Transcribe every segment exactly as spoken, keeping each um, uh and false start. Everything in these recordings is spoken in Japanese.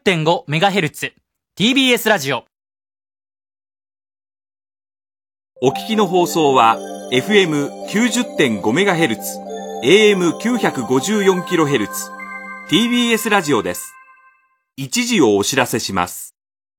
てんごメガヘルツ ティービーエス ラジオ。 お聞きの放送は エフエムきゅうじゅってんごメガヘルツ、エーエムきゅうひゃくごじゅうよんキロヘルツ、ティービーエス ラジオです。一時をお知らせします。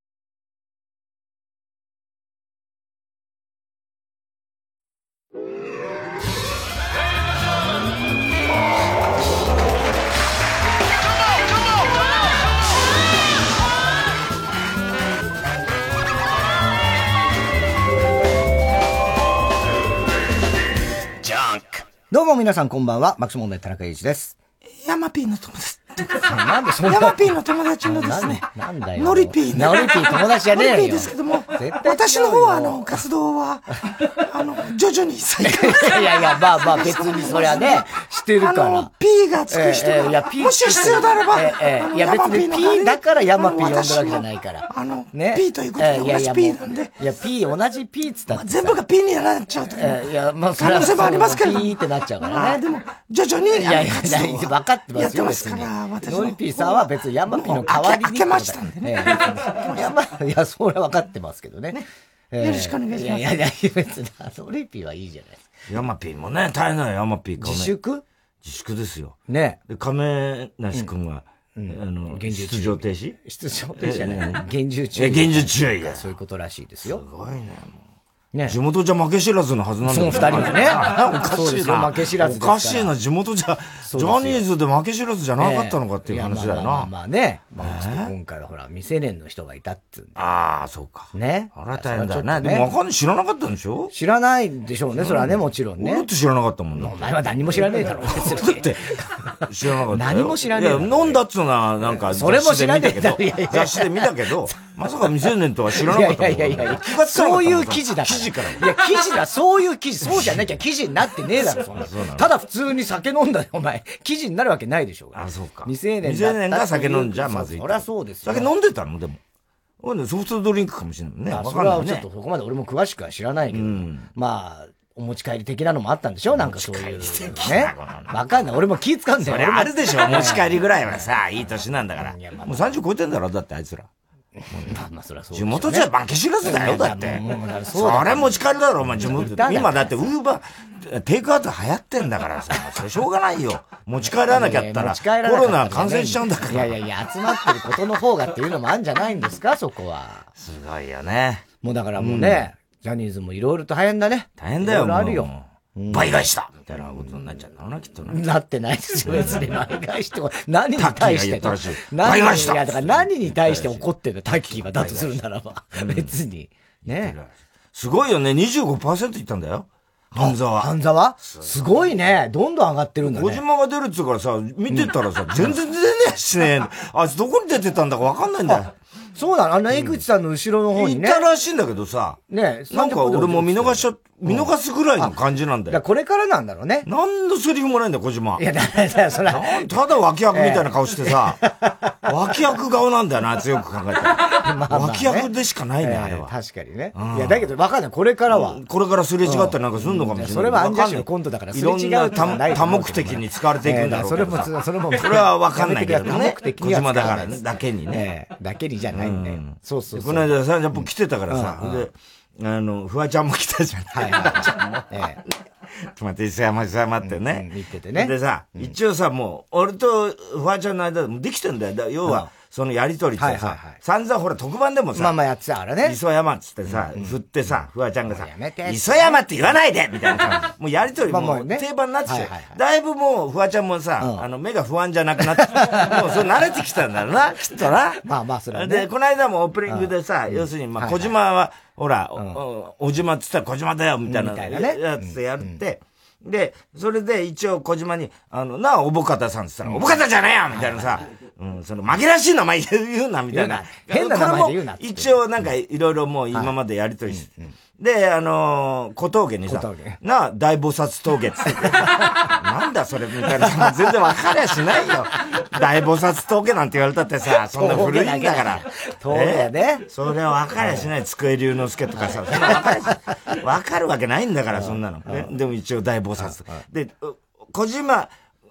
どうも皆さんこんばんは、マックス問題田中裕一です。 ヤマピーの友達。 なんでそんなヤマピーの友達のですね。 なんだよ。 ノリピーね。 ノリピー友達じゃねえよ。 ノリピーですけども、私の方はあの、活動は、あの、徐々に再開。 いやいや、まあまあ別にそりゃね、してるから。あの、 P がつく人が、えー、いや、P、もし必要であれば、 えーえー、いや別に P だからヤマピー呼んだわけじゃないから。 あの、ね、P ということで同じ P なんで。 いや、P、同じ P っつったら。 全部が P になっちゃうと。 えー、いや、まあ、 可能性もありますけど。 P ってなっちゃうからね。 でも、徐々に、 いやいや、分かってますよ、別に。ノリピーさんは別にヤマピーの代わりに。 開けましたんでね。 ヤマ、いや、それは分かってますけどね。 よろしくお願いします。 いやいや、別に、ノリピーはいいじゃないですか。 ヤマピーもね、大変なのよ、ヤマピー。 自粛自粛ですよ。 ね。 で、亀梨くんは、あの、出場停止出場停止じゃない。厳重注意。 え、厳重注意。 そういうことらしいですよ。 すごいね、もう。 ね、 地元じゃ負け知らずのはずなんだよ。 その二人もね。 おかしいな。 負け知らずおかしいな。地元じゃ、ジャニーズで負け知らずじゃなかったのかっていう話だよな。 まあまあね。まあ今回はほら、未成年の人がいたってああ、そうか。 ね。 あら大変だね。でもわかんない。知らなかったんでしょ？ 知らないでしょうね。それはね、もちろんね。 俺って知らなかったもんね。 お前は何も知らねえだろ。だって知らなかった。 何も知らねえ。 いや、飲んだっつうのはなんか、 それも知らねえだろ。 雑誌で見たけど、まさか未成年とは知らなかったもん。 いやいやいや、そういう記事だから。 記事から。 いや、記事だ、そういう記事、そうじゃなきゃ記事になってねえだろ、そんな。ただ普通に酒飲んだよ、お前。記事になるわけないでしょ。 あ、そうか。 未成年未成年が酒飲んじゃまずい。 そりゃそうですよ。 酒飲んでたのでも。ソフトドリンクかもしれないもんね。 まあ、それはちょっとそこまで俺も詳しくは知らないけど。まあ、お持ち帰り的なのもあったんでしょなんかそういう。ね。わかんない。俺も気使うんだよ。 それあるでしょ持ち帰りぐらいはさ、いい年なんだから。もうさんじゅう超えてんだろだってあいつら。 まあまあそりゃそう。 地元じゃ負け知らずだよ、だって。それ持ち帰りだろ、お前地元。今だってウーバー、テイクアウト流行ってんだからさ、それしょうがないよ。持ち帰らなきゃったら、コロナ感染しちゃうんだから。 いやいやいや、集まってることの方がっていうのもあるんじゃないんですか、そこは。 すごいよね。 もうだからもうね、ジャニーズもいろいろと大変だね。 大変だよ、 いろいろあるよ。 倍返しだみたいなことになっちゃったな、きっとな。 なってないですよ、別に。倍返しって、何に対して。 倍返しだいや、だから何に対して怒ってんの、タッキーはだとするならば。別に。ね。 すごいよね、にじゅうごパーセント いったんだよ。半沢。 半沢すごいね。どんどん上がってるんだね。 小島が出るっつうからさ、見てたらさ、全然出ねえしね。あいつどこに出てたんだかわかんないんだよ。 そうなのあの、江口さんの後ろの方にね。 いたらしいんだけどさ。 ねなんか俺も見逃しちゃ、見逃すぐらいの感じなんだよ。 これからなんだろうね。 何のセリフもないんだよ、小島。 いや、だからそれただ脇役みたいな顔してさ、脇役顔なんだよな、強く考えたら。脇役でしかないね、あれは。 確かにね。いや、だけど分かんない。これからは。 これからすれ違ったりなんかするのかもしれない。 それはアンジャッシュのコントだから、 いろんな多目的に使われていくんだろうけど。それも、それも、それは分かんないけどね。小島だからね、だけにね。 だけにじゃないんだよ。そうそうこの間さ、やっぱ来てたからさ、で、あの、フワちゃんも来たじゃん。 はいはい。フワちゃんも。ええ。 ちょっと待って、磯山磯山ってね。 見ててね。 でさ、一応さ、もう、俺とフワちゃんの間でもできてんだよ。要は、そのやりとりってさ、散々ほら特番でもさ、 まあまあやってたからね。 磯山っつってさ、振ってさ、フワちゃんがさ、磯山って言わないでみたいなさ、もうやりとりも定番になってて、だいぶもうフワちゃんもさ、あの、目が不安じゃなくなって、もうそれ慣れてきたんだろうな、きっとな。 まあまあ、それで、この間もオープニングでさ、要するに、まあ、小島は、ほら、お島って言ったら小島だよ、みたいなやつでやって、で、それで一応小島に、あの、なあ、おぼかたさんって言ったら、おぼかたじゃねえよみたいなさ、うん、その、紛らわしい名前言うな、みたいな。 変な名前で言うな。 一応なんか、いろいろもう今までやりとりして。で、あのー、小峠にさ、なあ、大菩薩峠っつって。なんだそれみたいな。全然わかりゃしないよ。大菩薩峠なんて言われたってさ、そんな古いんだから。 峠ね。 それはわかりゃしない。机龍之介とかさ、そんなわかりゃわかるわけないんだから、そんなの。でも一応大菩薩。で、小島、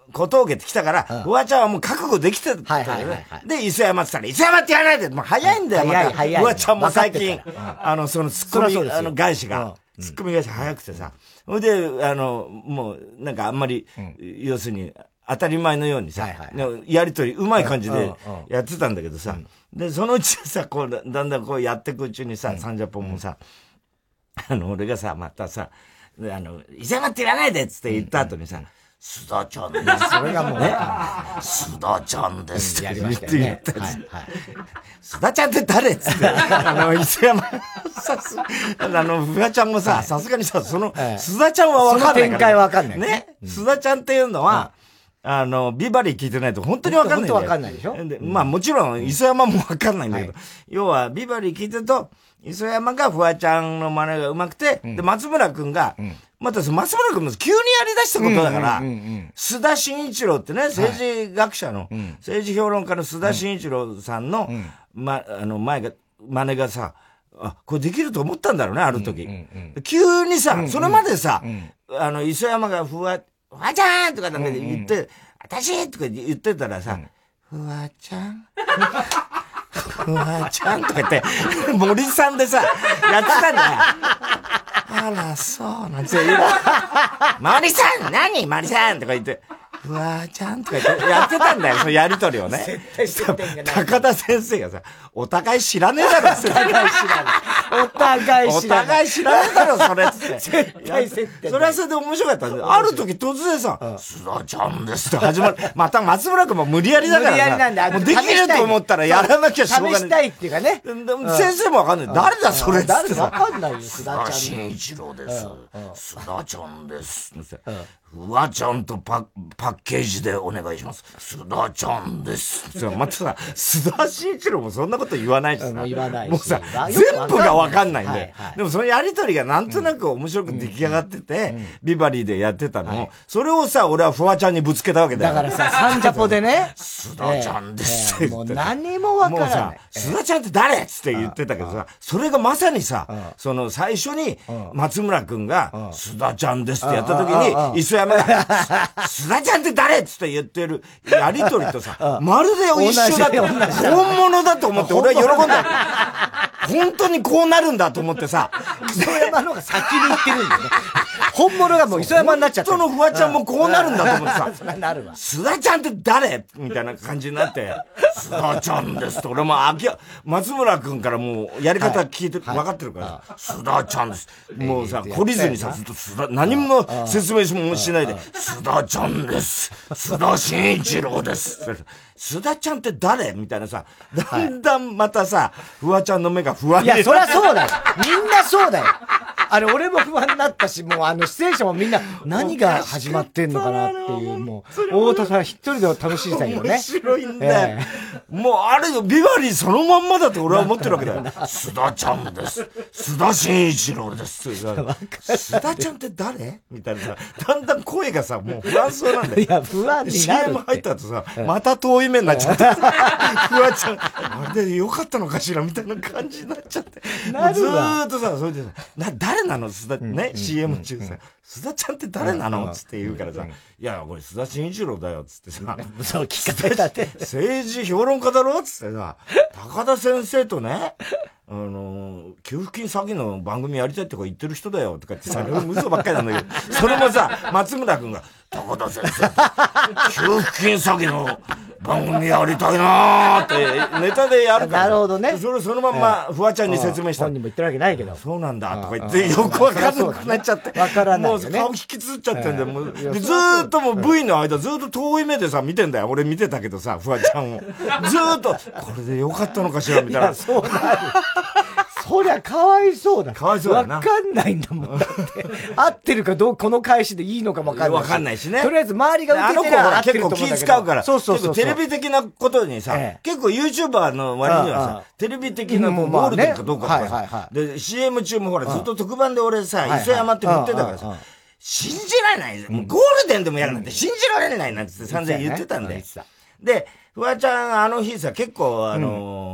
小峠って来たから、フワちゃんはもう覚悟できてたんだよね。で、磯山って言ったら、磯山って言わないで、もう早いんだよ、また。フワちゃんも最近、あの、そのツッコミ、あの、返しが、ツッコミ返し早くてさ。それで、あの、もう、なんかあんまり、要するに、当たり前のようにさ、やりとり、うまい感じでやってたんだけどさ、で、そのうちさ、こう、だんだんこうやっていくうちにさ、サンジャポンもさ、あの、俺がさ、またさ、あの、磯山って言わないでっつって言った後にさ、須田ちゃんです。 それがもうね、 須田ちゃんですって言って言ったやつ。須田ちゃんって誰っつって。あの、磯山、さす、あの、フワちゃんもさ、さすがにさ、その、須田ちゃんはわかんないから。 その展開はわかんない。 ね。須田ちゃんっていうのは、あの、ビバリー聞いてないと本当にわかんないんだよ。 本当わかんないでしょで、まあもちろん、磯山もわかんないんだけど、要は、ビバリー聞いてると、磯山がフワちゃんの真似が上手くて、で、松村くんが、また松村くんも急にやり出したことだから、須田慎一郎ってね、政治学者の、政治評論家の須田慎一郎さんの、ま、あの、前が、真似がさ、あ、これできると思ったんだろうね、ある時。急にさ、それまでさ、あの、磯山がふわ、ふわちゃんとかなんか言って、あたしとか言ってたらさ、ふわちゃんふわちゃんとか言って、森さんでさ、やってたんだよ。あら、そうなんですよ。森さん何森さんとか言って、ふわちゃんとか言って、やってたんだよ、そのやりとりをね。 絶対知ってんがない。 高田先生がさ、お互い知らねえだろ、 お互い知らない。お互い知らない。 お互い知らねえだろ、それっつって。 絶対接点。 それはそれで面白かったんで、ある時突然さ、須田ちゃんですって始まる。また松村君も無理やりだからさ。無理やりなんだ。もうできると思ったらやらなきゃしょうがない。 試したいっていうかね。 先生もわかんない。誰だ、それっつってさ。 わかんないよ、須田ちゃん。須田慎一郎です。須田ちゃんです。フワちゃんとパパッケージでお願いします。須田ちゃんです。またさ、須田慎一郎もそんなこと言わないしさ。 言わないし。 もうさ、全部がわかんないんで。でもそのやりとりがなんとなく面白く出来上がってて、ビバリーでやってたのを、それをさ、俺はフワちゃんにぶつけたわけだよ。 だからさ、サンジャポでね。 須田ちゃんですってもう何もわからない。もうさ、 須田ちゃんって誰っつって言ってたけどさ、それがまさにさ、その最初に松村くんが、須田ちゃんですってやった時に、磯山が、須田ちゃんって誰っつって言ってるやりとりとさ、まるで一緒だって、本物だと思って俺は喜んだ。本当にこうなるんだと思ってさ、 磯山のが先に言ってるんだよね。本物がもう磯山になっちゃった。 本当のフワちゃんもこうなるんだと思ってさ、 なるわ。 須田ちゃんって誰みたいな感じになって、須田ちゃんですって俺もあきや、松村くんからもうやり方聞いて、分かってるから、須田ちゃんです。もうさ、懲りずにさ、ずっと須田、何も説明もしないで、須田ちゃんです。須田慎一郎です。須田ちゃんって誰みたいなさ、だんだんまたさ、フワちゃんの目が不安になる。いや、そりゃそうだよ。みんなそうだよ。あれ、俺も不安になったし、もうあの、出演者もみんな、何が始まってんのかなっていう、もう、太田さん一人で楽しいさよね。 面白いんだよ。もう、あれよ、ビバリーそのまんまだと俺は思ってるわけだよ。須田ちゃんです。須田慎一郎です。須田ちゃんって誰みたいなさ、だんだん声がさ、もう不安そうなんだよ。 いや、不安になる。 シーエム 入った後さ、また遠い目になっちゃって。フワちゃん、あれでよかったのかしらみたいな感じになっちゃって。もうずーっとさ、それでさ、な、誰なの須田、ね、シーエム 中さ、須田ちゃんって誰なのつって言うからさ、いや、これ須田慎一郎だよ、つってさ、 そう聞かれたって。 政治評論家だろつってさ、高田先生とね、あの、給付金詐欺の番組やりたいとか言ってる人だよ、とか言ってさ、嘘ばっかりなんだけど、それもさ、松村くんが、高田先生と、給付金詐欺の番組やりたいなーってネタでやるから。 なるほどね。 それそのまんま、フワちゃんに説明した。 本人も言ってるわけないけど。 そうなんだ、とか言って、よくわかんなくなっちゃって。 わからない。 もう顔引きつっちゃってんだよ。もうでずーっともう ブイ の間、ずーっと遠い目でさ、見てんだよ。俺見てたけどさ、フワちゃんを。ずーっと、これでよかったのかしら、みたいな。 そうなる。そりゃかわいそうだ。 かわいそうだな。 わかんないんだもん。だって、合ってるかどう、この返しでいいのかもわかんない。 わかんないしね。 とりあえず周りが受けてりゃ合ってると思うんだけど。 結構気使うから。 そうそうそう。 テレビ的なことにさ、結構 YouTuber の割にはさ、テレビ的なゴールデンかどうかとかさ。で、シーエム 中もほら、ずっと特番で俺さ、磯山って振ってたからさ、信じられない。もうゴールデンでもやるなんて信じられないなんて散々言ってたんで。で、フワちゃんあの日さ、結構あの、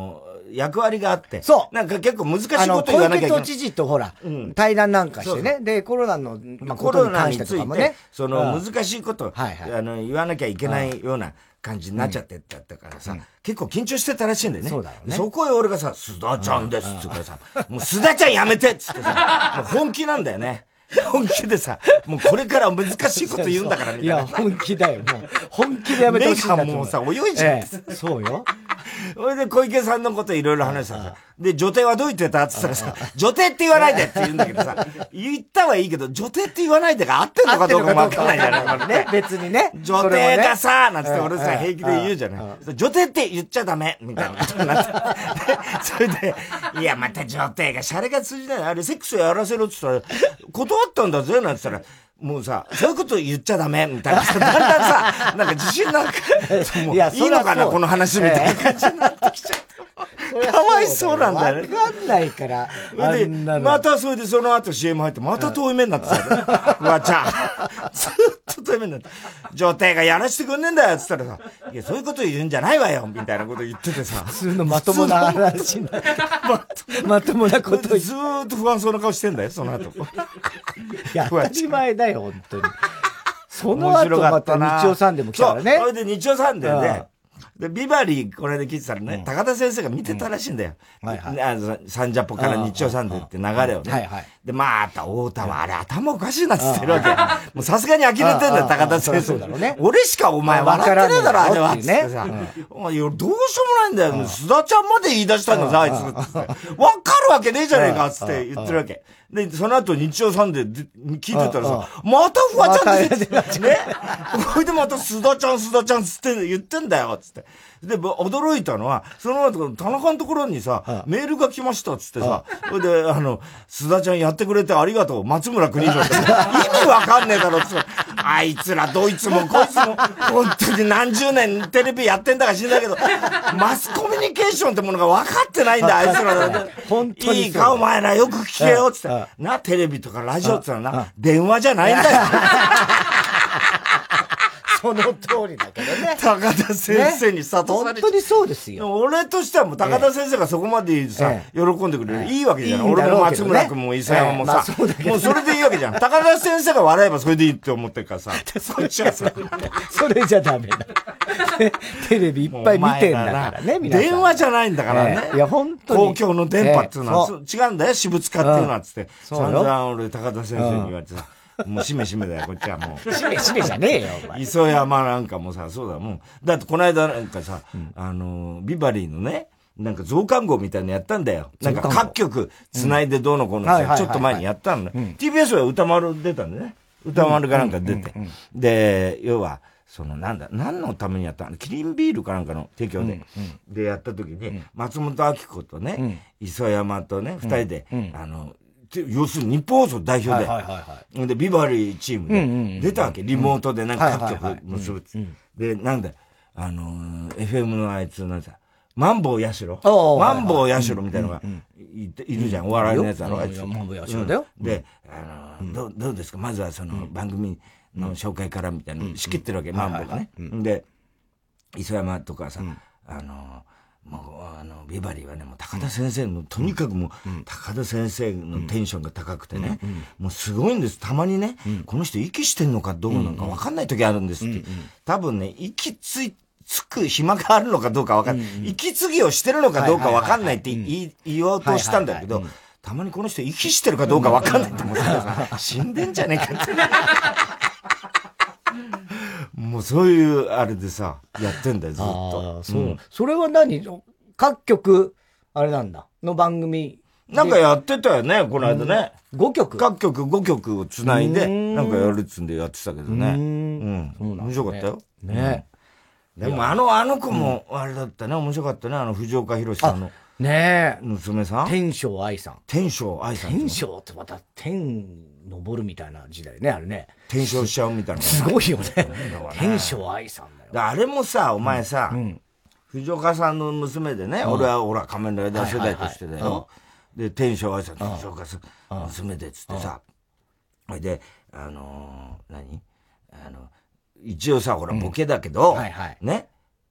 役割があって。 そう。 なんか結構難しいこと言わなきゃいけない。 小池都知事とほら、うん、対談なんかしてね。で、コロナの、 まあ、コロナについて、その難しいこと、はいはい、あの、言わなきゃいけないような感じになっちゃってだったからさ、うん、結構緊張してたらしいんだよね。そうだよね。そこへ俺がさ、須田ちゃんですって言うからさ、もう須田ちゃんやめてっつってさ、もう本気なんだよね。本気でさ、もうこれから難しいこと言うんだからみたいな。 いや、本気だよ、もう。本気でやめてほしいんだと思う。 目がもうさ、泳いじゃって、 ええ。そうよ。 それで小池さんのこといろいろ話したさ。で、女帝はどう言ってたって言ったらさ、女帝って言わないでって言うんだけどさ、言ったはいいけど、女帝って言わないでが合ってんのかどうかもわかんないじゃないね。 別にね。 女帝がさ、なんつって俺さ、平気で言うじゃない。女帝って言っちゃダメみたいなことになって。それで、いや、また女帝がシャレが通じない。あれ、セックスやらせろって言ったら、断ったんだぜ、なんて言ったら、もうさ、そういうこと言っちゃダメみたいなさ、だんだんさ、なんか自信なんか、いや、いいのかな、この話みたいな感じになってきちゃって。かわいそうなんだよね。 わかんないから。 で、またそれでその後 シーエム 入って、また遠い目になってさ、うわちゃん。ずっと遠い目になって。女帝がやらしてくんねえんだよって言ったらさ、いや、そういうこと言うんじゃないわよみたいなこと言っててさ。 普通のまともな話になって。まともなこと言って。 ずーっと不安そうな顔してんだよ、その後。いや、当たり前だよ、本当に。その後また日曜サンデーも来たからね。 それで日曜サンデーで、で、ビバリー、これで聞いてたらね、うん、高田先生が見てたらしいんだよ。うん、はいはい。あの、サンジャポから日曜サンデーって流れをね。はいはい。で、また、太田はあれ頭おかしいなって言ってるわけ。もうさすがに呆れてんだよ、高田先生。そうだろうね。俺しかお前笑ってねえだろ、あれは。ってね。さ、うん、いや、どうしようもないんだよ。須田ちゃんまで言い出したのさ、あいつ。つって。わかるわけねえじゃねえか、つって言ってるわけ。で、その後日曜サンデーで聞いてたらさ、またフワちゃんってね。これでまた須田ちゃん、須田ちゃんつって言ってんだよ、つって。で、驚いたのは、その後、田中のところにさ、メールが来ましたっつってさ、それで、あの、須田ちゃんやってくれてありがとう、松村邦洋って。意味わかんねえだろ、つって。あいつら、どいつもこいつも、本当に何十年テレビやってんだか知んないけど、マスコミュニケーションってものが分かってないんだ、あいつら。 本当に。 いいか、お前らよく聞けよ、つって。な、テレビとかラジオってのはな、電話じゃないんだよ。 その通りだけどね。 高田先生に諭されて、ね。本当にそうですよ。 俺としてはもう高田先生がそこまでさ、ええ、喜んでくれる、ええ、いいわけじゃない。俺も松村君も伊佐山もさ、ええまあ、もうそれでいいわけじゃん。高田先生が笑えばそれでいいって思ってるからさ。 そっちはさ、それじゃダメだ。テレビいっぱい見てんだからね、皆さん。 電話じゃないんだからね。 ええ、いや、本当に。 公共の電波っていうのは、違うんだよ、私物化っていうのは、つって。散々俺高田先生に言われてさ。もうしめしめだよ、こっちはもう。 しめしめじゃねえよ、お前。 磯山なんかもさ、そうだもん。だってこの間なんかさ、うん、あの、ビバリーのね、なんか増刊号みたいなのやったんだよ。なんか各局繋いでどうのこうのさ、ちょっと前にやったのね。うん、ティービーエス は歌丸出たんだね。歌丸がなんか出て。で、要は、そのなんだ、何のためにやったのキリンビールかなんかの提供で。うんうん、で、やった時に、松本明子とね、うん、磯山とね、二人で、うん、あの、要するに日本放送代表で、はいはいはいはい、で、ビバリーチームで出たわけ。うんうんうん、リモートでなんか各局結ぶ。で、なんだ、あのー、エフエム のあいつなんだ、マンボウヤシロマンボウヤシロみたいなのがいるじゃん。お笑いのやつだろ、あいつ。 マンボウヤシロだよ。 で、あのー、どう、どうですかまずはその番組の紹介からみたいなの仕切ってるわけ、マンボウがね。で、磯山とかさ、あのー、もう、あの、ビバリーはね、もう高田先生の、とにかくもう、高田先生のテンションが高くてね、もうすごいんです。たまにね、この人息してんのかどうなのか分かんない時あるんですって。多分ね、息つい、つく暇があるのかどうか分かんない。息継ぎをしてるのかどうか分かんないって言おうとしたんだけど、たまにこの人息してるかどうか分かんないって思ってさ、死んでんじゃねえかって。もうそういう、あれでさ、やってんだよ、ずっと。 そう。うん、それは何各局、あれなんだ、の番組。 なんかやってたよね、この間ね。 ごきょく各局ごきょくを繋いで、なんかやるっつんでやってたけどね。うん。うん。面白かったよ。 ね。 でもあの、あの子も、あれだったね、面白かったね、あの藤岡弘さんの。 ねえ。 娘さん天正愛さん。 天正愛さん。 天正ってまた天昇るみたいな時代ね、あれね。 天正しちゃうみたいな。 すごいよね。天正愛さんだよ。 あれもさ、お前さ、藤岡さんの娘でね、俺はほら仮面ライダー世代としてだよ。で、天正愛さんと藤岡さん、娘でっつってさ、それで、あの、何あの、一応さ、ほら、ボケだけど、ね、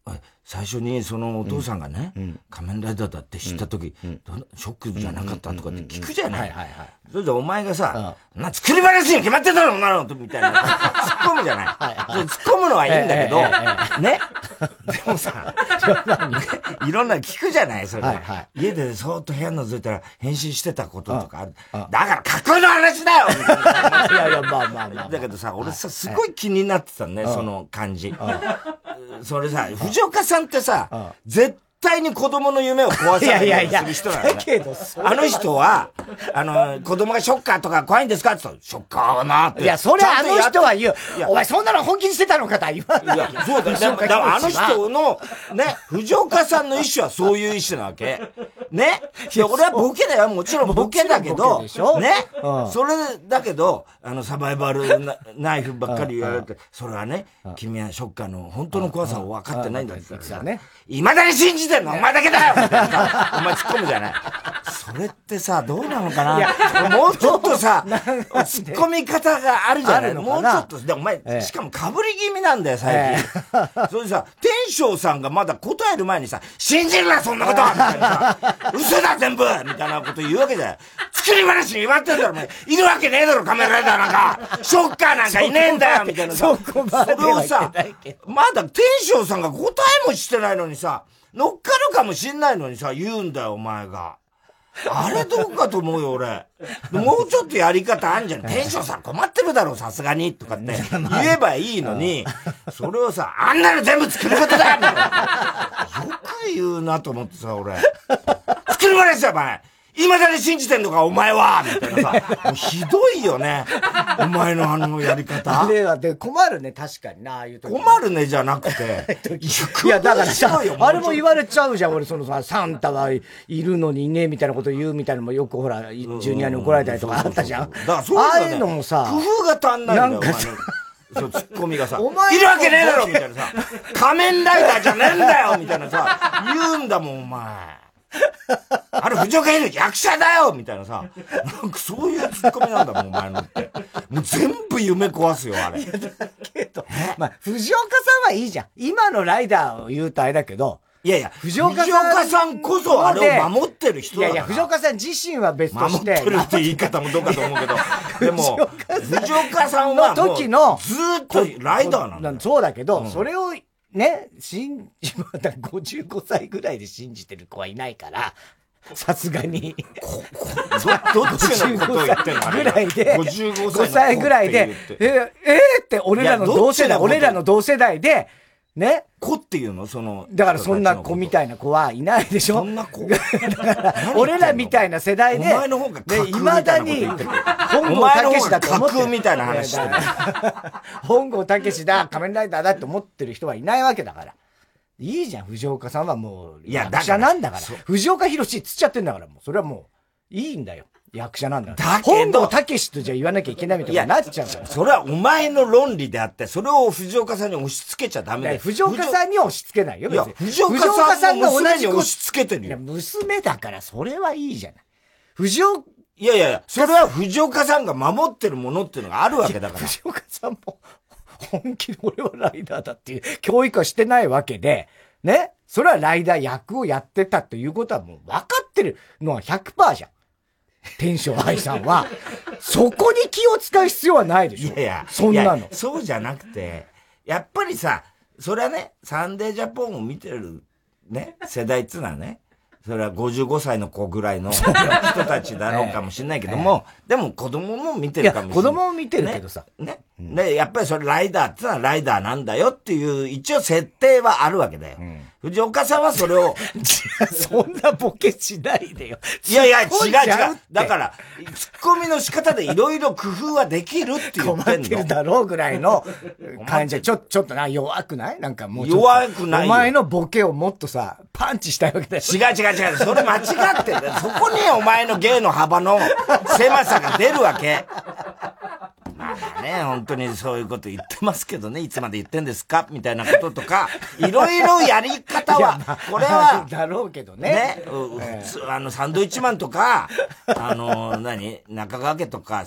最初にそのお父さんがね、うん、仮面ライダーだって知った時、うん、ショックじゃなかったとかって聞くじゃない。それでお前がさ、うん、な、作り話に決まってたのなのみたいな。突っ込むじゃない。はいはい、突っ込むのはいいんだけど、えーえー、ね。でもさ、いろんな聞くじゃないそれ、はいはい。家でそーっと部屋覗いたら返信してたこととかある。ああだから架空の話だよみたいな。いやいや、まあまあまあ。だけどさ、俺さ、すごい気になってたね、その感じ。それさ、藤岡さんってさ、絶対に子供の夢を壊さないようにする人なんだね。あの人は、あの、子供がショッカーとか怖いんですかって言ったら、ショッカーはなって。 いや、それあの人は言う。お前そんなの本気にしてたのかとは言わない。いや、 そうだよ。だからあの人の、ね、藤岡さんの意思はそういう意思なわけ。ね。いや、俺はボケだよ。もちろんボケだけど、ね。それだけど、あの、サバイバルナイフばっかり言われて、それはね、君はショッカーの本当の怖さを分かってないんだって言ったら、未だに信じてんのお前だけだよみたいなお前突っ込むじゃない。それってさ、どうなのかな。いや、もうちょっとさ、突っ込み方があるじゃない。もうちょっと、でもお前、ええ、しかも被り気味なんだよ、最近。ええ、それでさ、天翔さんがまだ答える前にさ、信じるな、そんなことみたいなさ、嘘だ、全部みたいなこと言うわけじゃない。作り話に決まってんだろ、お前。いるわけねえだろ、仮面ライダーなんか。ショッカーなんかいねえんだよ、みたいなさ。そ, こまでそれをさ、まだ天翔さんが答えもしてないのにさ、乗っかるかもしんないのにさ、言うんだよ、お前が。あれどうかと思うよ、俺。もうちょっとやり方あんじゃん。天翔さん困ってるだろ、さすがに。とかって言えばいいのに、それをさ、あんなの全部作ることだみたいな。よく言うなと思ってさ、俺。作る話だ、お前。未だに信じてんのか、お前はみたいなさ。もうひどいよね。お前のあのやり方。 では、で、困るね、確かにな、ああいう時。 困るね、じゃなくて。 いや、だからさ、あれも言われちゃうじゃん、俺、そのさ、サンタはいるのにね、みたいなこと言うみたいなのもよくほら、ジュニアに怒られたりとかあったじゃん。だからそうだね。ああいうのもさ、 工夫が足んないんだよ、お前の。そう、ツッコミがさ、いるわけねえだろみたいなさ、仮面ライダーじゃねえんだよみたいなさ、言うんだもん、お前。あれ、藤岡弘役者だよみたいなさ、なんかそういうツッコミなんだもん、お前のって。もう全部夢壊すよ、あれ。いや、だけど、まあ、藤岡さんはいいじゃん。今のライダーを言うとあれだけど、 いやいや、藤岡さん、藤岡さんこそあれを守ってる人だから。いやいや、 藤岡さん自身は別として。 守ってるって言い方もどうかと思うけど、でも、藤岡さんはもうずーっとライダーなんだ。 そうだけど、うん、それを、ね、信じ、まだごじゅうごさいぐらいで信じてる子はいないから、さすがに。 こ、こ、ど、どっちのことを言ってんのぐらいで、 ごじゅうごさいぐらいで、え、えーって俺らの同世代、俺らの同世代で、ね。 子っていうのその。 だからそんな子みたいな子はいないでしょ。 そんな子だから、俺らみたいな世代で、 お前の方が架空みたいなこと言ってる。 本郷武史だと思ってる。 架空みたいな話してる。 本郷武史だ、仮面ライダーだって思ってる人はいないわけだから。いいじゃん、藤岡さんはもう、役者なんだから。藤岡弘つっちゃってんだから、もう、それはもう、いいんだよ。役者なんだから。だけど、本郷武史とじゃ言わなきゃいけないみたいになっちゃうから。 それはお前の論理であって、それを藤岡さんに押し付けちゃダメだよ。 藤岡さんには押し付けないよ、別に。いや、 藤岡さんの娘に押し付けてるよ。いや、 娘だから、それはいいじゃない。藤岡、 いやいやいや、それは藤岡さんが守ってるものっていうのがあるわけだから。 藤岡さんも、本気で俺はライダーだっていう教育はしてないわけで、ね。それはライダー役をやってたということはもう分かってるのは ひゃくパーセント じゃん。天翔愛さんは、そこに気を使う必要はないでしょ。 いやいや、 そんなの。 そうじゃなくて、やっぱりさ、それはね、サンデージャポンを見てるね、世代っつうのはね、それはごじゅうごさいの子ぐらいの人たちだろうかもしれないけども、ええ、でも子供も見てるかもしれない。 いや、子供も見てるけどさ。 ね。ね。で、やっぱりそれライダーってのはライダーなんだよっていう、一応設定はあるわけだよ。うん、藤岡さんはそれを。 そんなボケしないでよ。 いやいや、違う違う。だから、ツッコミの仕方でいろいろ工夫はできるって言ってんの。 困ってるだろうぐらいの感じで、ちょ、ちょっとな、弱くないなんかもうちょっと。 弱くない。 お前のボケをもっとさ、パンチしたいわけだよ。 違う違う違う。それ間違ってる。そこにお前の芸の幅の狭さが出るわけ。まあね、本当にそういうこと言ってますけどね、いつまで言ってんですかみたいなこととか、いろいろやり方は、これは、 だろうけどね。 ね、普通、あの、サンドイッチマンとか、あの、何中川家とかさ、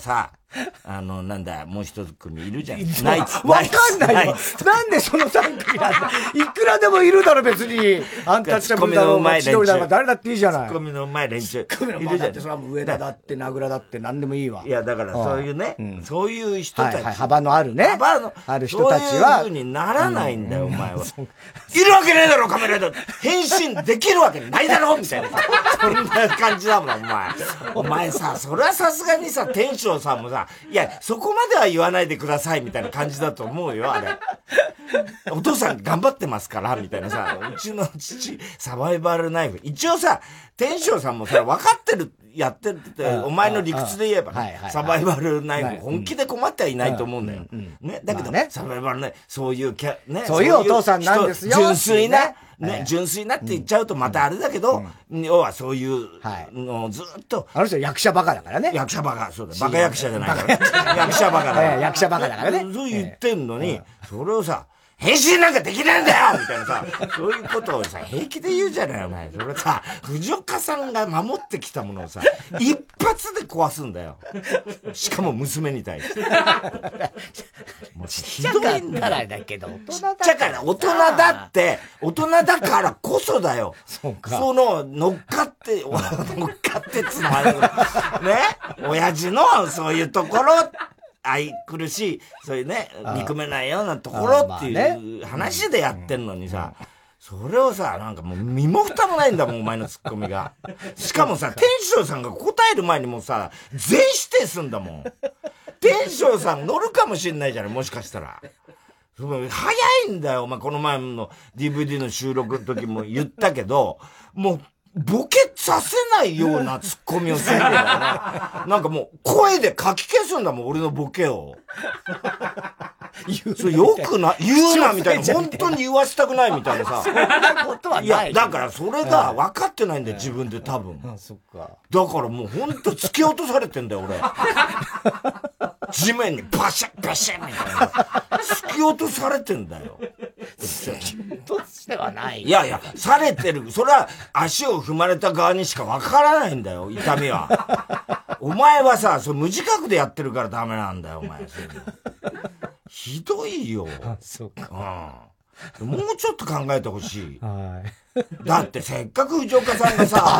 あの、なんだ、もう一組いるじゃん。 ナイツ。わかんないよ。なんでそのさん組なんだ。いくらでもいるだろ、別に。アンタッチャブルだろうが、千鳥だろうが、誰だっていいじゃない。 ツッコミのうまい連中。 ツッコミのうまいだって、それは上田だって、名倉だって、何でもいいわ。 いや、だからそういうね、そういう人たち。 幅のあるね。 幅のある人たちは。 そういう風にならないんだよ、お前は。いるわけねえだろ、カメラだ。変身できるわけないだろみたいな。そんな感じだもん、お前。お前さ、それはさすがにさ、天翔さんもさ、いや、そこまでは言わないでください、みたいな感じだと思うよ、あれ。お父さん頑張ってますから、みたいなさ、うちの父、サバイバルナイフ。一応さ、天翔さんもさ、分かってる、やってるって、お前の理屈で言えば、サバイバルナイフ、本気で困ってはいないと思うんだよ。ね。だけど、サバイバルナイフ、そういうキャ、ね。 そういうお父さんなんですよ。 純粋な、ね、純粋なって言っちゃうとまたあれだけど、要はそういうのをずっと。 あの人役者バカだからね。 役者バカ、そうだ。バカ役者じゃないから。役者バカだから。 役者バカだからね。 そう言ってんのに、それをさ、変身なんかできないんだよみたいなさ、そういうことをさ、平気で言うじゃない、お前。それさ、藤岡さんが守ってきたものをさ、一発で壊すんだよ。しかも娘に対して。 もうひどいんだよ。だけど、 ちっちゃから、大人だって、大人だからこそだよ。 そうか。 その、乗っかって、乗っかってつまる。ね親父のそういうところ、愛苦しい、そういうね、憎めないようなところっていう話でやってんのにさ、それをさ、なんかもう身も蓋もないんだもん、お前のツッコミが。しかもさ、天翔さんが答える前にもさ、全否定すんだもん。天翔さん乗るかもしんないじゃない、もしかしたら。早いんだよ、お前。この前の ディーブイディー の収録の時も言ったけど、もう、ボケさせないようなツッコミをするんだよね。なんかもう、声で書き消すんだもん、俺のボケを。それよくな、言うなみたいな、本当に言わせたくないみたいなさ。 そんなことはない。 いや、だからそれが分かってないんだよ、自分で多分。 あ、そっか。 だからもう本当突き落とされてんだよ、俺。地面にバシャバシャみたいな。突き落とされてんだよ。 としてはない。 いやいや、されてる。それは足を踏まれた側にしか分からないんだよ、痛みは。お前はさ、それ無自覚でやってるからダメなんだよ、お前。ひどいよ。 あ、そうか。 うん。もうちょっと考えてほしい。 はい。 だってせっかく藤岡さんがさ、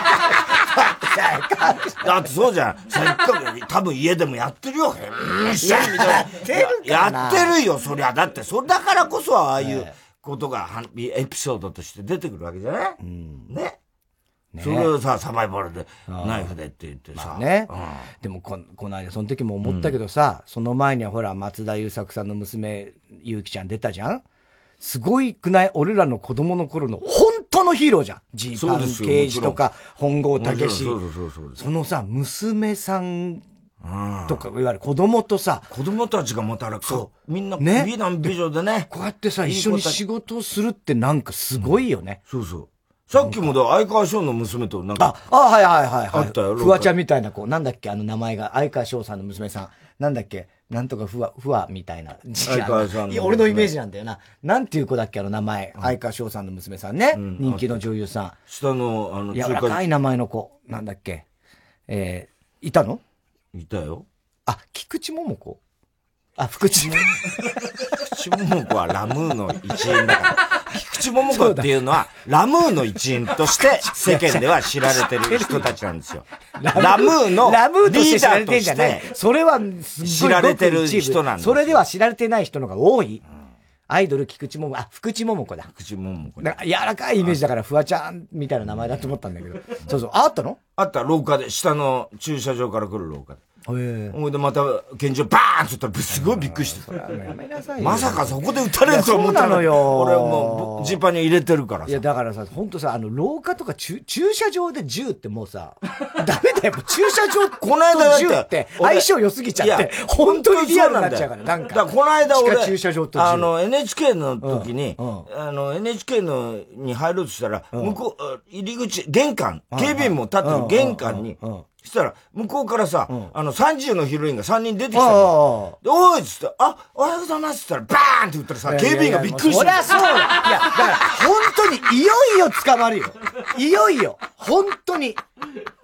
だってそうじゃん。せっかく、多分家でもやってるよ。へんしゃみたいな。やってるやってるよ、そりゃ。だって、それだからこそああいうことが、エピソードとして出てくるわけじゃない、うん、ね。ね、それをさ、サバイバルで、ナイフでって言ってさ。 まあね。うん、でもこ、この間、その時も思ったけどさ、うん、その前にはほら、松田優作さんの娘、ゆうきちゃん出たじゃん。すごいくない？俺らの子供の頃の本当のヒーローじゃん。ジーパン刑事とか、本郷武史。そのさ、娘さんとか、いわゆる子供とさ、 子供たちがまたらそう。みんな、ね、美男美女でね。 こうやってさ、一緒に仕事をするってなんかすごいよね。 うん、そうそう。さっきもだ、相川翔の娘となんか。 あ、あ、はいはいはい、はい。 あったよ。 フワちゃんみたいな子、なんだっけ、あの名前が、相川翔さんの娘さん。なんだっけ、なんとかふわ、ふわみたいな。 相川さんの。 俺のイメージなんだよな。なんていう子だっけ、あの名前。うん、相川翔さんの娘さんね。うん、人気の女優さん。 下の、あの、 柔らかい名前の子。なんだっけ。えー、いたの？ いたよ。 あ、菊池桃子。あ、福地。 菊池桃子はラムーの一員だから。菊池桃子っていうのは、ラムーの一員として世間では知られてる人たちなんですよ。ラムーのリーダーとしてそれは知られてる人なんです。 それでは知られてない人のが多い。アイドル菊池桃子、あ、福地桃子だ。 福地桃子。 柔らかいイメージだから、フワちゃんみたいな名前だと思ったんだけど。そうそう、あったの？ あった、廊下で、下の駐車場から来る廊下で。 へえ。 ほいでまた、拳銃バーンって言ったら、すごいびっくりしてた。やめなさいよ。まさかそこで撃たれると思ったのよ。俺もう、ジーパンに入れてるからさ。 いや、だからさ、ほんとさ、あの、廊下とか駐車場で銃ってもうさ、ダメだよ、駐車場とこの間銃って相性良すぎちゃって、本当にリアルになっちゃうから、なんか。 だからこの間俺、 駐車場と銃。 あの、エヌエイチケー の時に、あの、エヌエイチケー のに入ろうとしたら、向こう、入り口、玄関、警備員も立ってる玄関に、そしたら、向こうからさ、うん、あの、さんじゅうのヒロインがさんにん出てきたの。で、おいっつって、あ、おはようございますって言ったら、バーンって言ったらさ、警備員がびっくりした。 そりゃそうだ。いや、だから、本当に、いよいよ捕まるよ。いよいよ。本当に。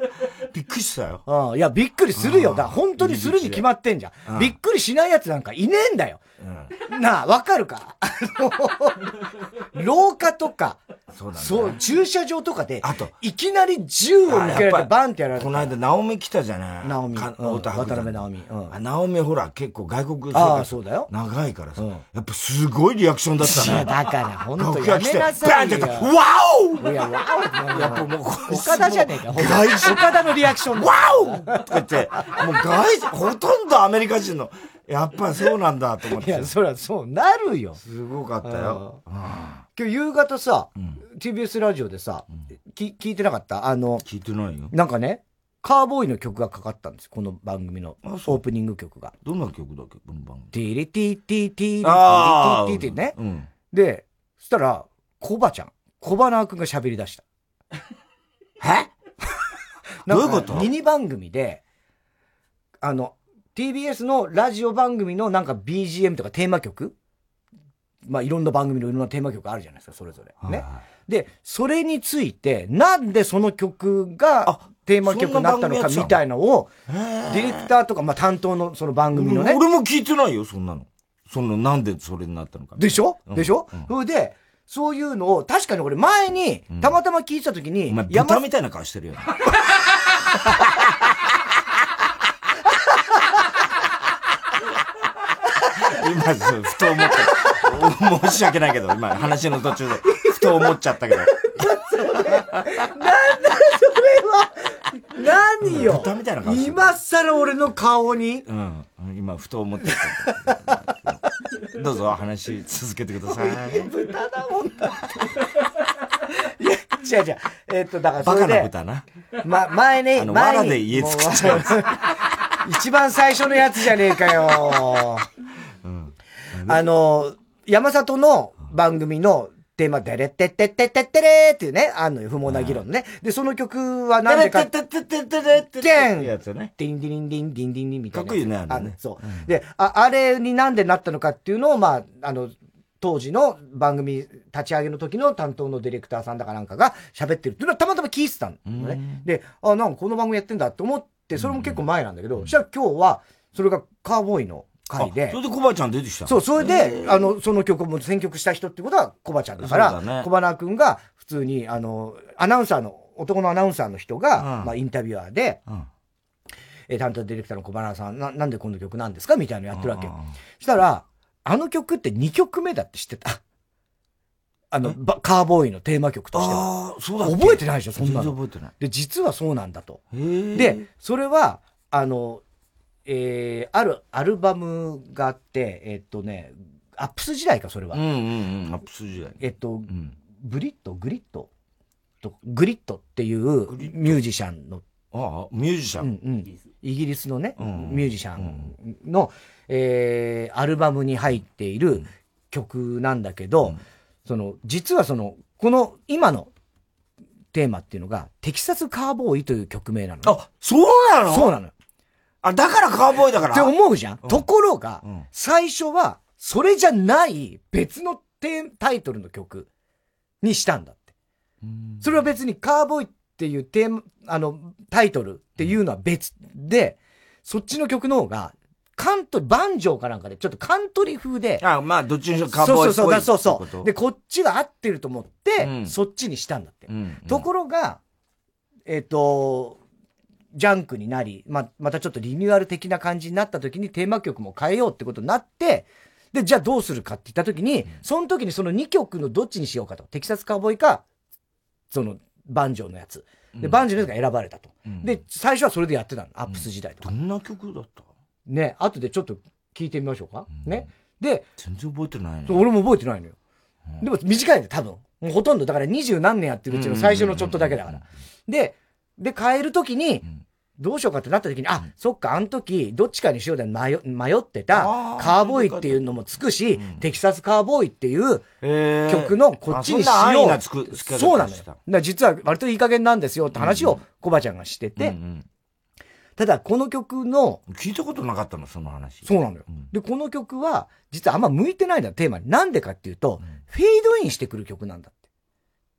びっくりしたよ。 うん。いや、びっくりするよ。だから本当にするに決まってんじゃん。びっくりしないやつなんかいねえんだよ。うん、なあ、わかるか廊下とか、 そうだね。 そう、駐車場とかで、 あと、 いきなり銃を向けられてバンってやられて。 この間、ナオミ来たじゃない。 ナオミ。 渡辺直美。 うん。ナオミほら、結構外国ああ、そうだよ。 長いからさ。やっぱすごいリアクションだったね。 いや、だから、ほんとやめなさいよ。 バンって、ワオいや、ワオやっぱもう、 岡田じゃねえか。岡田のリアクション。 ワオとか言って、もう外人、ほとんどアメリカ人の、やっぱりそうなんだと思って。 いや、そりゃそうなるよ。 すごかったよ。 今日夕方さ、ティービーエス ラジオでさ、聞いてなかった？あの、 聞いてないよ。 なんかね、カーボーイの曲がかかったんですよ、この番組のオープニング曲が。 どんな曲だっけ、この番組。 ティリティティティリティティってね。で、そしたら、コバちゃん、小花くんが喋り出した。 えどういうこと？ ミニ番組で、あの、ティービーエス のラジオ番組のなんか ビージーエム とかテーマ曲、まあいろんな番組のいろんなテーマ曲あるじあるじゃないですか、それぞれ。ね。で、それについて、なんでその曲がテーマ曲になったのかみたいなのを、ディレクターとか、まあ担当のその番組のね。 俺も聞いてないよ、そんなの。その、なんでそれになったのか。 でしょでしょそれで、そういうのを、確かに俺前に、たまたま聞いてた時に、 お前豚みたいな顔してるよね。今、ふと思った。申し訳ないけど、今、話の途中で、ふと思っちゃったけど。 なんだそれは何よ豚みたいな顔してる。 今更俺の顔にうん。今、ふと思っちゃった。どうぞ、話続けてください。 豚だもんだって。いや、違う違う。えー、っと、だからそれで。バカな豚な。 ま、前ね、 あの、藁で家作っちゃう。 一番最初のやつじゃねえかよ。うん、あの、山里の番組のテーマ、デレッテッテッテッテッテレーっていうね、あんのよ、不毛な議論ね。で、その曲はなんでか。 デレッテッテッテッテッテッテッやつね。ディンディンディンディンディンディンみたいな。 かっこいいね、あれね。 そう。で、あ、あれになんでなったのかっていうのを、まあ、あの、当時の番組立ち上げの時の担当のディレクターさんだかなんかが喋ってるっていうのはたまたま聞いてたのね。で、あ、なんかこの番組やってんだって思って、それも結構前なんだけど、そしたら今日は、それがカーボーイの回で。 それでコバちゃん出てきたそう、それで、あの、その曲も選曲した人ってことはコバちゃんだから、ね、小花くんが普通に、あの、アナウンサーの、男のアナウンサーの人が、うん、まあインタビュアーで、うん、えー、担当ディレクターの小花さん、な、なんでこの曲なんですかみたいなのやってるわけよ。そしたら、あの曲ってにきょくめだって知ってた。あの、カーボーイのテーマ曲としては。 ああ、そうだっけ。 覚えてないでしょ、そんなの。 全然覚えてない。 で、実はそうなんだと。 へで、それは、あの、えー、あるアルバムがあって、えー、っとね、アップス時代か、それは。 うんうんうん、アップス時代。 えっと、うん、ブリット、グリットと、グリットっていうミュージシャンの。 ああ、ミュージシャン。 うんうん、イギリスのね、うん、ミュージシャンの、うん、えー、アルバムに入っている曲なんだけど、うん、その、実はその、この今のテーマっていうのが、テキサスカーボーイという曲名なの。 あ、そうなの？ そうなの。 あ、だからカーボーイだからって思うじゃん。うん、ところが、うん、最初は、それじゃない別のタイトルの曲にしたんだって。それは別にカーボーイっていうテーマ、あの、タイトルっていうのは別で、そっちの曲の方が、カントリー、バンジョーかなんかで、ちょっとカントリー風で。 あ、まあ、どっちにしろカーボーイっぽい。 そうそうそう、そうそう。で、こっちが合ってると思って、うん、そっちにしたんだって。 うんうん、 ところが、えっと、ジャンクになり、ま、またちょっとリニューアル的な感じになった時にテーマ曲も変えようってことになって、で、じゃあどうするかって言った時に、うん、その時にそのにきょくのどっちにしようかと。テキサスカーボーイか、その、バンジョーのやつ。で、バンジョーのやつが選ばれたと。うん、で、最初はそれでやってたの。アップス時代とか。 どんな曲だったね、後でちょっと聞いてみましょうか。うん、ね。で、 全然覚えてないね。 俺も覚えてないのよ。うん、でも短いんだよ、多分。もうほとんど、だから二十何年やってるうちの最初のちょっとだけだから。で、で、変えるときに、うんどうしようかってなった時に、あ、そっか、あの時、どっちかにしようで迷迷ってた、カーボーイっていうのもつくし、うん、テキサスカーボーイっていう曲のこっちにしよう。 つくそうなのよ。だ実は割といい加減なんですよって話をコバちゃんがしてて、うんうん、ただこの曲の、 聞いたことなかったの、その話。 そうなのよ。うん、で、この曲は、実はあんま向いてないんだ、テーマに。なんでかっていうと、うん、フェードインしてくる曲なんだって。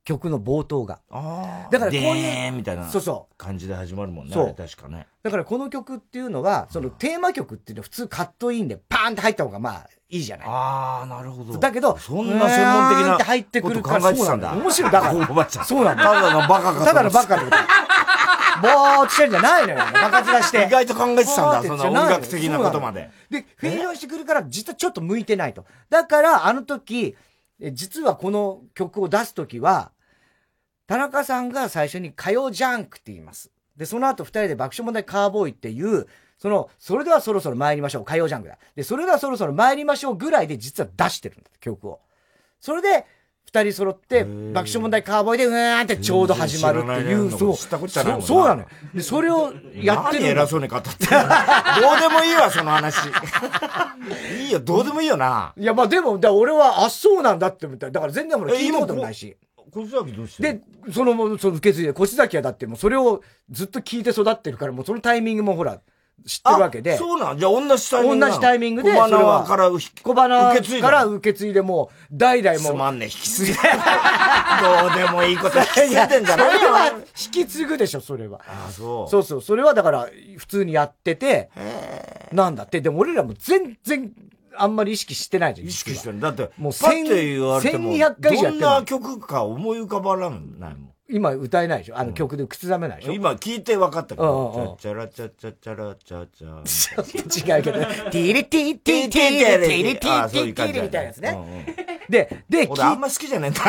曲の冒頭が。 ああ。 だからこういう。 でーみたいな。 そうそう。 感じで始まるもんね。 そう。 あれ確かね。 だからこの曲っていうのは、そのテーマ曲っていうのは普通カットインでパーンって入った方がまあいいじゃない。 ああ、なるほど。 だけど、 そんな専門的なって入ってくるから考えてたんだ。 面白い。だから、 おばちゃん。 そうなんだ。 ただのバカか。 ただのバカだ。ぼーっとしてるんじゃないのよ。バカ面して。 意外と考えてたんだ、その音楽的なことまで。 で、フェードしてくるから実はちょっと向いてないと。だからあの時、実はこの曲を出す時は、田中さんが最初に歌謡ジャンクって言います。で、その後二人で爆笑問題カーボーイっていう、その、それではそろそろ参りましょう。歌謡ジャンクだ。で、それではそろそろ参りましょうぐらいで実は出してるんだ、曲を。それで、二人揃って、爆笑問題カーボーイで、うーんってちょうど始まるっていう、そう、そう、そうなのよ。で、それをやってる。 何偉そうに語ってるどうでもいいわ、その話。いいよ、どうでもいいよな。 いや、まあでも、だ俺は、あ、そうなんだって思った。だから全然ほら、聞いたこともないし。 越崎どうしてで、その、その受け継いで、越崎はだってもうそれをずっと聞いて育ってるから、もうそのタイミングもほら、知ってるわけで。 そうなんじゃあ同じタイミング同じタイミングで、 小花から受から受け継いでもう、代々もう。 つまんねえ、引き継いで。どうでもいいこと引き継いでんじゃないよ。 それは引き継ぐでしょ、それは。 ああ、そう。 そうそう、それはだから、普通にやってて、なんだって、でも俺らも全然、あんまり意識してないじゃん。 意識してる。だって、 もうパッて言われても、 せんにひゃっかい以上やってる。 どんな曲か思い浮かばらないもん。 今歌えないでしょあの曲で口ざめないでしょ、 うん、今聞いて分かったけど。チャチャラチャチャチャラチャチャ。 ちょっと違うけど、ティリティティティティティティティティみたいなやつね。で、で、 俺あんま好きじゃねえんだ。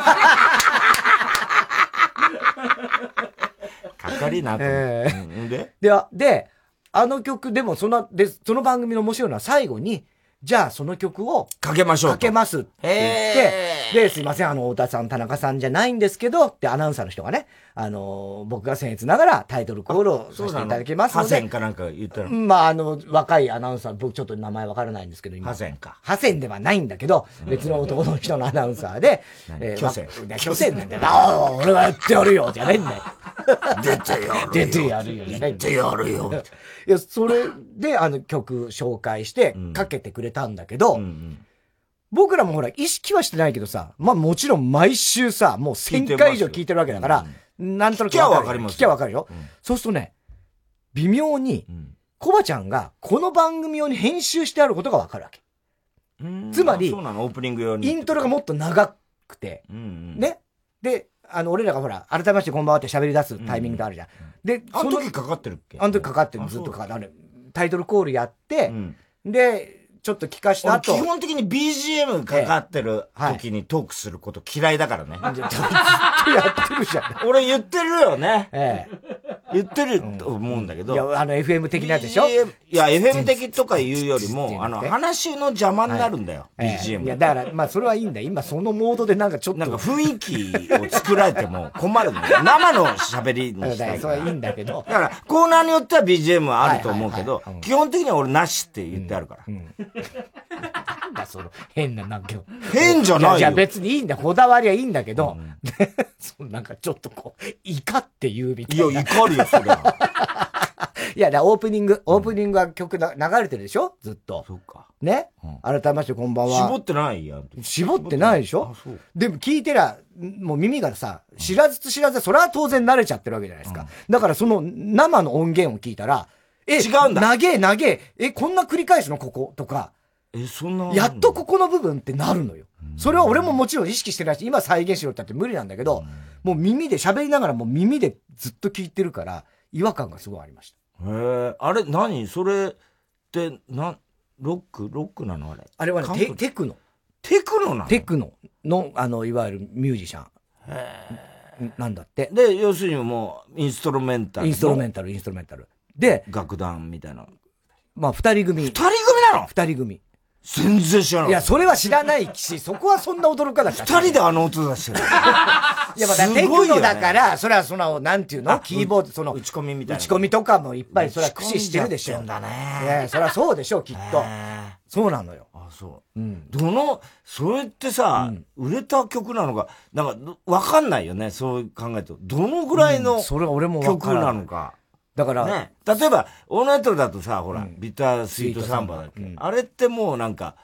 かかりなと。 でで、で、あの曲、でもその、で、その番組の面白いのは最後に、じゃあその曲をかけましょうかけますって言って、で、すいません、あの、太田さん、田中さんじゃないんですけど、ってアナウンサーの人がね、あの、僕が僭越ながらタイトルコールをさせていただきますので。 ハセンかなんか言ったのまあ、あの、若いアナウンサー、僕ちょっと名前わからないんですけど、今。 ハセンか。 ハセンではないんだけど、別の男の人のアナウンサーで、 えー、巨泉。 巨泉なんだよ。ああ、俺はやってやるよ、じゃないんだよ。 出てやるよ。 出てやるよ、じゃないんだよ。出てやるよ。 いや、それで、あの曲紹介して、かけてくれたんだけど、うんうん、僕らもほら、意識はしてないけどさ、まあもちろん毎週さ、もうせんかい以上聞いてるわけだから、うん、なんとなくわかる。聞きゃわかるよ。うん、そうするとね、微妙に、コバちゃんがこの番組用に編集してあることがわかるわけ。つまり、 そうなのオープニング用に。 イントロがもっと長くて、うんうん、ね。で、あの、俺らがほら、改めましてこんばんはって喋り出すタイミングがあるじゃん。うんうん、で、 あの時かかってるっけあの時かかってる、ずっとかかってる。タイトルコールやって、うん、で、ちょっっと聞かした後。 基本的に ビージーエム かかってる時にトークすること嫌いだからね。 ずっとやってるじゃん。 俺言ってるよね。 ええ。言ってると思うんだけど。 いや、あの エフエム 的なやつでしょ ? いや、エフエム 的とか言うよりも、あの、話の邪魔になるんだよ。ビージーエム。 いや、だから、まあ、それはいいんだよ。今、そのモードでなんかちょっと。 なんか雰囲気を作られても困るんだよ。生の喋りにしたい。 それはいいんだけど。 だから、コーナーによっては ビージーエム はあると思うけど、基本的には俺なしって言ってあるから。 なんだ、その、変な、なんか。 変じゃないよ。 じゃあ別にいいんだ。こだわりはいいんだけど、そうなんかちょっとこう、怒って言うみたいな。 いや、怒るよ、それは。 いや、だオープニング、オープニングは曲流れてるでしょずっと。 そっか。 ね、うん、改めましてこんばんは。 絞ってないやん。 絞ってないでしょでも聞いてりゃ、もう耳がさ、知らずと知らず、それは当然慣れちゃってるわけじゃないですか。うん、だからその生の音源を聞いたら、え、 違うんだ。 長え長え、え、こんな繰り返すのこことか。 え、そんな。 やっとここの部分ってなるのよ。それは俺ももちろん意識してないし、今再現しろって言って無理なんだけど、もう耳で喋りながらもう耳でずっと聞いてるから、違和感がすごいありました。 へえ、あれ何それって、な、ロックロックなのあれ。 あれはね、テテクノ。 テクノなのテクノの、あの、いわゆるミュージシャン。へえ。なんだって。 で、要するにもう、インストルメンタル。 インストルメンタル、インストルメンタル。で、 楽団みたいな。 まあ、二人組。 二人組なの二人組。 全然知らない。 いや、それは知らないし、そこはそんな驚かなかった。 二人であの音出してる。 いや、まだテクノだから、それはその、なんていうのキーボード、その、 打ち込みみたいな。 打ち込みとかもいっぱい、それは駆使してるでしょ。 んだね。 ええ、それはそうでしょう、きっと。そうなのよ。 あ、そう。うん。どの、それってさ、売れた曲なのか、なんか、わかんないよね、そう考えると。どのぐらいの曲なのか。 だから、 ね、例えば、オールナイトだとさ、ほら、ビタースイートサンバだっけ。あれってもうなんか、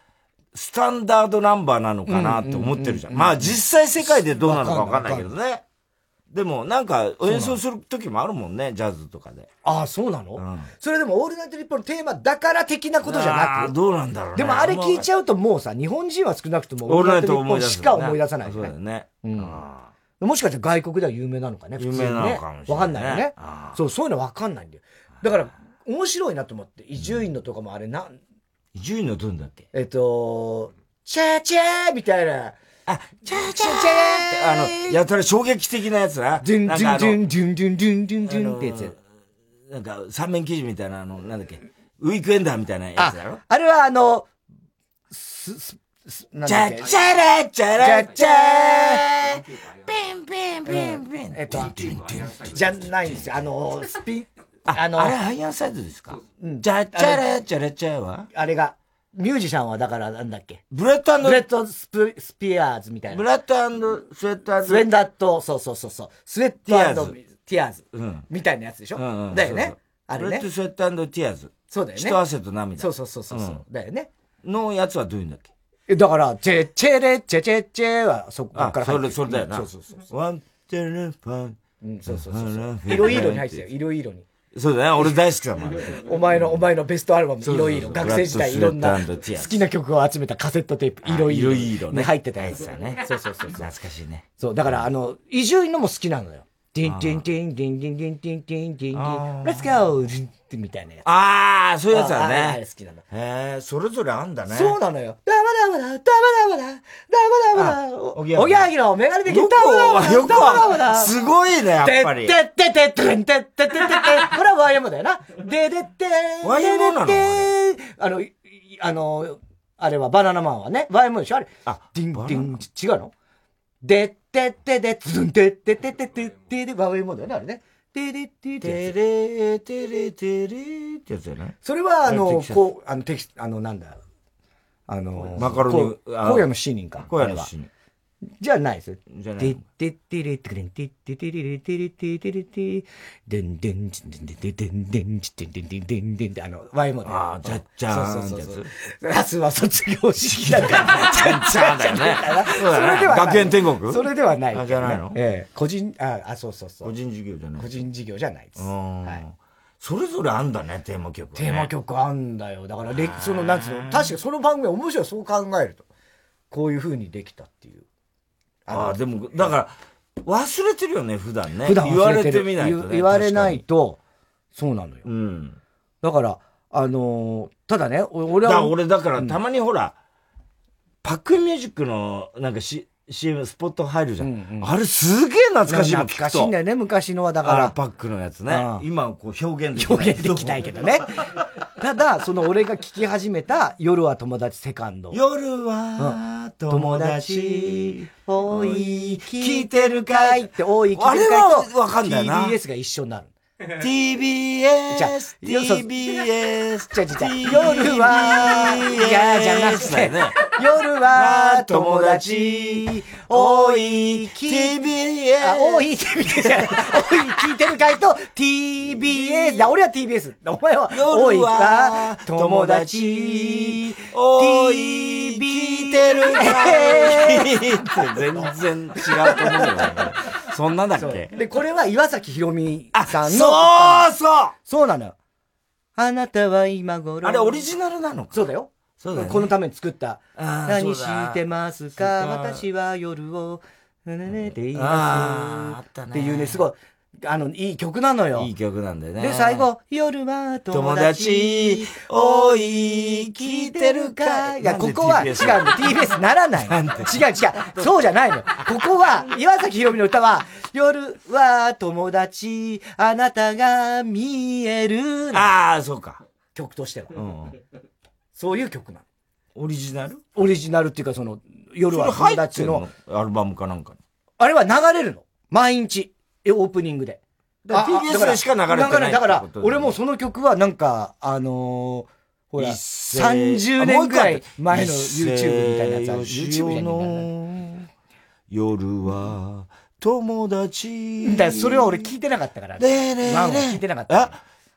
スタンダードナンバーなのかなって思ってるじゃん。まあ実際世界でどうなのかわかんないけどね。でもなんか演奏する時もあるもんね、ジャズとかで。 ああ、そうなの、うん、それでもオールナイトニッポンのテーマだから的なことじゃなく。 どうなんだろうね。 でもあれ聞いちゃうともうさ、日本人は少なくともオールナイトニッポンしか思い出さないよね。 そうだよね。うん。 もしかしたら外国では有名なのかね、普通にね。 有名なのかもしれない、ね。 わかんないよね。そう、そういうのわかんないんだよ。だから、面白いなと思って、伊集院のとかもあれな、 伊集院のどんだっけえっと、チャーチャーみたいな。 あ、チャーチャーチャーって、あの、やたら衝撃的なやつな。 ドゥンドゥンドゥンドゥンドゥンドゥンドゥンドゥンってやつ。 なんか、三面記事みたいな、あの、なんだっけ、ウィークエンダーみたいなやつだろ。 あれはあの、す、す、 チャーチャラチャラチャーピンピンピンピン。 えっと、じゃないんですよ。あの、スピン、 あの、あれアイアンサイドですか？うん。チャチャラチャラチャーはあれが、ミュージシャンはだからなんだっけ？ ブレッド& ブレッドスプスピアーズみたいな。 ブレッド&スウェット& スウェンダット、そうそうそうそう。スウェット&ティアーズ。うん。みたいなやつでしょ？うんうん。だよね。あれね。 ブレッドスウェット&ティアーズ。 そうだよね。 血と汗と涙。 そうそうそうそう。だよね。 のやつはどういうんだっけ？だから、チェチェレチェチェチェはそこから入ってる。あ、それ、それだよな。 そうそうそう。 ワンテレファン。 うん、そうそうそう。色々に入ってたよ。色々に。 そうだね、俺大好きだもん。 お前の、お前のベストアルバム、いろいろ。学生時代いろんな好きな曲を集めたカセットテープ、いろいろ。いろいろね。入ってたやつだね。そうそうそう。 懐かしいね。 そう、だからあの、伊集院のも好きなのよ。ディンディンディンディンディンディンディンディンディンディン、レッツゴーみたいなやつ。 ああ、そういうやつだね。 あれ好きなの。 へえ、それぞれあんだね。 そうなのよ。ダバダバダ、ダバダバダ、ダバダバダ。おぎやはぎのメガネできた。ダバダバダ、ダバダバダ。 すごいね、やっぱり。 てってってってってってってってって。これは ワイエム だよな。ででって。 ワイエム なのあの、あの、あれはバナナマンはね、ワイエム でしょあれ。あ、ディンディン、違うのでってってで、ズンてってってってってってで、ワイエム だよね、あれね。てれててれてれてれってやつじゃない？ それは、あの、こう、あの、テキスト、あの、なんだ、あの、 マカロニ、 荒野の七人か。 荒野の七人。 じゃないですよ。 じゃない。 てってれてれてっててれてれてれてて、でんでんちんでんでんでんでんでんでんでんでんでんでんでんあの、ワイモで。 ああ、じゃっちゃーんってやつ。 明日は卒業式だから。 じゃっちゃーんだよね。それでは学園天国？ それではない。 あ、じゃないの？ ええ。個人、あ、あ、そうそうそう。 個人事業じゃない。 個人事業じゃないです。はい。 それぞれあんだね、テーマ曲。 テーマ曲あんだよ。だから、その、なんつうの、確かその番組面白い、そう考えると。こういう風にできたっていう。 ああ、でも、だから、忘れてるよね、普段ね。 普段言われてみないと、ね。 言われないと、そうなのよ。 うん。 だから、あのー、ただね、俺は。 だ俺、だから、たまにほら、パックミュージックの、なんかし、シーエム スポット入るじゃん。うんうん、あれすげえ懐かしいの聞くと。 懐かしいんだよね、昔のはだから。 パックのやつね。うん、今こう表現できない。表現できないけどね。ただ、その俺が聴き始めた夜は友達セカンド。 夜は友達、 おい、聞いてるかいって、おい、聞いてるかいと。 あれはわかんないな。 ティービーエス が一緒になる。 ティービーエス、ティービーエス、 じゃじゃじゃ夜は、いやじゃなくて、夜は友達、おい、 ティービーエス、 あ、おい、ティービーエス、おい、聞いてるかいと、ティービーエス、だ、俺は ティービーエス、お前は、おいは友達、 おい、聞いてるかいって全然違うと思うよね。そんなんだっけ？ で、これは岩崎宏美さんの。 そうそうそうなのよ。あなたは今頃。 あれオリジナルなのか？ そうだよ。 そうだよ、ね。 このために作った。何してますか？私は夜を、寝ています。 ああったね。 っていうね、すごい、あの、いい曲なのよ。 いい曲なんだよね。 で、最後、夜は友達、おい、聞いてるかいや、ここは違うんだ。ティービーエス ならない。違う違う。そうじゃないの。ここは、岩崎宏美の歌は、夜は友達、あなたが見える。 ああ、そうか。 曲としては。 うん、 そういう曲なの。 オリジナル？ オリジナルっていうか、その、夜は友達の。 アルバムかなんかに。 あれは流れるの。毎日。オープニングで。 だから ティービーエス でしか流れてない。 だから、俺もその曲はなんか、あのー、ほら、さんじゅうねんぐらい前の YouTube みたいなやつは YouTube じゃねえ夜は友達。 だからそれは俺聞いてなかったから。 でねワンは聞いてなかった。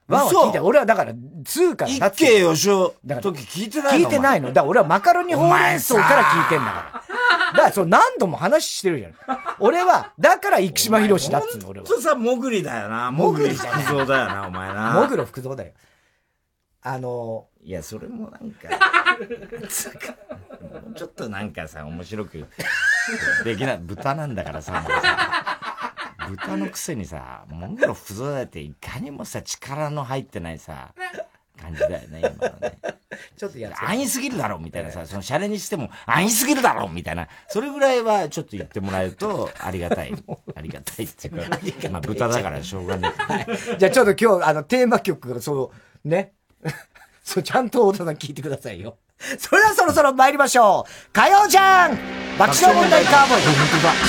ワンは聞いて、俺はだから、ツーから一慶吉尾時聞いてないの聞いてないの。だから俺はマカロニほうれん草から聞いてんだから。だからそう何度も話してるじゃん。俺は、だから生島博士だっつうの、俺は。 ほんとさ、もぐりだよな。もぐり福蔵だよな、お前な。 もぐろ福蔵だよ。あのー、いや、それもなんか、つか、もうちょっとなんかさ、面白くできない。豚なんだからさ、もうさ豚のくせにさ、もぐろ福蔵だっていかにもさ、力の入ってないさ、感じだよね、今のね。 ちょっとやつ。 安易すぎるだろ、みたいなさ、そのシャレにしても安易すぎるだろ、みたいな。それぐらいはちょっと言ってもらえると、ありがたい。ありがたいっていうか、まあ豚だからしょうがない。はい、 じゃあちょっと今日、あの、テーマ曲が、そう、ね。そう、ちゃんと大田さん聞いてくださいよ。それではそろそろ参りましょう。火曜じゃん爆笑問題カーボーイ。本当だ。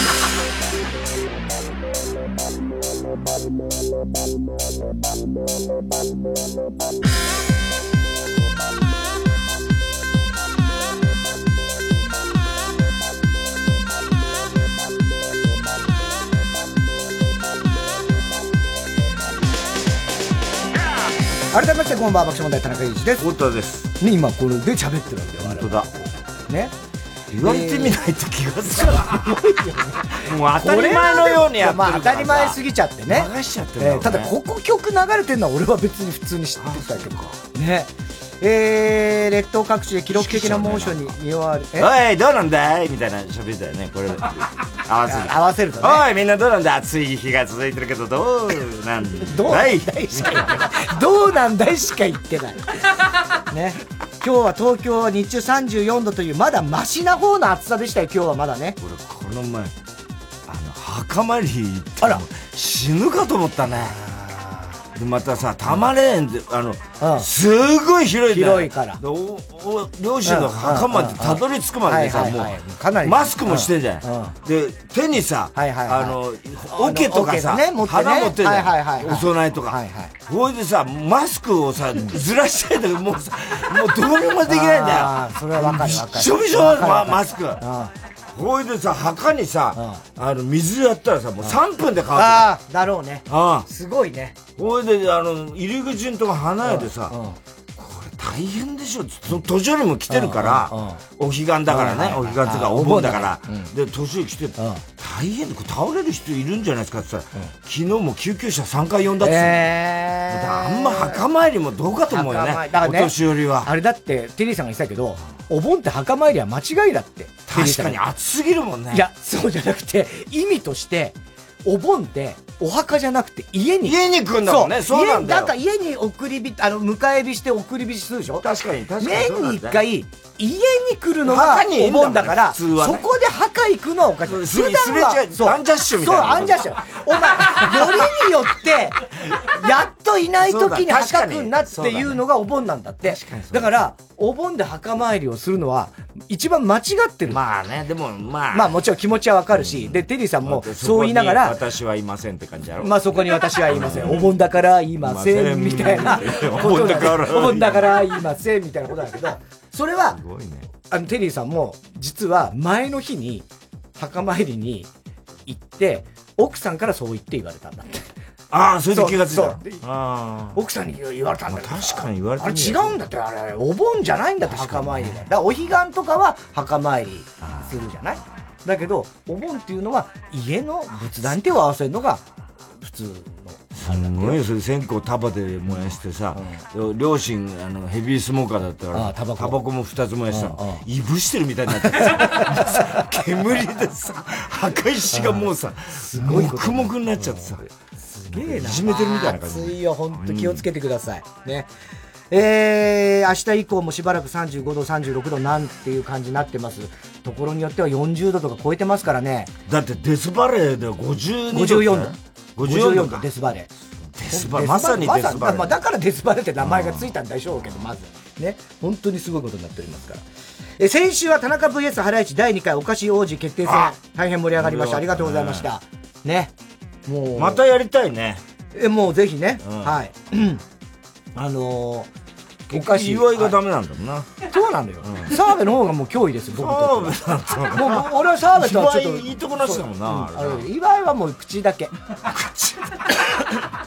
改めましてこんばんは、爆笑問題田中裕二です。 太田です。 ね、今これで喋ってるわけよ。 本当だ。 ね。 言われてみないと気がする。もう当たり前のようにやってるからさ。 まあ当たり前すぎちゃってね。 流しちゃってる、 えー、ただここ曲流れてるのは俺は別に普通に知ってたけど。ね。えー、列島各地で記録的な猛暑に見舞われ、 おい、どうなんだいみたいな喋りだよね、これ。合わせる。 合わせるとね。 おい、みんなどうなんだ暑い日が続いてるけど、どうなんだいどうなんだいしか言ってない。ね。今日は東京は日中さんじゅうよんどという、まだマシな方の暑さでしたよ、今日はまだね。 俺、この前、あの、墓参り行って、あら、死ぬかと思ったね。でまたさ、多摩レーンで、あの、うん、すごい広いんだよ。 広いから。 おお両親の墓までたどり着くまでさ、もう、かなりマスクもしてんじゃん。で、手にさ、はいはいはい、あの、桶とかさ、ねね、花持ってるじゃん。はいはいはい、お供えとか。はいはい、ほいでさ、マスクをさ、ずらしたいんだけど、もうさ、もうどうにもできないんだよ。 ああ、それはわかるわかる。 びしょびしょ、ま、マスク。ほいでさ、墓にさ、あの、水やったらさ、もうさんぷんで乾く。 ああ、だろうね。ああ。すごいね。 ほいで、あの、入り口のとこ離れてさ、これ大変でしょ。年寄りも来てるから、お彼岸だからね、お彼岸とかお盆だから。で、年寄り来てる。大変で、倒れる人いるんじゃないですかって言ったら、昨日も救急車さんかい呼んだって。あんま墓参りもどうかと思うよね。お年寄りは。 あれだって、テリーさんが言ってたけど、お盆って墓参りは間違いだって。 確かに暑すぎるもんね。 いや、そうじゃなくて、意味として、お盆ってお墓じゃなくて家に家に来るんだもんね。そうなんだよ。 だから家に送り火、あの迎え火して送り火するでしょ。 確かに確かに。 年に一回家に来るのがお盆だから、そこで墓行くのはおかしい。 普段はそうアンジャッシュみたいな。 そうアンジャッシュ。お前よりによってやっといない時に墓来んなっていうのがお盆なんだって。だからお盆で墓参りをするのは一番間違ってる。 まあね、でもまあまあもちろん気持ちはわかるし、でテリーさんもそう言いながら私はいませんって感じやろ。 まあそこに私は言いません。お盆だから言いませんみたいな。お盆だからお盆だから言いませんみたいなことだけど、それはあのテリーさんも実は前の日に墓参りに行って奥さんからそう言って言われたんだって。 ああ、それで気がついた。 あ奥さんに言われたんだよ。 確かに言われた。 あれ違うんだって、あれお盆じゃないんだって墓参りだ。だからお彼岸とかは墓参りするじゃない。だけどお盆っていうのは家の仏壇手を合わせるのが普通の。 すごいよ、それ線香束で燃やしてさ、うん、両親あのヘビースモーカーだったからタバコも二つ燃やしてたの、いぶしてるみたいになってさ煙でさ墓石がもうさもくもくになっちゃってさ、 すげえな、いじめてるみたいな感じ。 暑いよ、本当気をつけてください、うん、ね。えー、明日以降もしばらくさんじゅうごどさんじゅうろくどなんていう感じになってます。ところによってはよんじゅうどとか超えてますからね。 だってデスバレーでごじゅうにど、 ごじゅうよんどごじゅうよんどデスバレー。 デスバレー、まさにデスバレー。 まあ、だからデスバレーって名前がついたんでしょうけど、まずね、本当にすごいことになっておりますから。え先週は田中 ブイエス ハライチだいにかいお菓子王子決定戦、大変盛り上がりました。ありがとうございましたね。もうまたやりたいね。 えもうぜひね、うん、はいあのー、お菓子祝いがダメなんだもんな。 そうなんだよ、うん、澤部の方がもう脅威ですよ、僕とっては。もうもう俺は澤部とはちょっといいとこなしだもんな、 うん、祝いはもう口だけ口口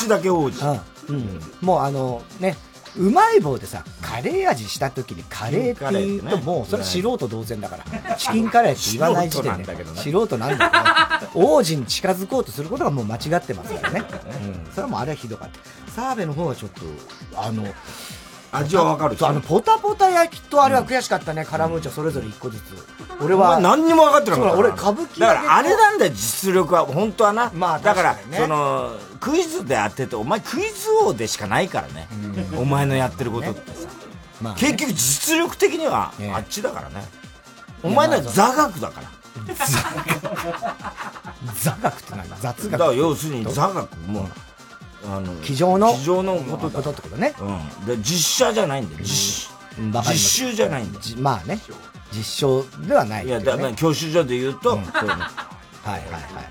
口だけ王子。 うん。うん。もうあの、ね、うまい棒でさ、カレー味した時にカレーって言うともう、それ素人同然だから。チキンカレーって言わない時点で。素人なんだけど、王子に近づこうとすることがもう間違ってますからね。うん。それはもうあれはひどかった。澤部の方はちょっと、あの、 味はわかる。 あの、ポタポタ焼きとあれは悔しかったね。カラムーチョそれぞれ一個ずつ。俺は。 何にも分かってなかった。 俺、歌舞伎。 だからあれなんだよ、実力は。本当はな。 まあ、 だから、その、クイズで当てて、お前クイズ王でしかないからね。お前のやってることってさ。結局実力的にはあっちだからね。お前のは座学だから。 座学って何？雑学。 だから要するに座学も、 あの、机上の机上のことだってことね。 うん。で、実写じゃないんだよ。実、実習じゃないんだよ。 まあね。実証ではない。 いや、だから教習所で言うと、 はいはいはい。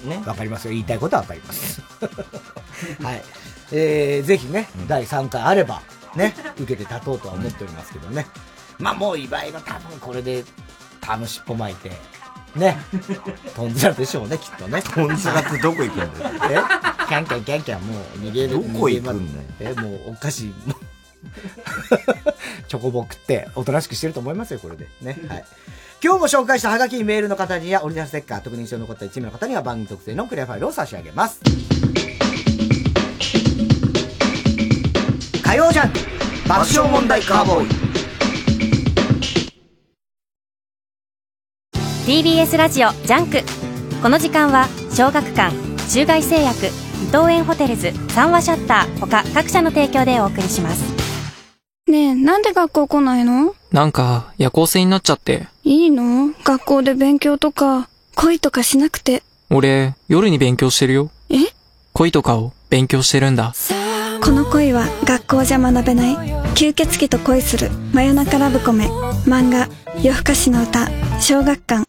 ね。わかりますよ。言いたいことはわかります。はい。えー、ぜひね、だいさんかいあれば、ね、受けて立とうとは思っておりますけどね。まあもう岩井は多分これで、タム尻尾巻いて、ね。トンズラでしょうね、きっとね。 トンズラってどこ行くんだよ。 えキャンキャンキャンキャンもう逃げる。 どこ行くんだよ。 え、もうお菓子、チョコボ食っておとなしくしてると思いますよ、これで。ね。はい。今日も紹介したハガキメールの方にはオリジナルステッカー、特に印象に残ったいち名の方には番組特製のクリアファイルを差し上げます。火曜ジャンク爆笑問題カーボーイ。 ティービーエス ラジオジャンク。この時間は小学館、中外製薬、伊藤園ホテルズ、三話シャッター他各社の提供でお送りします。 ねえ、なんで学校来ないの？ なんか夜行性になっちゃって。いいの？学校で勉強とか恋とかしなくて。 俺夜に勉強してるよ。 え？ 恋とかを勉強してるんだ。 この恋は学校じゃ学べない。吸血鬼と恋する真夜中ラブコメ。漫画夜更かしの歌。小学館。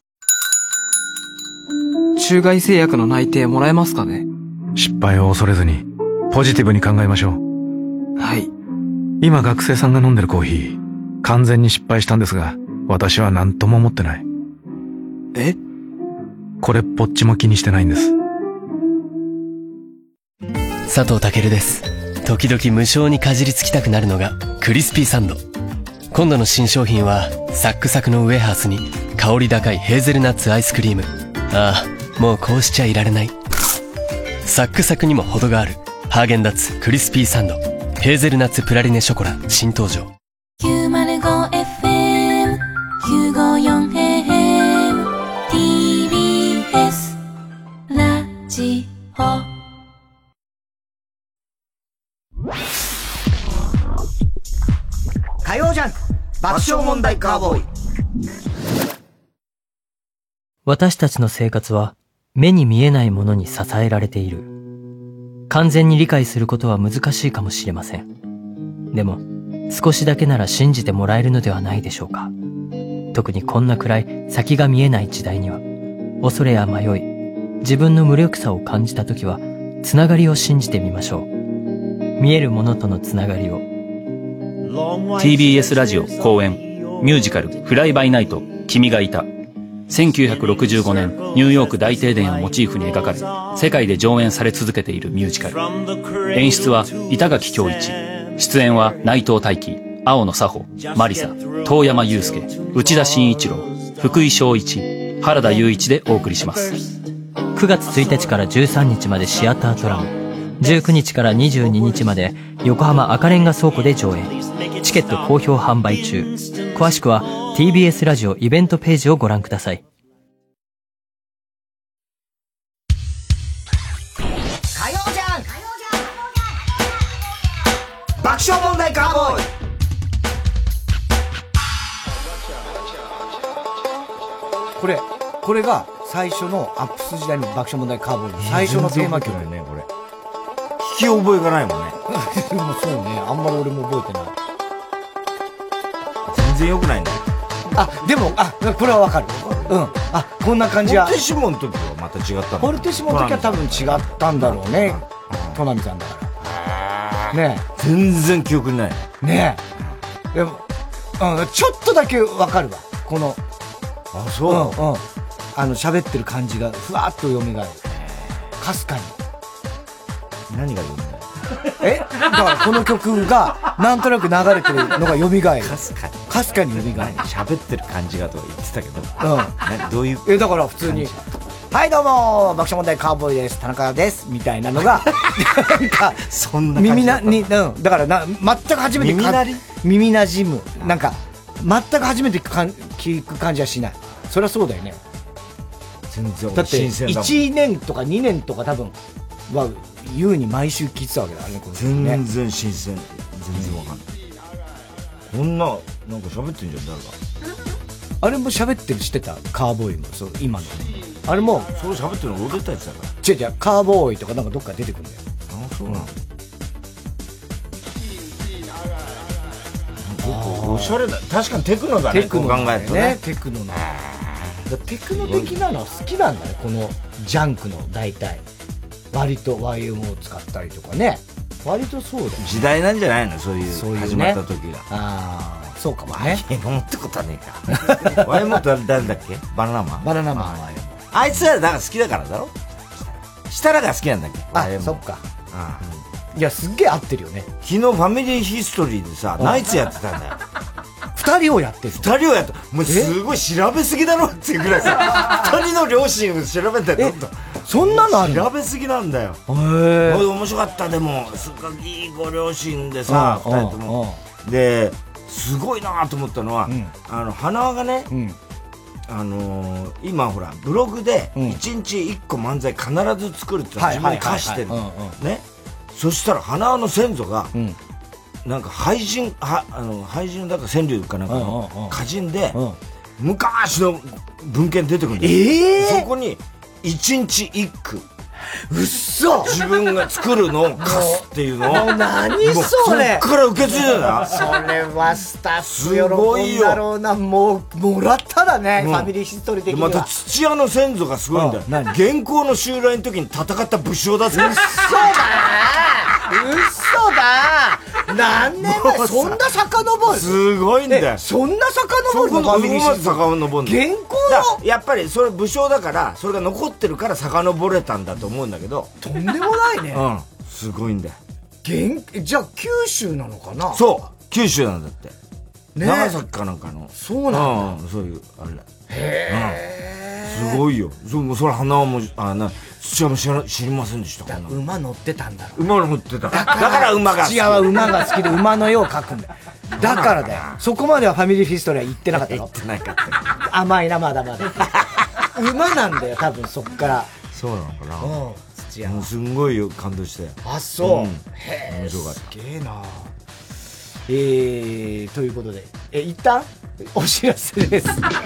中外製薬の内定もらえますかね？ 失敗を恐れずにポジティブに考えましょう。 はい。 今学生さんが飲んでるコーヒー完全に失敗したんですが、私は何とも思ってない。 え？ これっぽっちも気にしてないんです。 佐藤健です。時々無性にかじりつきたくなるのがクリスピーサンド。今度の新商品はサックサクのウエハースに香り高いヘーゼルナッツアイスクリーム。ああ、もうこうしちゃいられない。サックサクにも程があるハーゲンダッツクリスピーサンド。ヘーゼルナッツプラリネショコラ新登場。 きゅうまるごエフエム きゅうごよんエーエム ティービーエス ラジオ。 火曜ジャンク爆笑問題カーボーイ。 私たちの生活は目に見えないものに支えられている。完全に理解することは難しいかもしれません。でも少しだけなら信じてもらえるのではないでしょうか。特にこんなくらい先が見えない時代には、恐れや迷い、自分の無力さを感じたときはつながりを信じてみましょう。見えるものとのつながりを。 ティービーエス ラジオ公演ミュージカルフライバイナイト君がいた。せんきゅうひゃくろくじゅうごねんニューヨーク大停電をモチーフに描かれ世界で上演され続けているミュージカル。演出は板垣恭一、出演は内藤大輝、青野佐穂、マリサ、遠山祐介、内田真一郎、福井翔一、原田雄一でお送りします。 くがつついたちからじゅうさんにちまでシアタートラム、じゅうくにちからにじゅうににちまで横浜赤レンガ倉庫で上演。チケット好評販売中。詳しくは ティービーエス ラジオイベントページをご覧ください。 火曜ジャンク爆笑問題カーボーイ。これこれが最初のアップス時代の爆笑問題カーボーイの最初のテーマ曲だよね。これ聞き覚えがないもんね。 でもそうね、あんまり俺も覚えてない。 全然良くないんだよ。 あ、でも、あ、これはわかる。うん。あ、こんな感じは。 ポルテシモンの時はまた違ったの。 ポルテシモンの時は多分違ったんだろうね。トナミさんだから。ねえ。 全然記憶にない。 ねえ。でも、うん、ちょっとだけわかるわ。この。 あ、そう。 うん、うん。あの、喋ってる感じがふわっと蘇る。かすかに。 何が言うんだよ。 えだからこの曲がなんとなく流れてるのが蘇る。かすかに。かすかに蘇る。 喋ってる感じがとか言ってたけど。 うん。 どういう。 え、だから普通に、はいどうも爆笑問題カーボーイです。田中です。みたいなのが、なんか、 そんな耳な、に、うん。だからな、全く初めて耳なり耳なじむ。なんか、全く初めて聞く感じはしない。そりゃそうだよね。 全然だって新鮮だもん。 いちねんとかにねんとか多分は優に毎週聞いてたわけだね、この人ね。 全然新鮮。全然わかんない。こんななんか喋ってんじゃん誰か。 あれも喋ってるしてたカーボーイもそう今の。あれもそれ喋ってるの俺出たやつだから。 違う違うカーボーイとかなんかどっか出てくるんだよ。 あ、そうなの。おしゃれだ。確かにテクノだね。 テクノこう考えるとね。 テクノな。テクノ的なのは好きなんだね、このジャンクの大体割と ワイエムオー 使ったりとかね、割とそうだよ、ね、 時代なんじゃないの、そういう、そういうね、始まった時が。 ああ、そうかもね。 ワイエムオー ってことはねえか。ワイエムオー って誰だっけ？バナナマン。 バナナマン。 あいつらだから好きだからだろ。設楽が好きなんだっけ？ あ、そっか。ああ、いやすっげえ合ってるよね。 昨日ファミリーヒストリーでさ、ナイツやってたんだよ。 二人をやってる。 二人をやって、もうすごい調べすぎだろっていうぐらいさ、二人の両親を調べてる。 そんなのあるの？ 調べすぎなんだよ。へえ。 面白かった。でもすごいいいご両親でさ、二人とも。ですごいなと思ったのは、あの花輪がね、あの今ほらブログで一日一個漫才必ず作るって自分に課してるね。そしたら花輪の先祖が。なんか俳人はあの俳人だか川柳かなんかの歌人で昔の文献出てくるんだよ。えー、そこに一日一句、 うっそ、 自分が作るのを貸すっていうのを。 もう何それ。 そっから受け継いでた。 それはスタッフ喜んだろうな。もうもらったらね、うん、ファミリーヒストリー的には。 また土屋の先祖がすごいんだよ。原稿の襲来の時に戦った武将だぜ。 うっそだー、うっそだー。何年前、そんな遡る。 すごいんだよ。 そんな遡るの。ファミリーヒストリー。 遡る原稿のやっぱりそれ武将だからそれが残ってるから遡れたんだと思うんだけど。 とんでもないね。 うん。すごいんだよ。 原じゃあ九州なのかな。 そう九州なんだって。 ね、 長崎かなんかの。 そうなんだ。 うん、そういうあれ。 へえ、 うん。すごいよ。そそれ花輪もあな土屋も知ら知りませんでしたから。 馬乗ってたんだ。 馬乗ってた。だから馬が好き。 土屋は馬が好きで馬の絵を描くんだよ。だからだよ。そこまではファミリーヒストリーは言ってなかったの。 言ってなかった。 甘いなまだまだ。馬なんだよ多分そっから。 そうなのかな。 うん。土屋。 すんごいよ感動して。 あ、そう。うん、へえ。面白かった。 すげえな。えー、ということで、え、一旦お知らせです。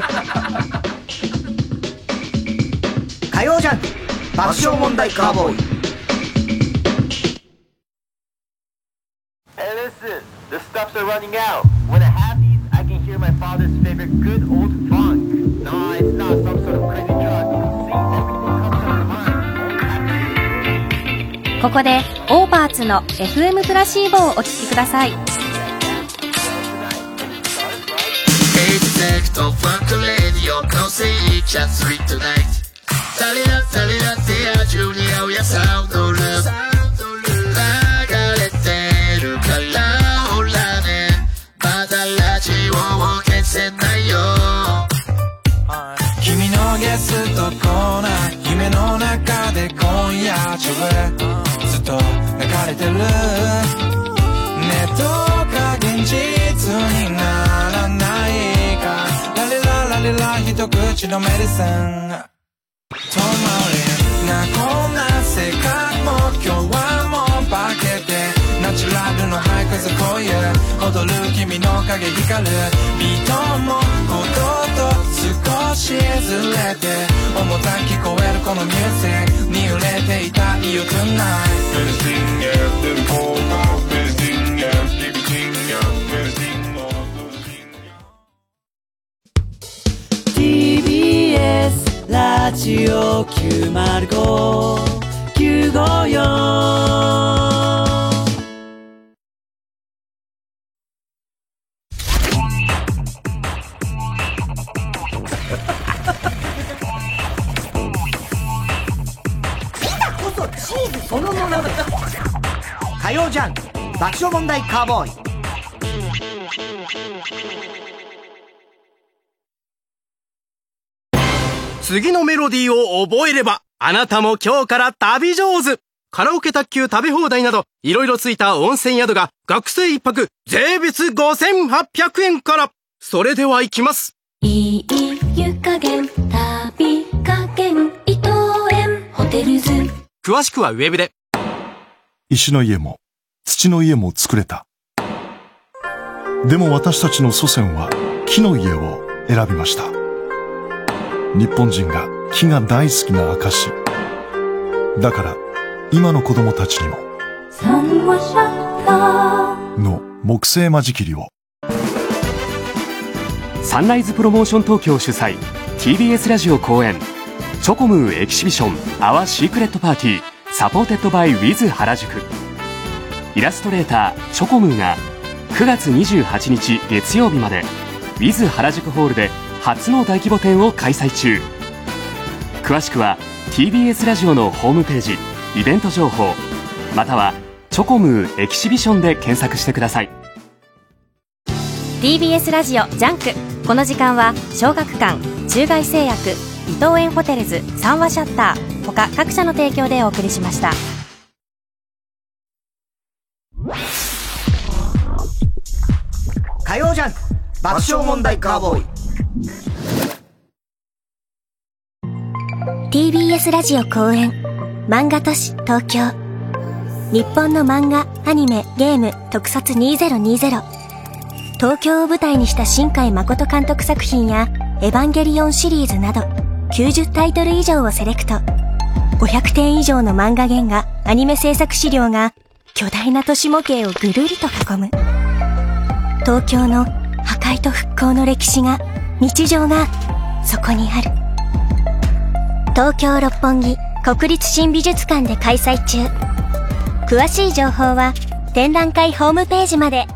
火曜ジャンク爆笑問題カーボーイ。 Hey listen, the stuffs are running out. When I have these, I can hear my father's favorite good old funk. No, it's not some sort of crazy drug. See, everything comes to mind. ここでオーバーツの エフエム プラシーボをお聴きください。 Don't fuck the lady, you're gonna say each and three tonight. Talina, talina, tia, Julia, oh yeah, sound of love. 流れてるからほらね、まだラジオを消せないよ。君のゲストコーナー、夢の中で今夜中へずっと流れてる。ねどうか現実にならないか。ラリラ一口のメディスン止まりなこんな性格も今日はもう化けてナチュラルのハイ風こういう踊る君の影光るビートもことと少しずれて重た聞こえるこのミュージックに揺れていたいよ Tonight Everything after the call Everything after everything everything ティービーエス ラジオきゅうまるご きゅうごよん。 ピザこそチーズそのものだ。火火曜ジャンク爆笑問題カーボーイ。 次のメロディーを覚えれば、あなたも今日から旅上手。カラオケ卓球食べ放題など、いろいろついた温泉宿が学生一泊税別ごせんはっぴゃくえんから。それでは行きます。 いい湯加減、旅加減、伊藤園ホテルズ。 詳しくはウェブで。 石の家も土の家も作れた。でも私たちの祖先は木の家を選びました。日本人が木が大好きな証。だから今の子供たちにも三話シャッターの木製間仕切りを。 サンライズプロモーション東京主催 ティービーエス ラジオ公演チョコムーエキシビションアワーシークレットパーティーサポーテッドバイウィズ原宿。イラストレーターチョコムーがくがつにじゅうはちにち月曜日までウィズ原宿ホールで初の大規模展を開催中。詳しくは ティービーエス ラジオのホームページイベント情報またはチョコムーエキシビションで検索してください。 ティービーエス ラジオジャンク。この時間は小学館、中外製薬、伊藤園ホテルズ、三話シャッター他各社の提供でお送りしました。 火曜ジャンク爆笑問題カーボーイ。 ティービーエス ラジオ公演漫画都市東京。日本の漫画、アニメ、ゲーム特撮にせんにじゅう。東京を舞台にした新海誠監督作品やエヴァンゲリオンシリーズなどきゅうじゅうタイトル以上をセレクト。ごひゃくてん以上の漫画原画、アニメ制作資料が巨大な都市模型をぐるりと囲む。東京の破壊と復興の歴史が、日常がそこにある。東京六本木国立新美術館で開催中。詳しい情報は展覧会ホームページまで。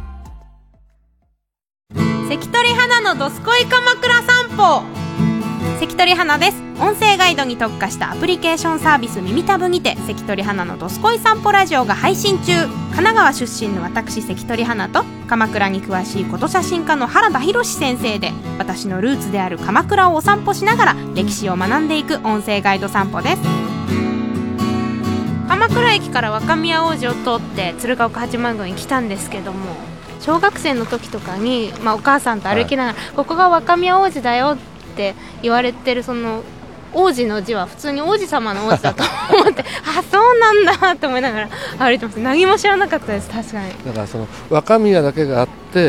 関取花のどすこい鎌倉散歩。関取花です。音声ガイドに特化したアプリケーションサービス耳たぶにて関取花のどすこい散歩ラジオが配信中。神奈川出身の私関取花と鎌倉に詳しいこと写真家の原田博先生で私のルーツである鎌倉をお散歩しながら歴史を学んでいく音声ガイド散歩です。鎌倉駅から若宮大路を通って鶴岡八幡宮に来たんですけども、小学生の時とかに、まあ、お母さんと歩きながら、はい、ここが若宮大路だよって言われてるその王子の字は普通に王子様の王子だと思ってあ、そうなんだと思いながら歩いてます。何も知らなかったです。確かに。 だからその若宮だけがあって、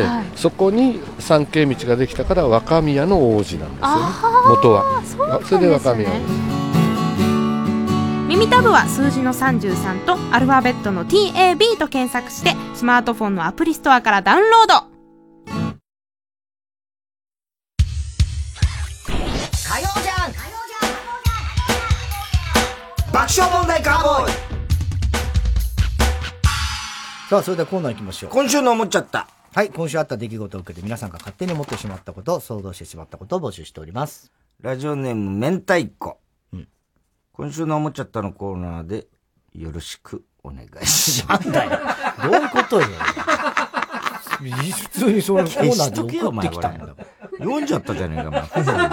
はい、そこに参詣道ができたから若宮の王子なんですよね、元は。 そうなんですね。それで若宮王子。 耳たぶは数字のさんじゅうさんとアルファベットの ティーエービー と検索してスマートフォンのアプリストアからダウンロード。 火曜じゃん爆笑問題カーボーイ。さあ、それではコーナー行きましょう。 今週の思っちゃった。 はい、今週あった出来事を受けて皆さんが勝手に思ってしまったこと、想像してしまったことを募集しております。 ラジオネーム明太子。うん。今週の思っちゃったのコーナーでよろしくお願いします。 なんだよ。どういうことよ。普通にそのコーナーで送ってきたんだ。 読んじゃったじゃねえか、お前。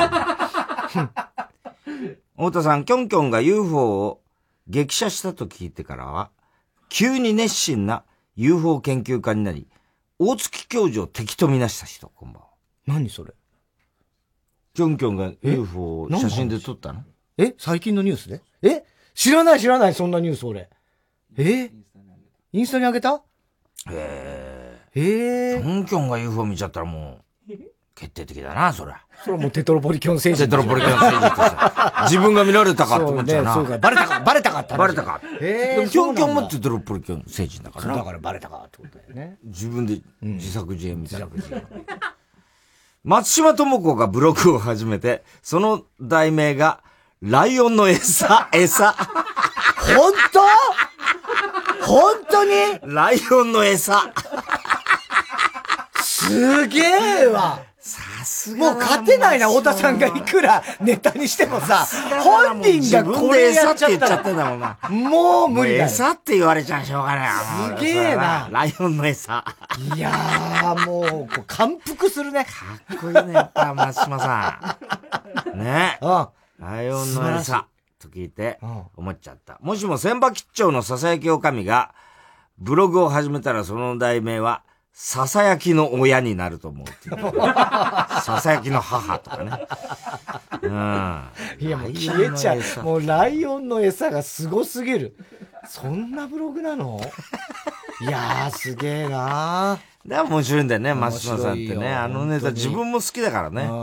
太田さん、キョンキョンが ユーフォー を激写したと聞いてからは、急に熱心な ユーフォー 研究家になり、大月教授を敵とみなした人、こんばんは。 何それ？ キョンキョンが ユーフォー を写真で撮ったの？ え？最近のニュースで？え？知らない知らない、そんなニュース俺。え？インスタに上げた？ へえ。へえ。 キョンキョンが ユーフォー 見ちゃったらもう、決定的だな、それ。 それはもうテトロポリキョン星人。 テトロポリキョン星人ってさ、自分が見られたかって思っちゃうな。 そうね、そうか。バレたか、バレたかって話。 バレたか。 へえ。 でもキョンキョンもテトロポリキョン星人だからな。 だからバレたかってことだよね。 自分で自作自演みたいな。自作自演。松島智子がブログを始めて、その題名が、ライオンの餌、餌。 本当？本当に？ ライオンの餌。 すげえわ。 さすもう勝てないな、太田さんがいくらネタにしてもさ、本人がこれやっちゃったら。 自分で餌って言っちゃってんだもんな。 もう無理だよ。 餌って言われちゃしょうがない。 すげえな。 ライオンの餌。 いやー、もう、こう感服するね。 かっこいいね、やっぱ、松島さん。ね。ライオンの餌。と聞いて、思っちゃった。もしも千葉吉兆のささやきおかみが、ブログを始めたらその題名は、ささやきの親になると思うっていう。ささやきの母とかね。うん。 いや、もう消えちゃう。もうライオンの餌がすごすぎる。そんなブログなの？いやー、すげえなー。 でも面白いんだよね、松島さんってね。あのネタ自分も好きだからね。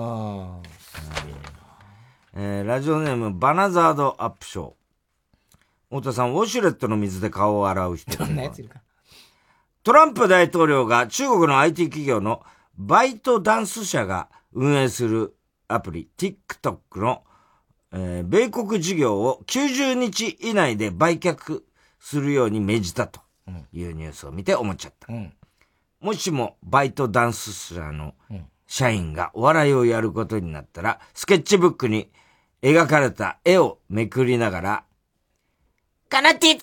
えー、ラジオネーム、バナザードアップショー。太田さん、ウォシュレットの水で顔を洗う人。 どんなやついるか。 トランプ大統領が中国の アイティー 企業のバイトダンス社が運営するアプリ TikTok の、えー、米国事業をきゅうじゅうにち以内で売却するように命じたというニュースを見て思っちゃった。うん、もしもバイトダンス社の社員がお笑いをやることになったら、スケッチブックに描かれた絵をめくりながら、この TikTok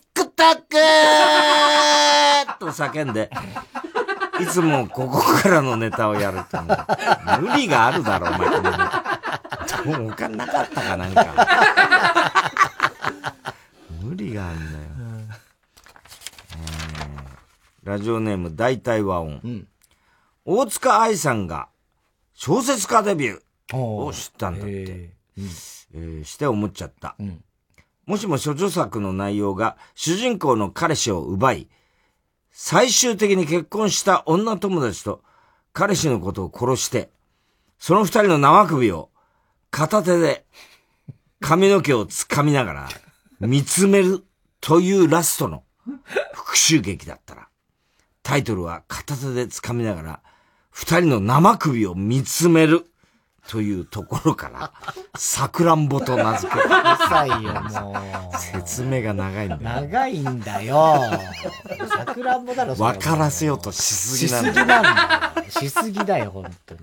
と叫んで、いつもここからのネタをやるって無理があるだろ、お前。もう他なかったかなんか。無理があるんだよ。えー、ラジオネーム大体和音。うん、大塚愛さんが小説家デビューを知ったんだって。えーえー、して思っちゃった。うん、もしも処女作の内容が主人公の彼氏を奪い、最終的に結婚した女友達と彼氏のことを殺して、その二人の生首を片手で髪の毛を掴みながら見つめるというラストの復讐劇だったら、タイトルは片手で掴みながら二人の生首を見つめるというところから、さくらんぼと名付ける。 うるさいよ、もう。 説明が長いんだよ。 長いんだよ。さくらんぼだろ、 分からせようとしすぎなんだよ。 しすぎなんだよ。しすぎだよ、本当に。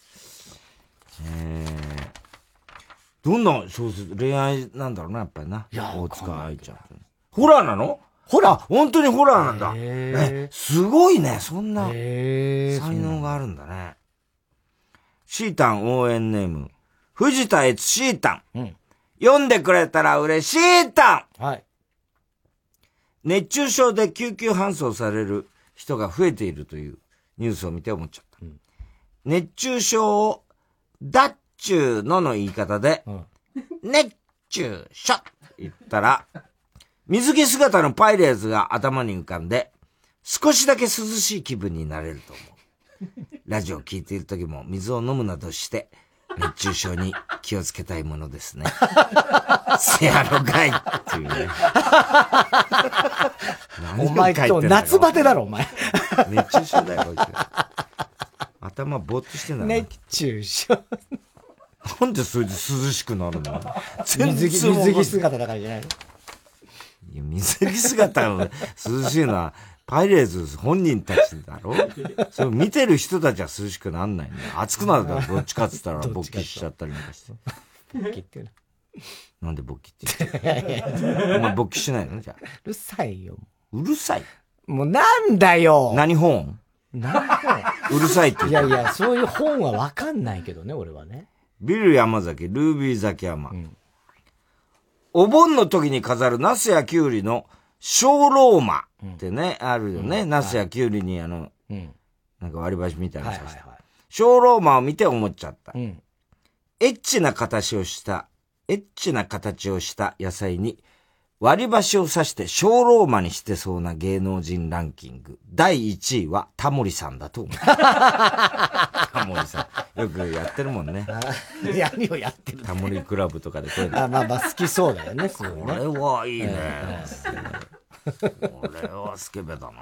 えー、どんな小説、恋愛なんだろうな、やっぱりな。 いや、 大塚愛ちゃん。ホラーなの？ホラー本当にホラーなんだ。え、すごいね、そんな才能があるんだね。シータン応援ネーム、藤田悦シータン、うん。読んでくれたら嬉しいタン。はい。熱中症で救急搬送される人が増えているというニュースを見て思っちゃった。うん、熱中症を、だっちゅうのの言い方で、うん、熱中症言ったら、水着姿のパイレーツが頭に浮かんで、少しだけ涼しい気分になれると思う。ラジオを聞いている時も水を飲むなどして熱中症に気をつけたいものですね。せやろがいっていうね。 お前と夏バテだろ、お前。 熱中症だよ、こいつ。頭ぼーっとしてんだろ。 熱中症。 なんでそれで涼しくなるの？ 水着、水着姿だからじゃないの？ いや、水着姿が涼しいのは、パイレーツ本人たちだろ？それ見てる人たちは涼しくなんないね。暑くなるからどっちかって言ったら勃起しちゃったりなんかして。 勃起ってなんで勃起って言ってお前勃起しないのじゃあ。 うるさいよ。 うるさい？ もうなんだよ。 何本？ 何本？ うるさいって言って。 いやいや、そういう本はわかんないけどね、俺はね。 ビル山崎、ルービーザキヤマ。うん、お盆の時に飾るナスやキュウリの小ローマってね、うん、あるよね。うん、ナスやキュウリにあの、うん、なんか割り箸みたいなのさして。小ローマを見て思っちゃった。うん、エッチな形をした、エッチな形をした野菜に割り箸を刺して小ローマにしてそうな芸能人ランキング。だいいちいはタモリさんだと思う。タモリさん。よくやってるもんね。 何をやってるタモリクラブとかでこういうの。 あ、まあまあ好きそうだよね、すごいね。 これはいいね。これはスケベだな。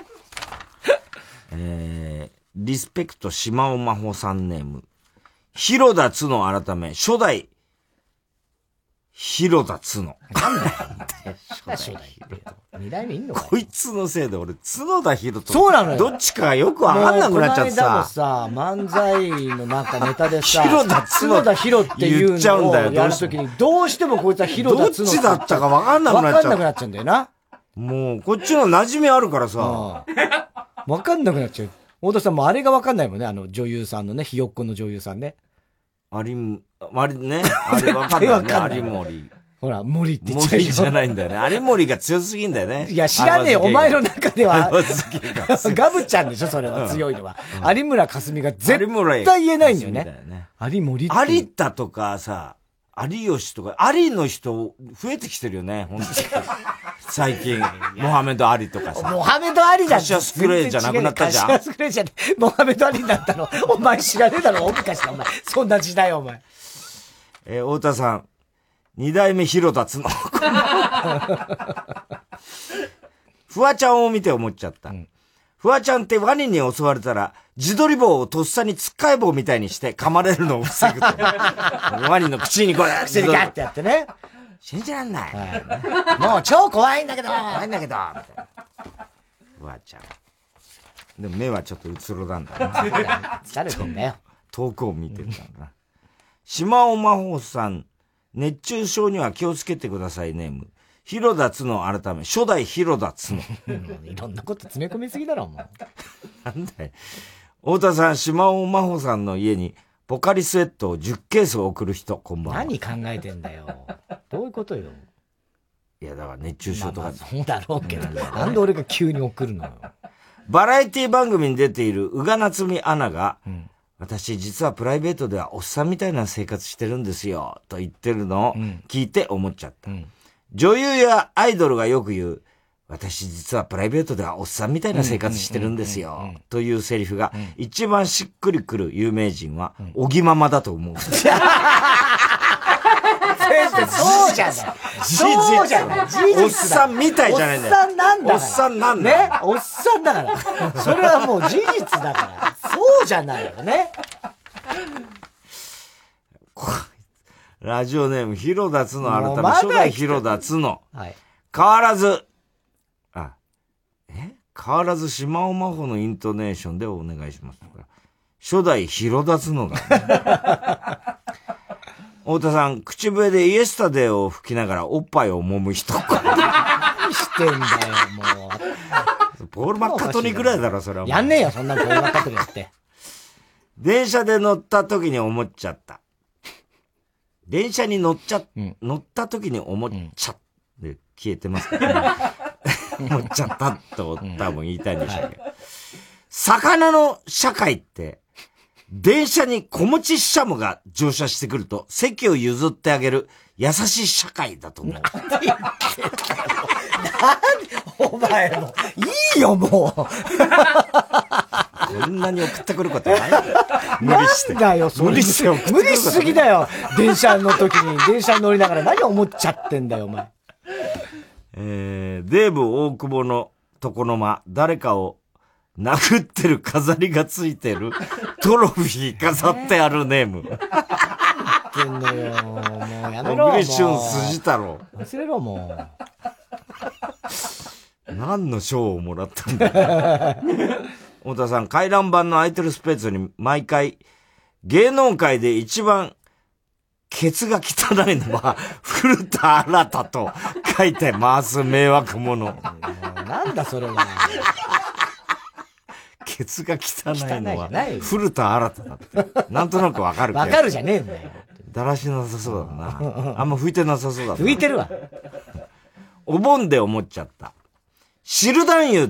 えー、リスペクト島尾真帆さんネーム。広田つの改め、初代、広田つの。 なんだよ。初代。 二代目いんのかよ。 こいつのせいで俺、角田博人。 そうなのよ。 どっちかがよくわかんなくなっちゃってさ。 この間もさ、漫才のなんかネタでさ、 広田角田博っていうのをやるときに、どうしてもこいつは広田角どっちだったかわかんなくなっちゃう。 わかんなくなっちゃうんだよな。 もう、こっちの馴染みあるからさ。 わかんなくなっちゃう。太田さんもあれがわかんないもんね、あの女優さんのね、ひよっこの女優さんね。 あり、あれね、あれわかんないね、有森。 ほら、森って言っちゃう森じゃないんだよね。有森が強すぎんだよね。 いや、知らねえ、お前の中では。ガブちゃんでしょ、それは強いのは。有村架純が絶対言えないんだよね。有森って。 有田とかさ、有吉とか、有の人増えてきてるよね、ほんと最近。モハメド・アリとかさ。 モハメド・アリだカシアスクレイじゃなくなったじゃん。 カシアスクレイじゃねえ。モハメド・アリになったの。お前知らねえだろ、おかしな、お前。そんな時代、お前。 えー、太田さん。二代目広田角。フワちゃんを見て思っちゃった。うん、フワちゃんってワニに襲われたら、自撮り棒をとっさにつっかえ棒みたいにして噛まれるのを防ぐと。ワニの口にこうやって。 口にガッてやってね。 信じらんない。 はい、もう超怖いんだけど怖いんだけどみたいな。フワちゃん。でも目はちょっとうつろなんだな。 疲れてんだよ。 遠くを見てるからな。島尾真帆さん。熱中症には気をつけてくださいネーム。広田角改め、初代広田角。 いろんなこと詰め込みすぎだろ、もう。 なんだよ。太田さん、島尾真帆さんの家に、ポカリスエットをじゅっケース送る人、こんばんは。 何考えてんだよ。どういうことよ。 いや、だから熱中症とか。まあ、 まあそうだろうけど、なんで俺が急に送るのよ。 バラエティ番組に出ている宇賀夏美アナが、うん私実はプライベートではおっさんみたいな生活してるんですよ、と言ってるのを聞いて思っちゃった。うん、女優やアイドルがよく言う、私実はプライベートではおっさんみたいな生活してるんですよ、というセリフが一番しっくりくる有名人は、おぎママだと思う。そうじゃない。そうじゃない。 おっさんみたいじゃないんだよ。 おっさんなんだから。 おっさんなんだよ。ね。おっさんだから。それはもう事実だから。そうじゃないよね。 ラジオネーム、広田角改め、初代広田角。 はい。 変わらず、あ、え変わらず島尾真帆のイントネーションでお願いします。初代広田角だ、ね。太田さん、口笛でイエスタデーを吹きながらおっぱいを揉む人。 何してんだよ、もう。ポール・マッカートニーぐらいだろ、それは。 やんねえよ、そんなポール・マッカートニーやって。 電車で乗った時に思っちゃった。電車に乗っちゃ、うん、乗った時に思っちゃ、うん、で消えてますからね。思っちゃったと多分言いたいんでしょうけど。うんはい、魚の社会って、電車に子持ちシャモが乗車してくると席を譲ってあげる優しい社会だと思う。 お前もいいよもう。こんなに送ってくることない無理して。 なんだよ、 無理して送ってくる無理しすぎだよ。電車の時に電車に乗りながら何思っちゃってんだよお前。 えー、デーブ大久保の床の間、誰かを殴ってる飾りがついてるトロフィー飾ってあるネーム。 言ってんのよ。もうやめろ。 小栗旬筋太郎。 忘れろもう。何の賞をもらったんだよ。太田さん、回覧板の空いてるスペースに毎回、芸能界で一番ケツが汚いのは古田新太と書いて回す迷惑者。 なんだそれは。 ケツが汚いのは古田新太だって。なんとなくわかるけど。 わかるじゃねえんだよ。 だらしなさそうだな。あんま拭いてなさそうだな。 拭いてるわ。 お盆で思っちゃった。汁男優って、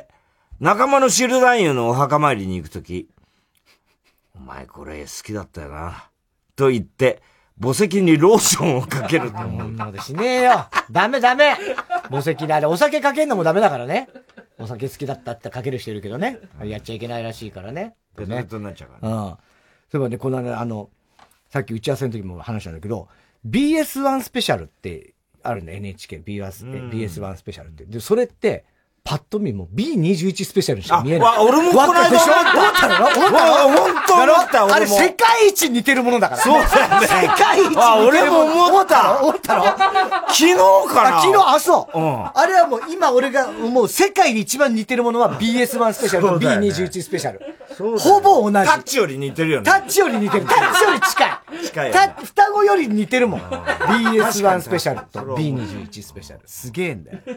仲間の汁男優のお墓参りに行くとき、お前これ好きだったよな。と言って、墓石にローションをかけると思う。 そんなことしねえよ。ダメダメ。墓石であれ、お酒かけんのもダメだからね。お酒好きだったってかける人いるけどね。やっちゃいけないらしいからね。 ベトベトになっちゃうからね。 うん。そういえばね、このね、あの、さっき打ち合わせの時も話したんだけど、ビーエスワン スペシャルってあるね、エヌエイチケー、ビーエスワン スペシャルって。で、それって、 パッと見も ビーにじゅういち スペシャルにしか見えない。 あ、俺もこの間思った。 思ったの思ったの本当思った、俺も。 あれ世界一似てるものだから。 そうだよね。 世界一似てるもの。 あ、俺も思った。 思ったの昨日かな昨日、あ、そう。 うん。 あれはもう今俺がもう世界に一番似てるものは ビーエスワン スペシャルと ビーにじゅういち スペシャル。ほぼ同じ。 タッチより似てるよね。 タッチより似てる。タッチより近い。 近い。 双子より似てるもん。ビーエスワン スペシャルと ビーにじゅういち スペシャル。すげえんだよ。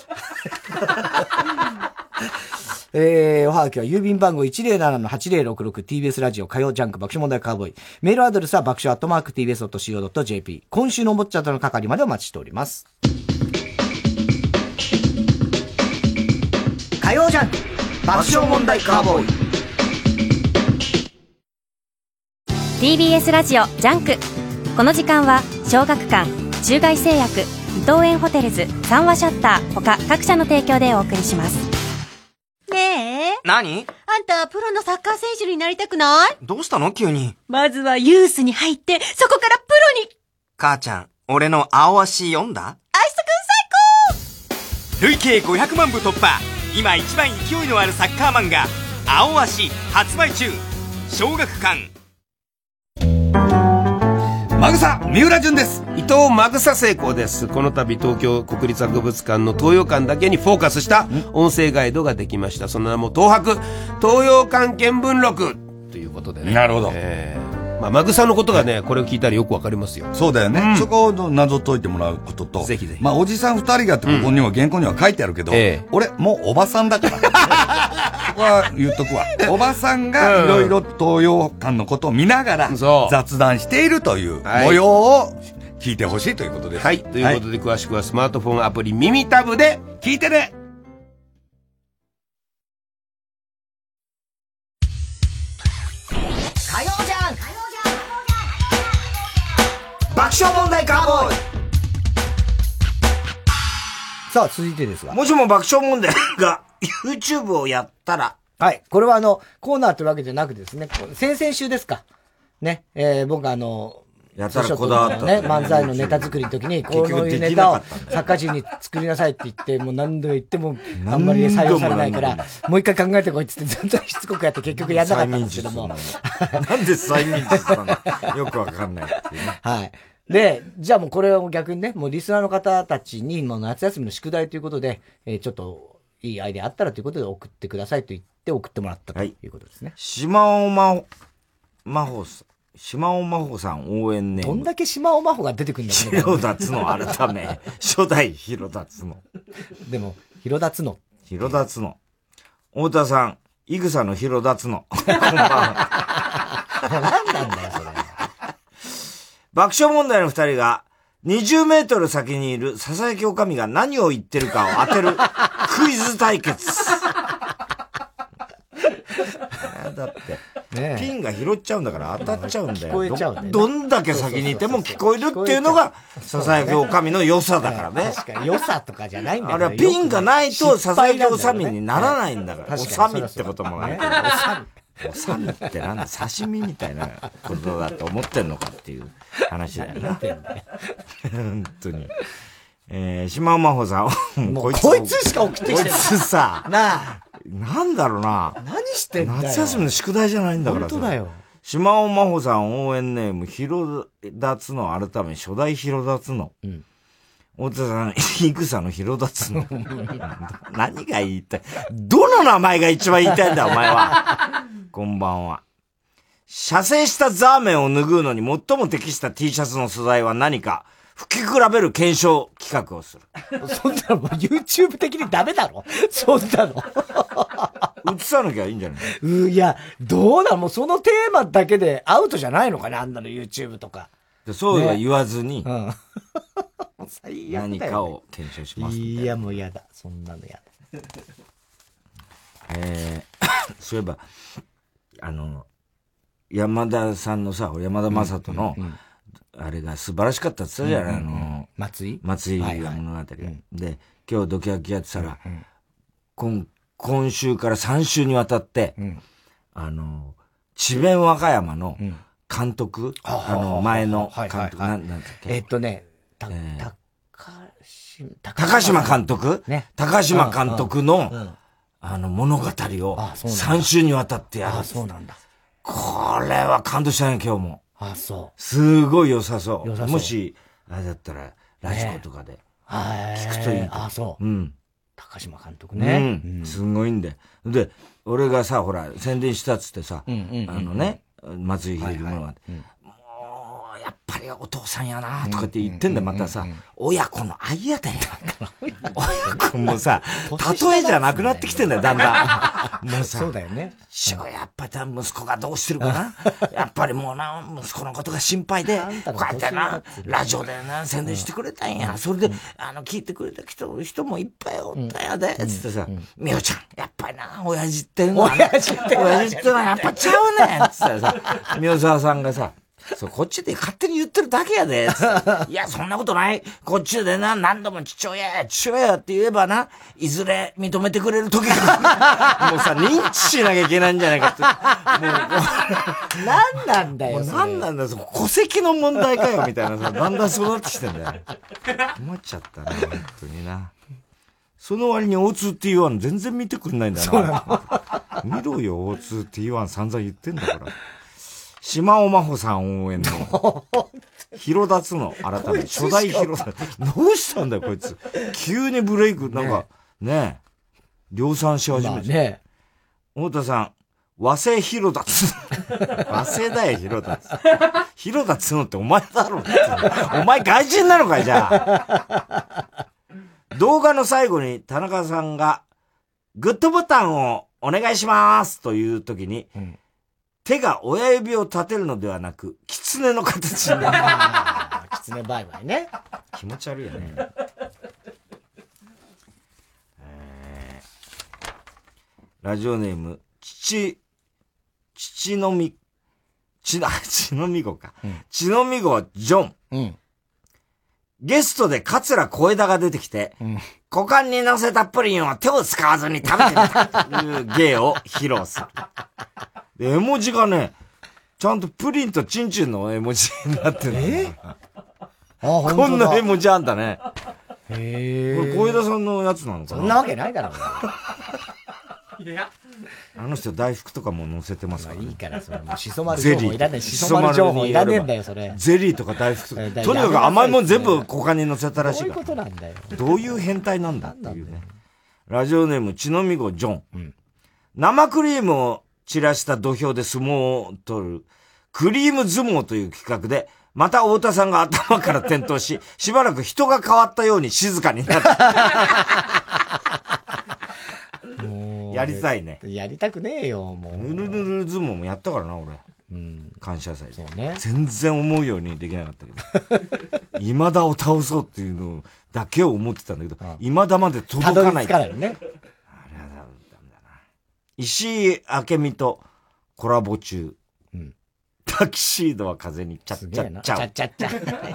えー、おはがきは郵便番号 いちまるななのはちまるろくろく ティービーエス ラジオ火曜ジャンク爆笑問題カーボーイ。メールアドレスは爆笑アットマーク ティービーエスドットシーオードットジェーピー。今週のおもっちゃとの係までお待ちしております。火曜ジャンク爆笑問題カーボーイ。 ティービーエス ラジオジャンク。この時間は小学館、中外製薬、伊藤園ホテルズ、三話シャッター他各社の提供でお送りします。 ねえ。 何？ あんたプロのサッカー選手になりたくない？ どうしたの急に。 まずはユースに入ってそこからプロに。 母ちゃん、俺の青足読んだ？ アイスくん最高。 累計ごひゃくまんぶ突破。今一番勢いのあるサッカー漫画青足発売中。小学館。 マグサ三浦淳です。伊藤マグサ成功です。この度東京国立博物館の東洋館だけにフォーカスした音声ガイドができました。その名も東博東洋館見聞録ということでね。 なるほど。 えー、まあマグサのことがね、これを聞いたらよくわかりますよ。 そうだよね、 うん、 そこを謎解いてもらうことと、 ぜひぜひ。 まあおじさん二人がってここには、うん、原稿には書いてあるけど、ええ、俺もうおばさんだからここは言っとくわ。おばさんがいろいろ東洋館のことを見ながら雑談しているという模様を聞いてほしいということです。 はい、ということで詳しくはスマートフォンアプリ耳タブで聞いてね。 火曜じゃん爆笑問題カーボーイ。さあ続いてですが、 もしも爆笑問題がYouTube をやったら。 はい。これはあの、コーナーというわけじゃなくですね、先々週ですか。ね。えー、僕あの、 やったらこだわった、 ね。漫才のネタ作りの時に、こういうネタを作家陣に作りなさいって言って、もう何度言っても、あんまり採用されないから、もう一回考えてこいって言って、ずっとしつこくやって結局やんなかったんですけども。 なんで催眠術なのよくわかんないっていうね。 はい。で、じゃあもうこれを逆にね、もうリスナーの方たちに、もう夏休みの宿題ということで、えー、ちょっと、いいアイデアあったらということで送ってくださいと言って送ってもらったということですね。はい、 島尾真帆、真帆さん。島尾真帆さん応援ネーム。 どんだけ島尾真帆が出てくるんだろうね。 広田つの改め。初代広田つの。 でも、広田つの。 広田つの。太田さん、いぐさの広田つの。こんばんは。 何なんだよ、それ。 爆笑問題の二人が、にじゅうメートル先にいる佐々木女将が何を言ってるかを当てるクイズ対決。だって、ね、ピンが拾っちゃうんだから当たっちゃうんだよ。 聞こえちゃうんだよね。 どんだけ先にいても聞こえるっていうのが佐々木女将の良さだからね。 確かに良さとかじゃないんだよ。 あれはピンがないと佐々木女将にならないんだから。おさみってこともない。おさみってなんだ、刺身みたいなことだと思ってんのかっていう話だよな。本当に。えー、島尾真帆さん。 こいつ、こいつしか送ってきてない。 こいつさ、 なあ。 なんだろうな。 何してんだよ。 夏休みの宿題じゃないんだからさ。 本当だよ。 島尾真帆さん応援ネーム、広田つの改め、初代広田つの。うん。太田さん、いぐさの広田つの。何が言いたい？どの名前が一番言いたいんだ、お前は。こんばんは。射精したザーメンを拭うのに最も適した T シャツの素材は何か、吹き比べる検証企画をする。そんなのもう YouTube 的にダメだろそんなの。 映さなきゃいいんじゃないういや、どうだもうそのテーマだけでアウトじゃないのかなあんなの YouTube とか。 そうは言わずに、ね、うん、 最悪だよね、 何かを検証しますみたいな。 いやもう嫌だ。そんなの嫌だ。 えー、そういえば、あの、山田さんのさ、山田正人の、うんうんうん、あれが素晴らしかったって言ったじゃない、うんうんうん、あの、 松井松井が物語が、はいはい。で、今日ドキドキやってたら、うんうん、今、今週からさん週にわたって、うん、あの、智弁和歌山の監督、うん、あの、前の監督、なんだっけ。 えっとね、た、えー、高高島監督、ね、高島監督の、うんうん、あの物語をさん週にわたってやる。 あ、そうなんだ。 これは感動したね、今日も。 あ、そう。 すごい良さそう。良さそう。もし、あれだったら、ラジコとかで、聞くといい。 あ、そう。 うん。 高島監督ね。 うん。すごいんで。で、俺がさ、ほら、宣伝したっつってさ、あのね、松井秀喜ものが、やっぱりお父さんやなとかって言ってんだよ、またさ、親子の愛やだよ。親子もさ、例えじゃなくなってきてんだよ、だんだん。もうさ、 そうだよね。 やっぱり息子がどうしてるかな。やっぱりもうな、息子のことが心配で、こうやってな、ラジオでな、宣伝してくれたんや。それで、あの、聞いてくれた人、人もいっぱいおったやで、つってさ、みおちゃん、やっぱりな、親父ってのは、親父ってのはやっぱちゃうねんつってさ、みおさわさんがさ、そう、こっちで勝手に言ってるだけやで。いや、そんなことない。こっちでな、何度も父親や、父親やって言えばな、いずれ認めてくれる時が、もうさ、認知しなきゃいけないんじゃないかって。もう、何なんだよ。 もう何なんだよ。戸籍の問題かよ、みたいなさ、だんだんそうなってきてんだよ。思っちゃったな、本当にな。その割に オーツーティーワン 全然見てくんないんだな。そうなの。見ろよ、オーツーティーワン 散々言ってんだから。島尾真帆さん応援の、広立の改め、初代広立。どうしたんだよ、こいつ。急にブレイク、なんか、ねえ、量産し始めて。ね太田さん、和製広立。和製だよ、広立。広立のってお前だろ。お前外人なのかい、じゃあ。動画の最後に田中さんが、グッドボタンをお願いしますという時に、うん手が親指を立てるのではなく、狐の形になる。狐バイバイね。 気持ち悪いよね。えー、ラジオネーム、父、父のみ、ちな、ちのみごか。うん、ちのみごジョン。うん、ゲストで桂小枝が出てきて、うん、股間に乗せたプリンを手を使わずに食べてみたという芸を披露する。で、絵文字がね、ちゃんとプリンとチンチンの絵文字になってる。えー、あ、こんな絵文字あんだね。へえ。これ小枝さんのやつなのかな。 そんなわけないだろう。いや。 あの人大福とかも載せてますから、ね。 いいから、それもうシソ丸情報いらねえ。シソ丸情報いらねえんだよ、それ。 ゼリーとか大福とか。とにかく甘いもん全部股間に乗せたらしいから。 どういうことなんだよ。 どういう変態なんだっていうね。ラジオネーム、ちのみごジョン。うん、生クリームを散らした土俵で相撲を取る、クリーム相撲という企画で、また太田さんが頭から転倒し、しばらく人が変わったように静かになる。やりたいね。 やりたくねえよ、もう。 ぬるぬる相撲もやったからな、俺。うん、感謝祭。そうね。全然思うようにできなかったけど。今田を倒そうっていうのだけを思ってたんだけど、今田まで届かない。 たどり着かないね。 石井明美とコラボ中。うん、タキシードは風にチャッチャッチャ。 チャッチャッチ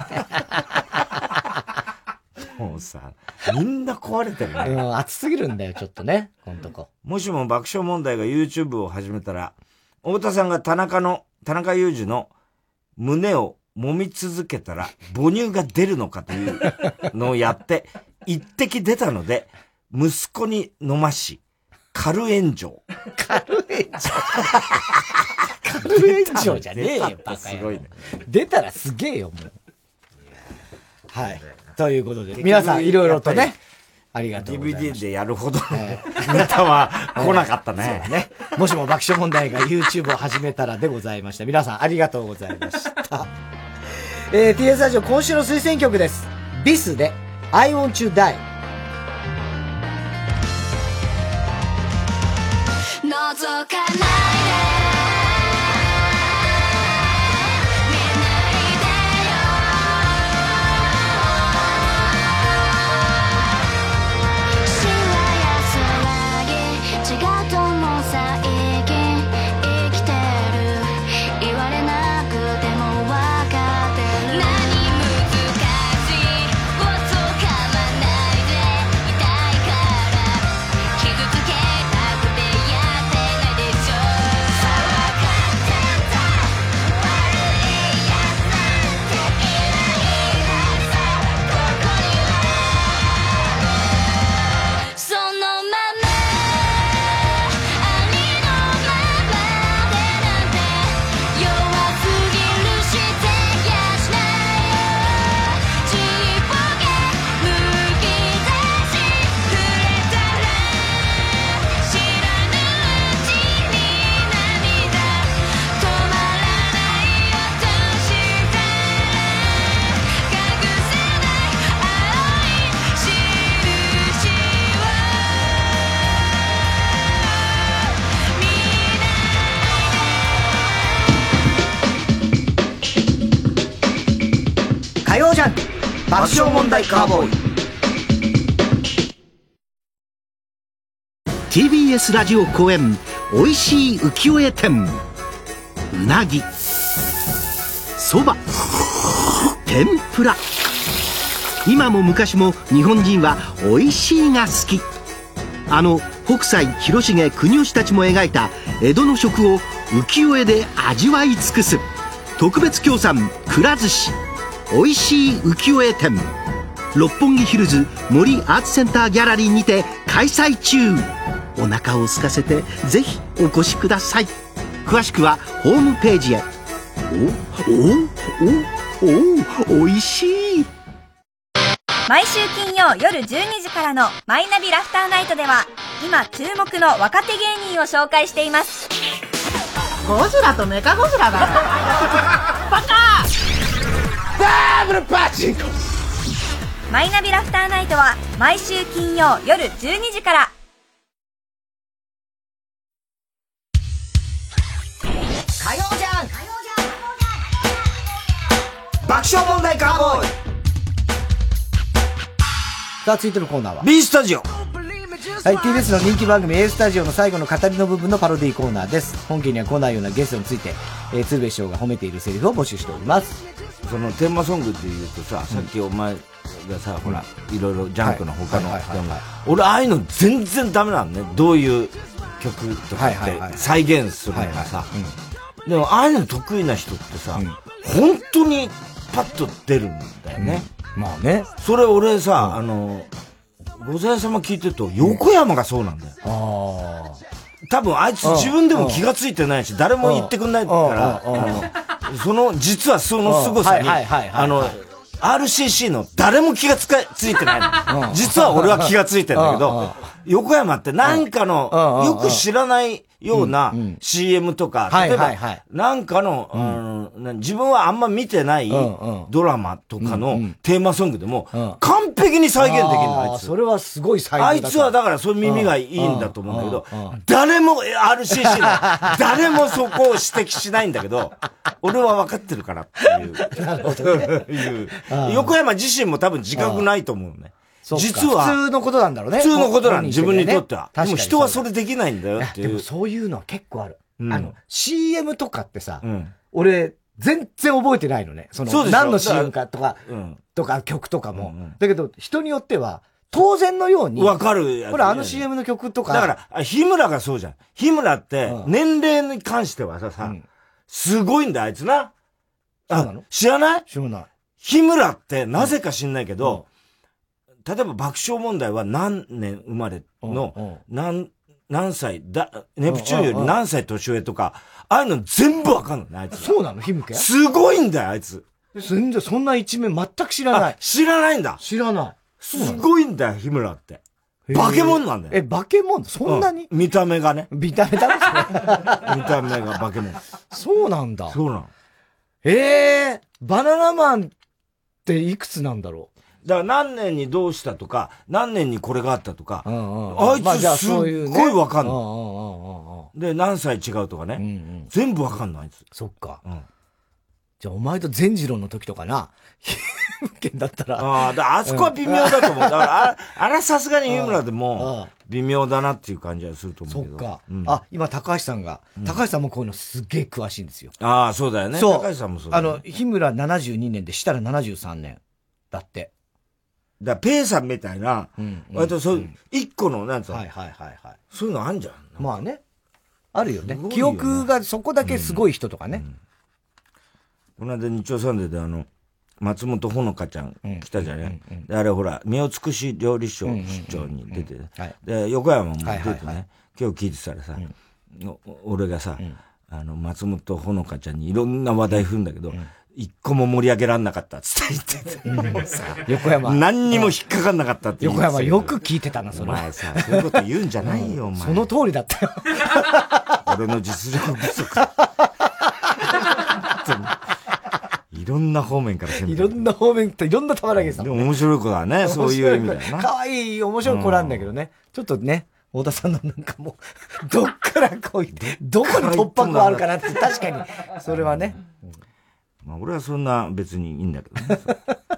ャ。もうさ、みんな壊れてるね。 うん、熱すぎるんだよ、ちょっとね。こんとこ。 もしも爆笑問題が YouTube を始めたら、太田さんが田中の、田中裕二の胸を揉み続けたら母乳が出るのかというのをやって、一滴出たので、息子に飲まし、軽炎上。 軽炎上軽炎上じゃねえよ、バカすごいね。 出たらすげえよ、もう。はい。ということで、皆さんいろいろとね、ありがとうございます。 ディーブイディー でやるほどのネタは来なかったね。 そうね。もしも爆笑問題が YouTube を始めたらでございました。皆さんありがとうございました。えー、ティーエス ラジオ今週の推薦曲です。ビスで I Want to Die。 覗かないで傷つけたくてやってないでしょ爆笑問題カーボーイ。 ティービーエス ラジオ公演おいしい浮世絵展。うなぎ、そば、天ぷら。今も昔も日本人はおいしいが好き。あの北斎、広重、国吉たちも描いた江戸の食を浮世絵で味わい尽くす特別協賛くら寿司おいしい浮世絵展、六本木ヒルズ森アーツセンターギャラリーにて開催中。お腹を空かせてぜひお越しください。詳しくはホームページへ。おおおおおいしい。 毎週金曜夜じゅうにじからのマイナビラフターナイトでは今注目の若手芸人を紹介しています。 ゴジラとメカゴジラがバカダブルパチンコ。 マイナビラフターナイトは毎週金曜夜じゅうにじから。 火曜じゃん爆笑問題カーボーイ。さあ続いてのコーナーは B スタジオ。 はい、ティービーエス の人気番組 A スタジオの最後の語りの部分のパロディーコーナーです。本家には来ないようなゲストについて、えー、鶴瓶師匠が褒めているセリフを募集しております。 そのテーマソングって言うとさ、うん、さっきお前がさ、うん、ほらいろいろジャンクの他の人も俺ああいうの全然ダメなのね。どういう曲とかって再現するのがさ、でもああいうの得意な人ってさ、うん、本当にパッと出るんだよね、 うん、まあね。 それ俺さ、うん、あの御前様聞いてると横山がそうなんだよ、うん、あ多分あいつ自分でも気がついてないし誰も言ってくんないからあのその実はその凄さにあのアールシーシー の誰も気がつかついてないの実は俺は気がついてんだけど横山ってなんかのよく知らないような シーエム とか例えばなんかの、うん、あの自分はあんま見てないドラマとかのテーマソングでも完璧に再現できるのあいつ。 それはすごい再現だ。あいつはだからそういう耳がいいんだと思うんだけど誰も アールシーシー の誰もそこを指摘しないんだけど俺は分かってるからっていうなるほど、ね、いう横山自身も多分自覚ないと思うね。実は普通のことなんだろうね。 普通のことなんだ、自分にとっては。でも人はそれできないんだよっていう。 でもそういうのは結構ある。うん、あの シーエム とかってさ、うん、俺全然覚えてないのね。そのそ何の シーエム かとか、うん、とか曲とかも、うんうん。だけど人によっては当然のようにわかるやつ。 ほらあの シーエム の曲とか。 だから日村がそうじゃん。日村って年齢に関してはさ、うん、すごいんだあいつな。 そうなの？ 知らない？ 知らない。 日村ってなぜか知んないけど。うんうん、例えば爆笑問題は何年生まれの、何、何歳だ、ネプチューンより何歳年上とか、ああいうの全部わかんのね、あいつ。 そうなの？日向け？ すごいんだよ、あいつ。 全然そんな一面全く知らない。 知らないんだ。 知らない。 すごいんだよ、日村って。化け物なんだよ。 え、化け物？そんなに、 うん、見た目がね。 見た目だろ見た目が化け物。 そうなんだ。 そうなの。 ええー、バナナマンっていくつなんだろう？ だから何年にどうしたとか、何年にこれがあったとか、うんうん、あいつすっごいわかんの。で、何歳違うとかね。うんうん、全部わかんないあいつ。 そっか。うん、じゃあお前と善次郎の時とかな、件だったら。 ああ、だあそこは微妙だと思う。だからあ、あれさすがに日村でも微妙だなっていう感じはすると思うけど。 そっか。うん、あ、今高橋さんが、うん、高橋さんもこういうのすげえ詳しいんですよ。 ああ、そうだよね。 そう。 高橋さんもそうだ、ね。 あの、日村ななじゅうにねんでしたらななじゅうさんねん。だって。 だからペイさんみたいな、うんうん、割とそういう、一個の、なんつうの、はいはいはいはい。そういうのあんじゃん。 まあね。あるよね。よね記憶がそこだけすごい人とかね。うんうん、 この間日曜サンデーであの、松本ほのかちゃん来たじゃね、うんうんうん、で、あれほら、身を尽くし料理賞出張に出て、うんうんうんはい、で、横山も出てね、はいはいはい、今日聞いてたらさ、うん、俺がさ、うん、あの、松本ほのかちゃんにいろんな話題振るんだけど、うん一個も盛り上げらんなかったっつって言ってて、うん、さ横山何にも引っかかんなかったって言って横山よく聞いてたなそれ。 お前さそういうこと言うんじゃないよ、うん、お前その通りだったよ俺の実力不足いろんな方面からいろんな方面といろんな玉投げさん、 ね、でも面白い子だねそういう意味だよな。 可愛い面白い子なんだけどね、うん、ちょっとね太田さんのなんかもうどっからこうどこに突破口あるかなって確かにそれはね、 まあ俺はそんな別にいいんだけどね。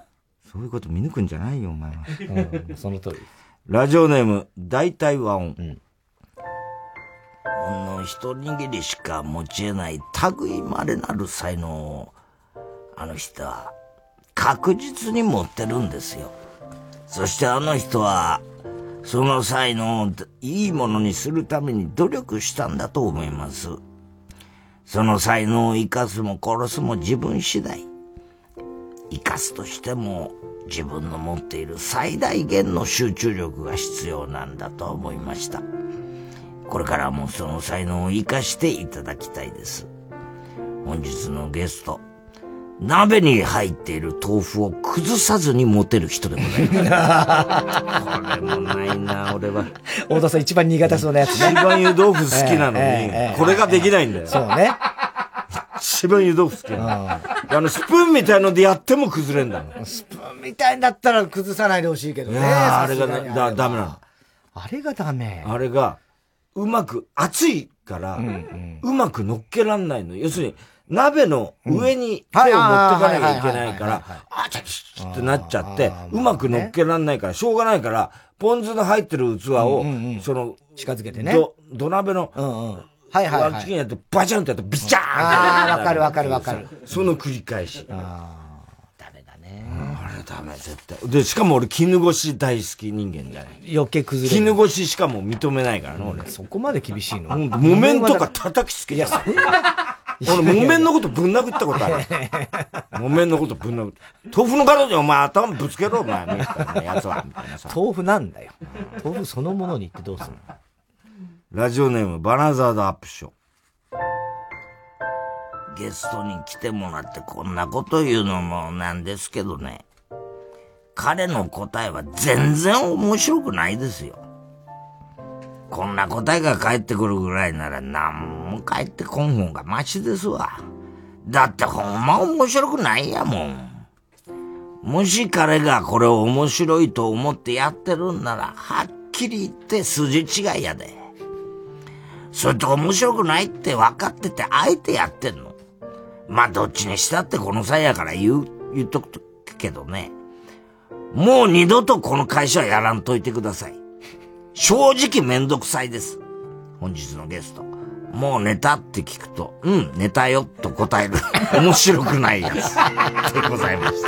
そういうこと見抜くんじゃないよ、お前は。 うん、その通り。 ラジオネーム、大体和音。うん。ほんの一握りしか持ち得ない類稀なる才能を、あの人は確実に持ってるんですよ。そしてあの人は、その才能をいいものにするために努力したんだと思います。その才能を生かすも殺すも自分次第。生かすとしても自分の持っている最大限の集中力が必要なんだと思いました。これからもその才能を生かしていただきたいです。本日のゲスト、鍋に入っている豆腐を崩さずに持てる人でございます。これもないな、俺は。 大田さん一番苦手そうなやつね。 一番湯豆腐好きなのに、えーえー、これができないんだよ。 そうね。 一番湯豆腐好きなの。あの、スプーンみたいのでやっても崩れんだもん。 スプーンみたいんだったら崩さないでほしいけどね。 あれがね、だ、ダメなの。 あれがダメ。 あれが、うまく、熱いから、うんうん、うまく乗っけらんないの。要するに、鍋の上に手を持ってかなきゃいけないから、あちゃちゃってなっちゃって、うまく乗っけらんないから、しょうがないから、ポン酢の入ってる器を、その、 近づけてね。 ど、土鍋の、 はいはいはい。 脇にやって、バチャンってやって、ビチャーンって。 ああ、わかるわかるわかる。 その繰り返し。 ああ、ダメだね。 あれダメ、絶対。で、しかも俺、絹ごし大好き人間じゃない。 余計崩れる。 絹ごししかも認めないからね、俺。 そこまで厳しいの？ 木綿とか叩きつけて。いや、そんな。俺、木綿のことぶん殴ったことある。木綿のことぶん殴った。豆腐の体でお前頭ぶつけろ、お前、みたいなやつは、みたいなさ。 豆腐なんだよ。豆腐そのものにってどうするの？ ラジオネーム、バナザードアップショー。ゲストに来てもらってこんなこと言うのもなんですけどね。彼の答えは全然面白くないですよ。こんな答えが返ってくるぐらいなら何も返ってこん方がマシですわ。だってほんま面白くないやもん。もし彼がこれを面白いと思ってやってるんならはっきり言って筋違いやで。それと面白くないって分かっててあえてやってんの。まあどっちにしたってこの際やから言う、言っとくけどね。もう二度とこの会社はやらんといてください。正直めんどくさいです。本日のゲスト。もう寝たって聞くと、うん、寝たよと答える。面白くないやつ。でございました。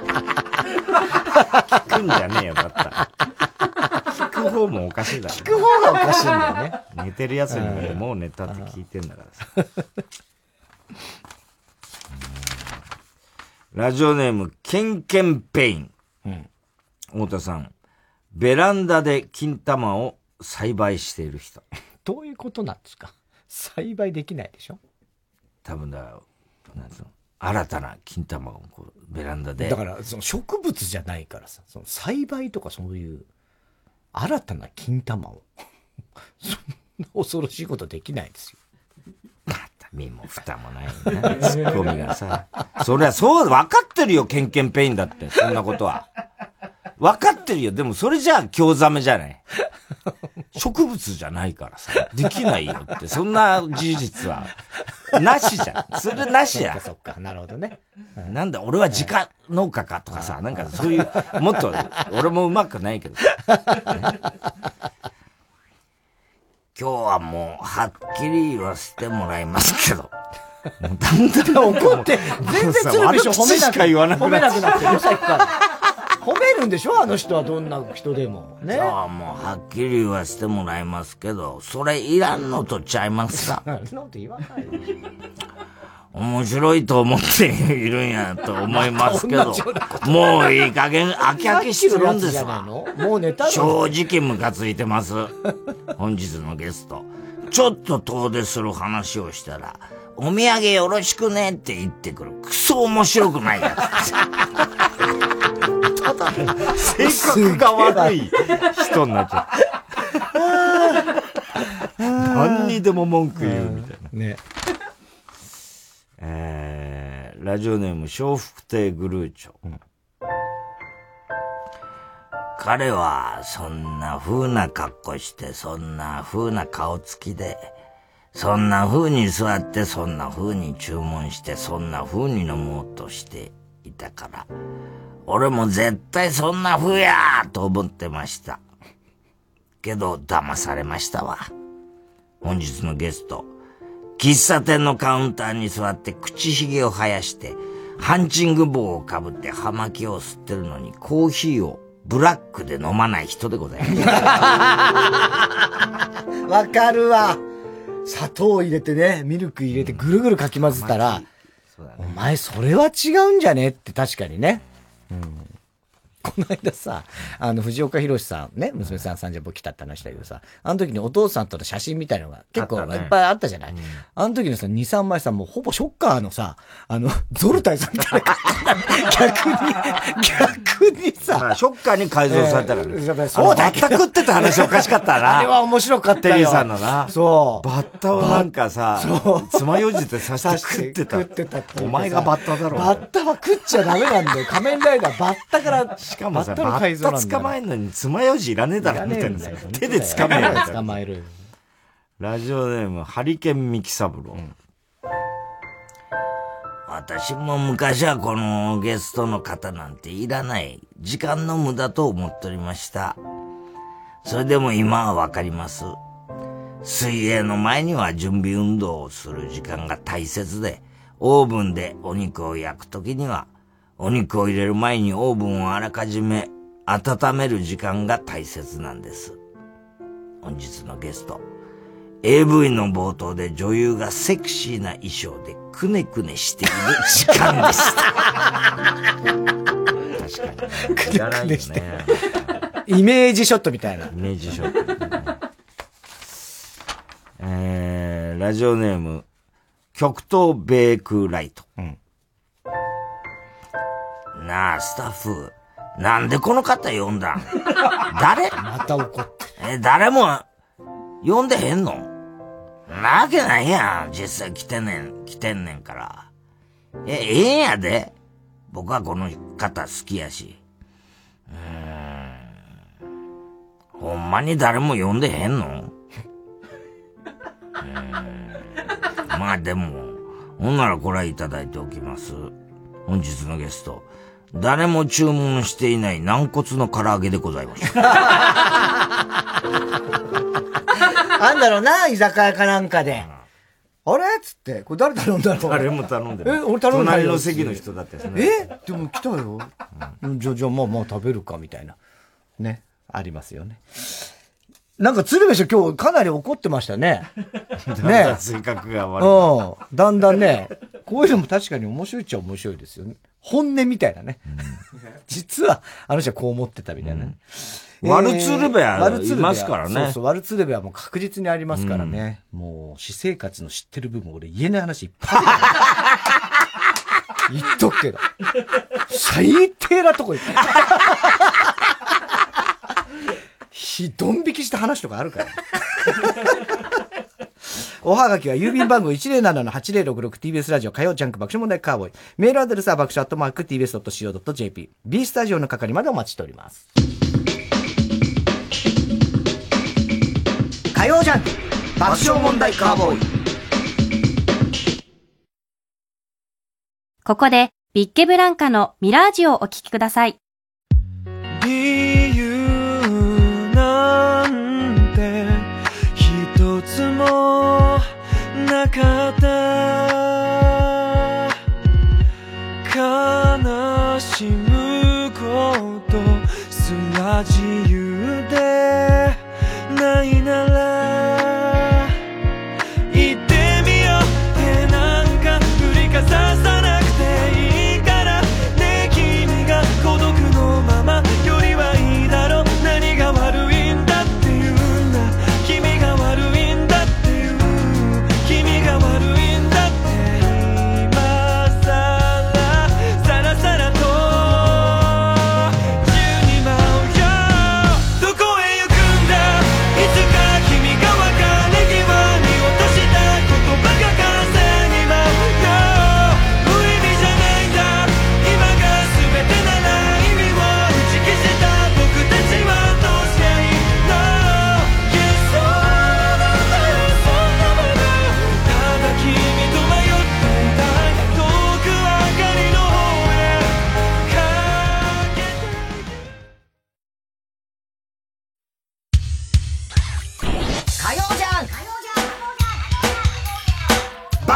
聞くんじゃねえよ、だったら。聞く方もおかしいだろ。 聞く方がおかしいんだよね。 寝てるやつにもう寝たって聞いてんだからさ。ラジオネーム、ケンケンペイン。うん。太田さん。ベランダで金玉を栽培している人。 どういうことなんですか？栽培できないでしょ？ 多分だ、なんつうの、新たな金玉をこうベランダで。 だから、その植物じゃないからさ、その栽培とかそういう新たな金玉を。そんな恐ろしいことできないですよ。 また身も蓋もないな、ツッコミがさ。そりゃそう、分かってるよ、ケンケンペインだって、そんなことは。分かってるよ。でもそれじゃあ興ざめじゃない。植物じゃないからさ、できないよって、そんな事実は、なしじゃん。それなしや。 そっか、そっか、なるほどね。 なんだ、俺は自家農家かとかさ、なんかそういう、もっと、俺もうまくないけど。ね、今日はもう、はっきり言わせてもらいますけど。 だんだん怒って、全然鶴瓶師匠褒めなくなって、褒めなくなってる、さっきから。褒めるんでしょあの人はどんな人でも。ね。 じゃあもうはっきり言わせてもらいますけど、それいらんのとちゃいますか？ いらんのって言わないよ。 面白いと思っているんやと思いますけど、もういい加減飽き飽きしてるんですわ。 もう寝たの？ 正直ムカついてます。本日のゲスト。ちょっと遠出する話をしたら、お土産よろしくねって言ってくる。クソ面白くないやつ。ただ性格が悪い人になっちゃう。何にでも文句言うみたいな。 ね。 えー、ラジオネーム笑福亭グルーチョ、うん、彼はそんな風な格好してそんな風な顔つきでそんな風に座ってそんな風に注文してそんな風に飲もうとしていたから、俺も絶対そんな風やーと思ってました。けど騙されましたわ。本日のゲスト、喫茶店のカウンターに座って口ひげを生やしてハンチング帽をかぶって葉巻を吸ってるのにコーヒーをブラックで飲まない人でございます。 わかるわ。砂糖を入れてね、ミルク入れてぐるぐるかき混ぜたら、うんね、お前それは違うんじゃねって確かにね。うん、この間さ、あの、藤岡弘さんね、娘さんさんじゃぼ来たって話だけどさ、あの時にお父さんとの写真みたいのが結構いっぱいあったじゃない、ね、うん、あの時のさ、に、さんまいさ、もうほぼショッカーのさ、あの、ゾルタイさんみたいな逆に、逆にさ、 まあ、ショッカーに改造されたからね。えー、 そうだけど。 バッタ食ってた話おかしかったな。 あれは面白かったよ。 テリーさんのな。 そう。 バッタをなんかさ、そう。爪楊枝で刺して食ってた。 食ってたって。 お前がバッタだろ。 バッタは食っちゃダメなんだよ。仮面ライダー、バッタから、 しかもさ、バッタ捕まえるのに爪楊枝いらねえだろ、みたいな。手で捕まえる。 捕まえる。 ラジオネーム、ハリケーンミキサブロー。うん、私も昔はこのゲストの方なんていらない。時間の無駄と思っておりました。それでも今はわかります。水泳の前には準備運動をする時間が大切で、オーブンでお肉を焼くときには、お肉を入れる前にオーブンをあらかじめ温める時間が大切なんです。本日のゲスト、エーブイ の冒頭で女優がセクシーな衣装でくねくねしている時間でした。確かに。くねくねして。 イメージショットみたいな。イメージショット。えー、ラジオネーム、極東ベークライト。うん、なあ、スタッフ。なんでこの方呼んだん？誰？ また怒ってる。え、誰も呼んでへんの？なわけないやん。実際来てんねん、来てんねんから。え、ええんやで。僕はこの方好きやし。うーん。ほんまに誰も呼んでへんの？うーん。まあでも、ほんならこれはいただいておきます。本日のゲスト。誰も注文していない軟骨の唐揚げでございます。 あんだろうな、居酒屋かなんかで。あれつって、これ誰頼んだろう？ 誰も頼んでない。 え、俺頼んだよ。 隣の席の人だったやつね。 えでも来たよ。うん、じゃ、じゃあまあまあ食べるか、みたいな。ね。ありますよね。なんか鶴瓶師匠今日かなり怒ってましたね。 ね。性格が悪い。 うん。だんだんね、こういうのも確かに面白いっちゃ面白いですよね。本音みたいなね。うん、実は、あの人はこう思ってたみたいなね。 うん、ワルツルベはいますからね。 そうそう、ワルツルベはもう確実にありますからね。うん、もう、私生活の知ってる部分、俺言えない話いっぱいある。言っとくけど。最低なとこ行った。ひ、ドン引きした話とかあるから。おはがきは郵便番号 いちゼロななのはちゼロろくろく ティービーエス ラジオ火曜ジャンク爆笑問題カーボーイ。メールアドレスは爆笑アットマーク ティービーエスドットシーオードットジェーピー。B スタジオの係までお待ちしております。火曜ジャンク爆笑問題カーボーイ。 ここでビッケブランカのミラージュをお聴きください。 理由なんて一つもなかった。悲しむことすら自由でないなら言ってみようってなんか振りかざさなくていいからね。君が孤独のままよりは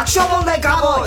爆笑問題カーボーイ。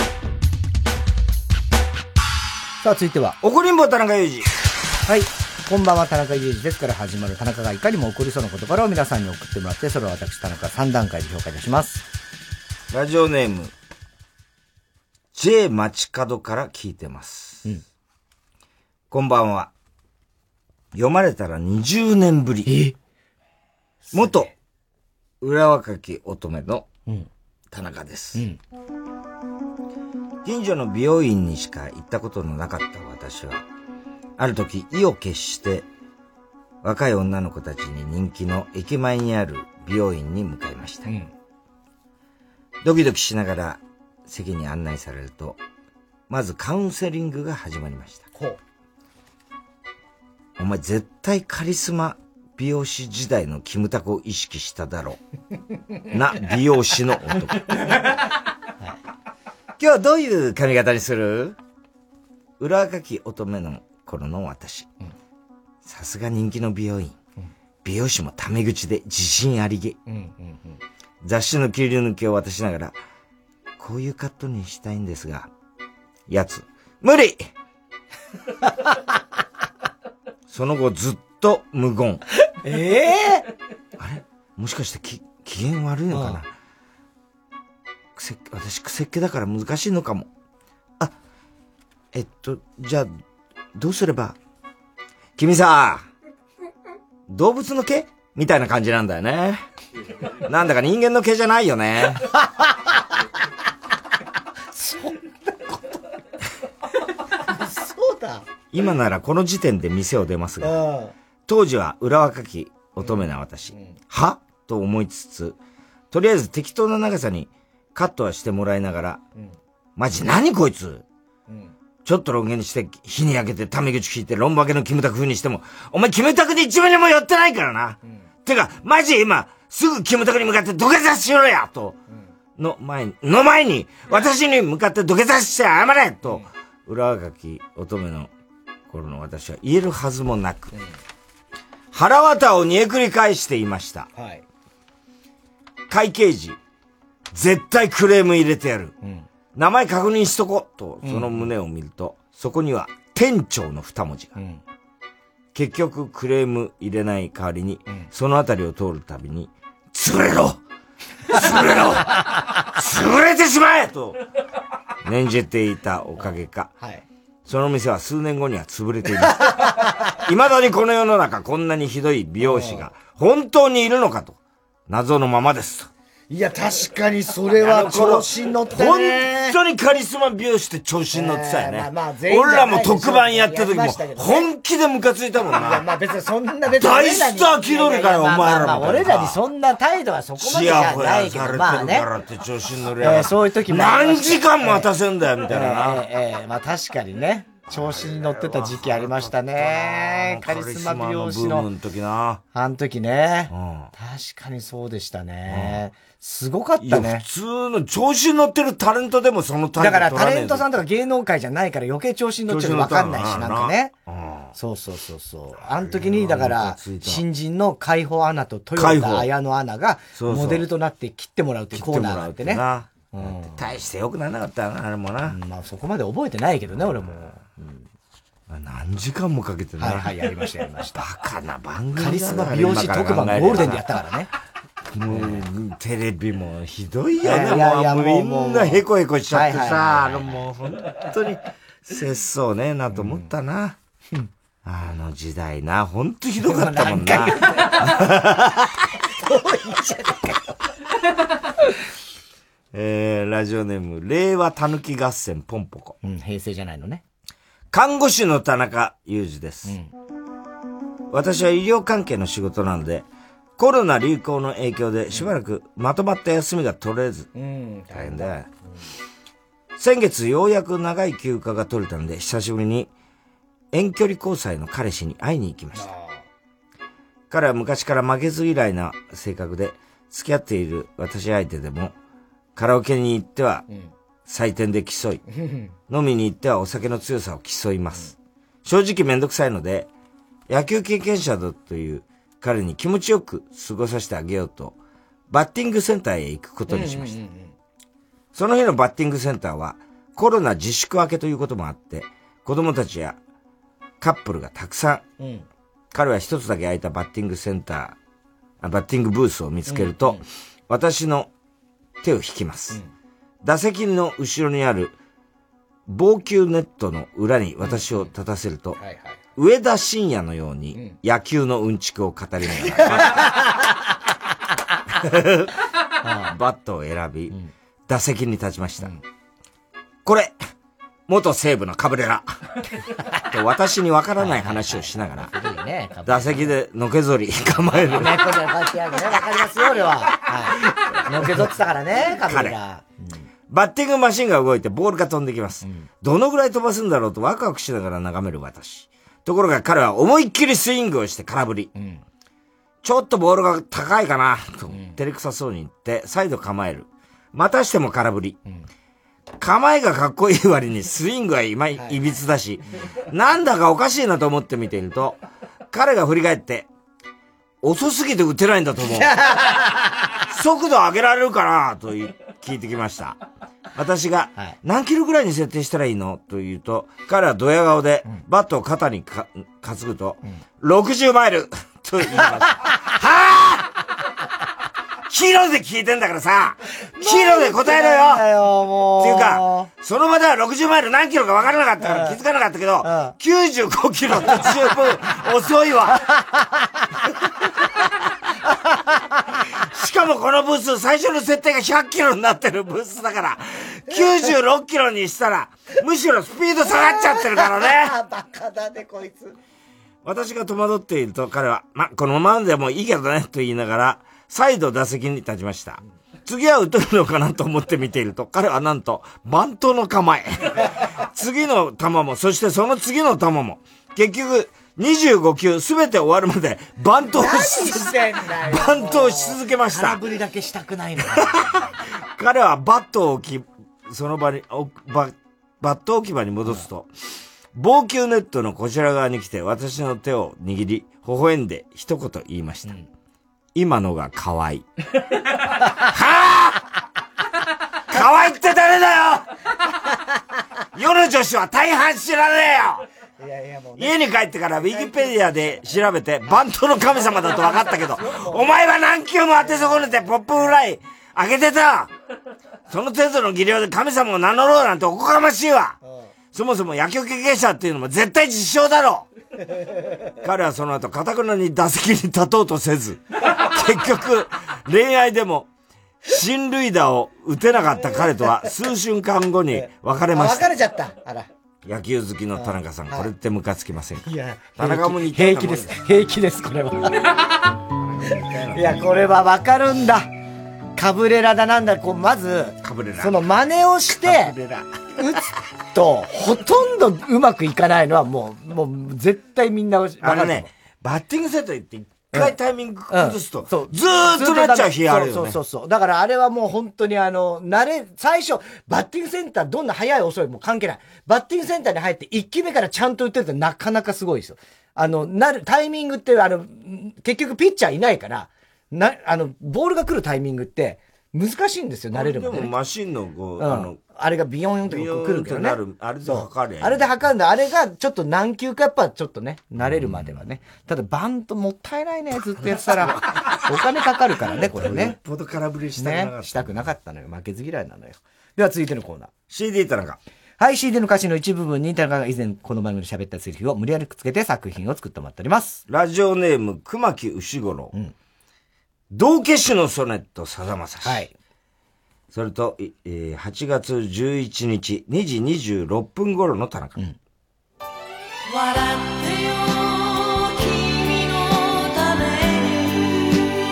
さあ、続いては、 怒りんぼ田中裕二。 はい。こんばんは、田中裕二ですから始まる田中がいかにも起こりそうな事柄を皆さんに送ってもらって、それを私、田中さん段階で評価いたします。 ラジオネーム、J 街角から聞いてます。うん。こんばんは。読まれたらにじゅうねんぶり。え元、浦和かき乙女の田中です。うん。近所の美容院にしか行ったことのなかった私は、ある時意を決して若い女の子たちに人気の駅前にある美容院に向かいました。うん、ドキドキしながら席に案内されると、まずカウンセリングが始まりました。こう。お前絶対カリスマ美容師時代のキムタクを意識しただろう。な美容師の男。今日はどういう髪型にする？裏若き乙女の頃の私。さすが人気の美容院。うん、美容師もタメ口で自信ありげ。うんうんうん、雑誌の切り抜きを渡しながら、こういうカットにしたいんですが、やつ、無理その後ずっと無言。 ええー、あれもしかしてき機嫌悪いのかな、くせ私癖っ気だから難しいのかも。あ、えっと、じゃあ、どうすれば。君さ、動物の毛みたいな感じなんだよね。なんだか人間の毛じゃないよね。 そんなこと。そうだ。 今ならこの時点で店を出ますが、当時は裏若き乙女な私、うんうん、はと思いつつ、とりあえず適当な長さにカットはしてもらいながら、うん、マジ何こいつ、うん、ちょっとロン毛にして火に焼けてタメ口引いてロンバケのキムタク風にしても、お前キムタクに一ミリも寄ってないからな、うん、てかマジ今すぐキムタクに向かって土下座しろやと、うん、の前にの前に私に向かって土下座して謝れと、うん、裏若き乙女の頃の私は言えるはずもなく、うん、腹渡を煮えくり返していました。はい、会計時、絶対クレーム入れてやる。うん、名前確認しとこ、と、その胸を見ると、うん、そこには店長の二文字が。うん、結局クレーム入れない代わりに、うん、そのあたりを通るたびに、潰れろ潰れろ潰れてしまえと、念じていたおかげか。はい、その店は数年後には潰れています。未だにこの世の中こんなにひどい美容師が本当にいるのかと、謎のままです。 いや、確かにそれは調子に乗ったね。 本当にカリスマ美容師って調子に乗ってたよね。えーまあまあ、俺らも特番やった時も本気でムカついたもんな。いや、 まあ別にそんな別に。 大スター気取りかよ、お前らみたいな。まあ俺らにそんな態度はそこまでじゃないけど、まあね。 からって調子に乗りやがって、 えー、そういう時も何時間待たせんだよ、みたいなな。 えー、えー、まあ確かにね。調子に乗ってた時期ありましたね。カリスマ美容師の。 ブームの時な。 あの時ね、うん。確かにそうでしたね。うん、すごかったね。 普通の調子に乗ってるタレントでもそのタレントだからタレントさんとか芸能界じゃないから余計調子に乗っちゃうと分かんないし、なんかね。うん、そうそうそうそう。あの時に、だから、新人の海保アナと豊田綾乃アナが、モデルとなって切ってもらうっていうコーナーがあってね。 うん、大して良くならなかったよな、あれもな。 うん、まあそこまで覚えてないけどね、俺も。うん、 何時間もかけてね。 はいはい、やりました、やりました。 バカな番組だ。 カリスマ美容師特番ゴールデンでやったからね。 もう、テレビもひどいよね。いやいや、もうみんなヘコヘコしちゃってさ、あのもう本当に、節操ねえなと思ったな。うん、あの時代な、本当ひどかったもんな。遠いじゃねえかよ。えー、ラジオネーム、令和たぬき合戦ポンポコ。 うん、平成じゃないのね。 看護師の田中裕二です、うん。私は医療関係の仕事なので、コロナ流行の影響でしばらくまとまった休みが取れず、うん、大変だよ、うん。先月ようやく長い休暇が取れたので、久しぶりに遠距離交際の彼氏に会いに行きました。彼は昔から負けず嫌いな性格で、付き合っている私相手でも、カラオケに行っては採点で競い、うん、飲みに行ってはお酒の強さを競います。うん、正直めんどくさいので、野球経験者だという彼に気持ちよく過ごさせてあげようと、バッティングセンターへ行くことにしました。うんうんうん、 その日のバッティングセンターはコロナ自粛明けということもあって、子供たちやカップルがたくさん、うん、彼は一つだけ空いたバッティングセンター、バッティングブースを見つけると、うんうん、私の手を引きます、うん。打席の後ろにある防球ネットの裏に私を立たせると、うんはいはい、上田晋也のように野球のうんちくを語りながら、バットを選び、うん、打席に立ちました。うん、これ、元西武のカブレラ。と私にわからない話をしながら、打席でのけぞり構える。 猫でこうやってやるね。わかりますよ、俺は。はい。のけぞってたからね、カブレラ。 バッティングマシンが動いてボールが飛んできます。うん、どのぐらい飛ばすんだろうとワクワクしながら眺める私。ところが彼は思いっきりスイングをして空振り。うん、ちょっとボールが高いかな、と照れくさそうに言って再度構える。またしても空振り。うん、構えがかっこいい割にスイングはいまい、いびつだし、なんだかおかしいなと思って見ていると、彼が振り返って、遅すぎて打てないんだと思う。速度上げられるかなと聞いてきました。私が、何キロぐらいに設定したらいいのと言うと、彼はドヤ顔で、バットを肩にか担ぐと、うん、ろくじゅうマイルと言いました。はぁキロで聞いてんだからさ、キロで答えろよもうっていうか、その場ではろくじゅうマイル何キロか分からなかったから気づかなかったけど、きゅうじゅうごキロって十分遅いわ。しかもこのブース、最初の設定がひゃっキロになってるブースだから、きゅうじゅうろっキロにしたら、むしろスピード下がっちゃってるからね。 バカだね、こいつ。 私が戸惑っていると彼は、ま、このままでもいいけどね、と言いながら、再度打席に立ちました。次は打てるのかなと思って見ていると、彼はなんと、バントの構え。次の球も、そしてその次の球も、結局、にじゅうごきゅうすべて終わるまで、バントをし続け、バントをし続けました。 空振りだけしたくないの。 彼はバットを置き、その場に、ババット置き場に戻すと、防球ネットのこちら側に来て、私の手を握り、微笑んで一言言いました。うん、今のが可愛い。はぁ可愛いって誰だよ世の女子は大半知らねえよいやいやもう、ね、家に帰ってからウィキペディアで調べてバントの神様だと分かったけど、お前は何球も当て損ねてポップフライ上げてた。その程度の技量で神様を名乗ろうなんておこがましいわ。そもそも野球経験者っていうのも絶対実証だろ彼はその後堅くなに打席に立とうとせず、結局恋愛でも進塁打を打てなかった彼とは数瞬間後に別れました。 別れちゃった。あら。 野球好きの田中さん、これってムカつきませんか？ いや、 田中も似てる。平気です。平気です、これは。いや、これはわかるんだ。カブレラだなんだ、こう、まず、 カブレラ。 その真似をして、打つと、ほとんどうまくいかないのはもう、もう、絶対みんな、 あのね、バッティングセット行って一回タイミング崩すと、うんうん、そうずーっとなっちゃう日あるよね。 そうそうそう。だからあれはもう本当にあの、慣れ、最初、バッティングセンターどんな速い遅いも関係ない。バッティングセンターに入って一球目からちゃんと打ってるとなかなかすごいですよ。あの、なる、タイミングって、あの、結局ピッチャーいないから、な、あの、ボールが来るタイミングって、難しいんですよ、慣れるまで、ね。 でもマシンのこう、うん、 あの、あれがビヨーンと来るからね。 あれで測るやん。 あれで測るんだ。あれがちょっと何球かやっぱちょっとね、慣れるまではね。ただバントもったいないね、ずっとやってたら。お金かかるからね、これね。よっぽど空振りしたくなかった。 ね、したくなかったのよ。負けず嫌いなのよ。では続いてのコーナー。 シーディー 田中。 はい、シーディー の歌詞の一部分に田中が以前この番組で喋ったセリフを無理やりくっつけて作品を作ってもらっております。 ラジオネーム、熊木牛五郎。うん。道化師のソネット、さだまさし。はい。それと、えー、はちがつじゅういちにちにじにじゅうろっぷん頃の田中。うん、 笑ってよ君のために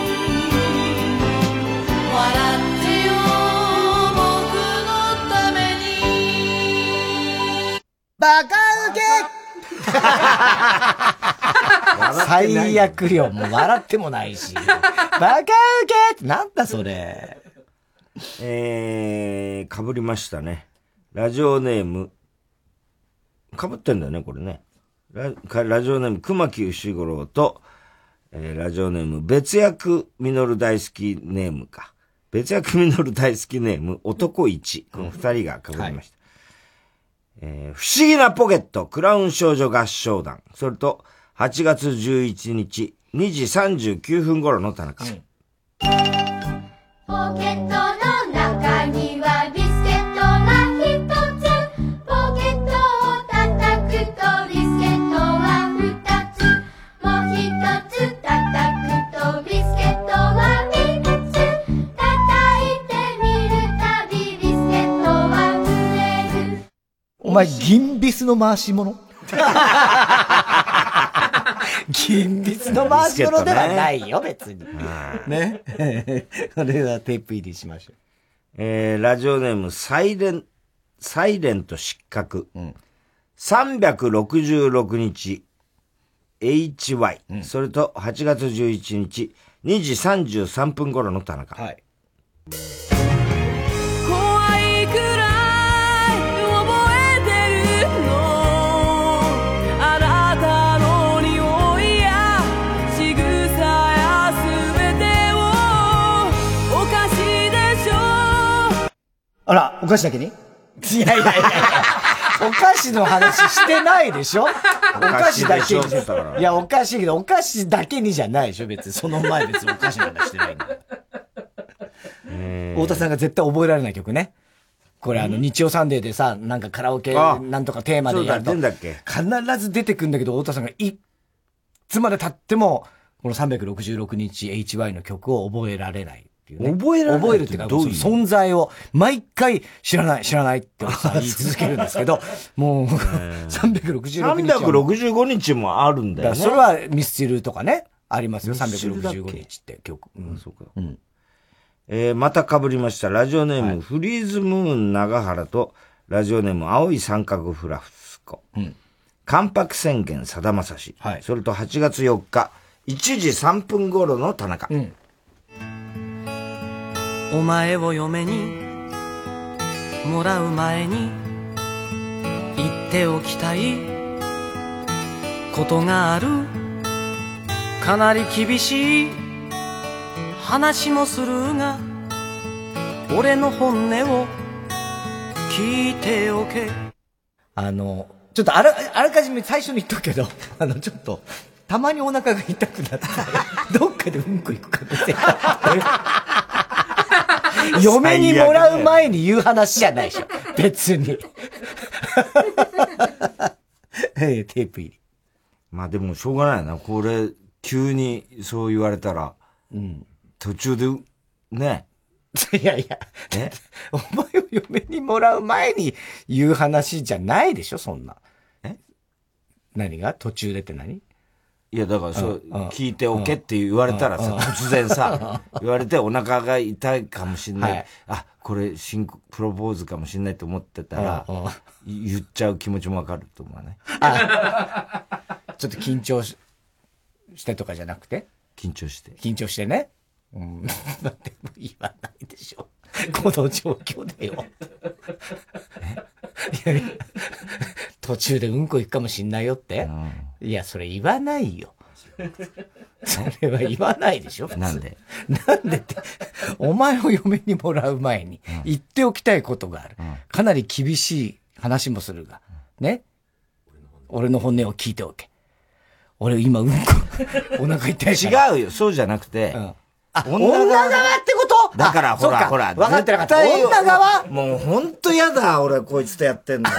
笑ってよ僕のためにバカウケ最悪よ。もう笑ってもないし。バカウケってなんだそれ。 えー、被りましたね。ラジオネーム、被ってんだよね、これね。ラ, ラジオネーム、熊木牛五郎と、えー、ラジオネーム、別役実大好きネームか。 別役実る大好きネーム、男一。この二人が被りました。うんはい、えー、不思議なポケット、クラウン少女合唱団。それと、はちがつじゅういちにち、にじさんじゅうきゅうふん頃の田中。うん、 ポケットの中にはビスケットが一つ。ポケットを叩くとビスケットは二つ。もう一つ叩くとビスケットは三つ。叩いてみるたびビスケットは増える。 お前、銀ビスの回し物銀ビスの回し物ではないよ、別に。ね。これはテープ入りしましょう。 えー、ラジオネーム、サイレン、サイレント失格。うん、さんびゃくろくじゅうろくにち、エイチワイ、うん。それと、はちがつじゅういちにち、にじさんじゅうさんぷん頃の田中。はい。 怖いくらい覚えてるの。あなたの匂いや仕草やすべてをお菓子でしょ。 あら、お菓子だけにいやいやいやいや。お菓子の話してないでしょお菓子だけに。いや、お菓子けど、お菓子だけにじゃないでしょ別に。その前別にお菓子の話してないんだ。太田さんが絶対覚えられない曲ね。これあの、日曜サンデーでさ、なんかカラオケなんとかテーマでやると。必ず出てくんだけど、太田さんがいつまで経っても、このさんびゃくろくじゅうろくにち エイチワイ の曲を覚えられない。ね、 覚えられない覚えるっていうか、存在を毎回知らない、知らないって言い続けるんですけど、もう、さんびゃくろくじゅうろくにち。 さんびゃくろくじゅうごにちもあるんだよね。 それはミスチルとかね、ありますよ、さんびゃくろくじゅうごにちって曲。 うん、そうか。うん。えー、また被りました。ラジオネーム、はい、フリーズムーン長原と、ラジオネーム、青い三角フラスコ。うん。関白宣言さだまさし。はい。それとはちがつよっか、いちじさんぷん頃の田中。うん。 お前を嫁にもらう前に言っておきたいことがある。かなり厳しい話もするが俺の本音を聞いておけ。 あのちょっとあらあらかじめ最初に言っとくけど、あのちょっとたまにお腹が痛くなってどっかでうんこ行く可能性が嫁にもらう前に言う話じゃないでしょ。別に。えテープ入り。 まあでもしょうがないな。これ、急にそう言われたら、うん、途中で、ね。 いやいや、えお前を嫁にもらう前に言う話じゃないでしょ、そんな。え何が途中でって何いや、だからそう、聞いておけって言われたらさ、突然さ、言われてお腹が痛いかもしんない。あ、これ、新プロポーズかもしんないと思ってたら、言っちゃう気持ちもわかると思うね。 ちょっと緊張ししてとかじゃなくて緊張して。 緊張してね。うん。だって言わないでしょ。この状況でよ。いやいや途中でうんこ行くかもしんないよって、うん、いや、それ言わないよ。それは言わないでしょ。 なんでなんでって、お前を嫁にもらう前に言っておきたいことがある。うん、かなり厳しい話もするが、ね。俺の本音を聞いておけ。俺今うんこ、お腹痛いから。違うよ、そうじゃなくて。うん、 あ、女側ってことだから、ほら、ほら。 分かってなかった。女側もうほんとやだ、俺、こいつとやってんの。だ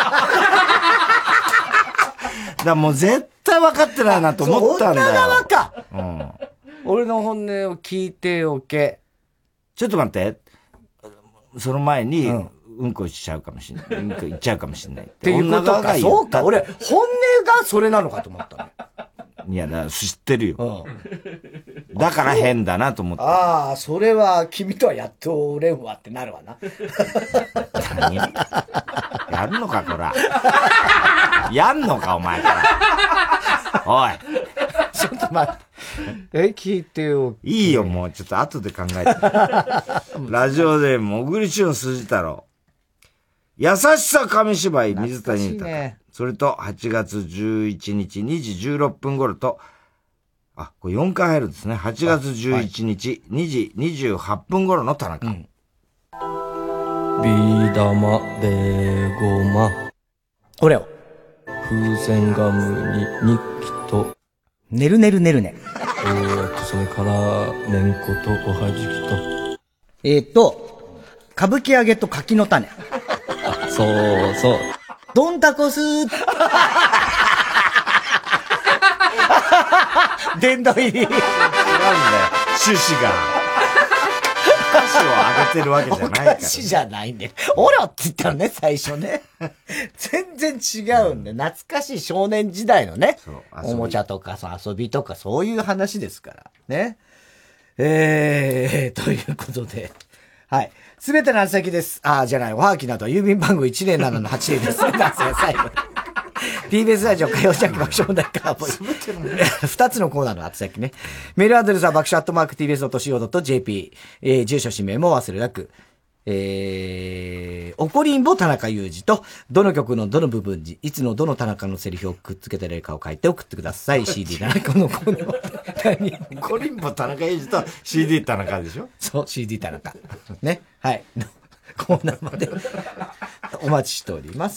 からもう絶対分かってないなと思ったんだよ。 女側か。うん。俺の本音を聞いておけ。 ちょっと待って。その前に、うん、うんこしちゃうかもしれない。うんこ言っちゃうかもしれない。 っていうことか。そうか。俺、本音がそれなのかと思ったの。 いや、だ知ってるよ。うん、だから変だなと思って。 ああ、それは君とはやっておれんわってなるわな。 何やるのか、こら。やんのか、お前から。おい。 ちょっと待って。え、聞いてよ。 いいよ、もう。ちょっと後で考えて。ラジオで、もぐりちゅん筋太郎。優しさ紙芝居、水谷豊。ね、それと、はちがつじゅういちにちにじじゅうろっぷん頃と、 あ、これよんかい入るんですね。はちがつじゅういちにち、にじにじゅうはっぷん頃の田中。うん、 ビー玉でごま。 オレオ。 風船ガムに日記と。 ねるねるねるね。 えーと、それから、めんことおはじきと。 えーと、歌舞伎揚げと柿の種。 あ、そうそう。 ドンタコスー殿堂入り。違うんだよ。 趣旨が。歌詞を上げてるわけじゃないから、ね。 お菓子じゃないんで。オロって言ったのね、最初ね。全然違うんで、懐かしい少年時代のね。おもちゃとかさ、遊びとかそういう話ですから。ね。えー、ということで。はい。すべての宛先です。あ、じゃない、おはがきなどは郵便番号 いちゼロななのはちゼロ です。すべての宛先最後。ティービーエス ラジオ火曜ジャンク爆笑問題カーボーイ。二つのコーナーの宛先ね。メールアドレスは爆笑アットマーク ティービーエスドットシーオードットジェーピー。えー、住所氏名も忘れなく。えー、おこりんぼ田中裕二と、どの曲のどの部分に、いつのどの田中のセリフをくっつけてるかを書いて送ってください。シーディー だな、このコーナー。 何おこりんぼ田中裕二と シーディー 田中でしょ？ そう、シーディー 田中。ね。はい。コーナーまでお待ちしております。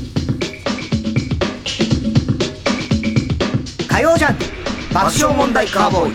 火曜ジャンク爆笑問題カーボーイ。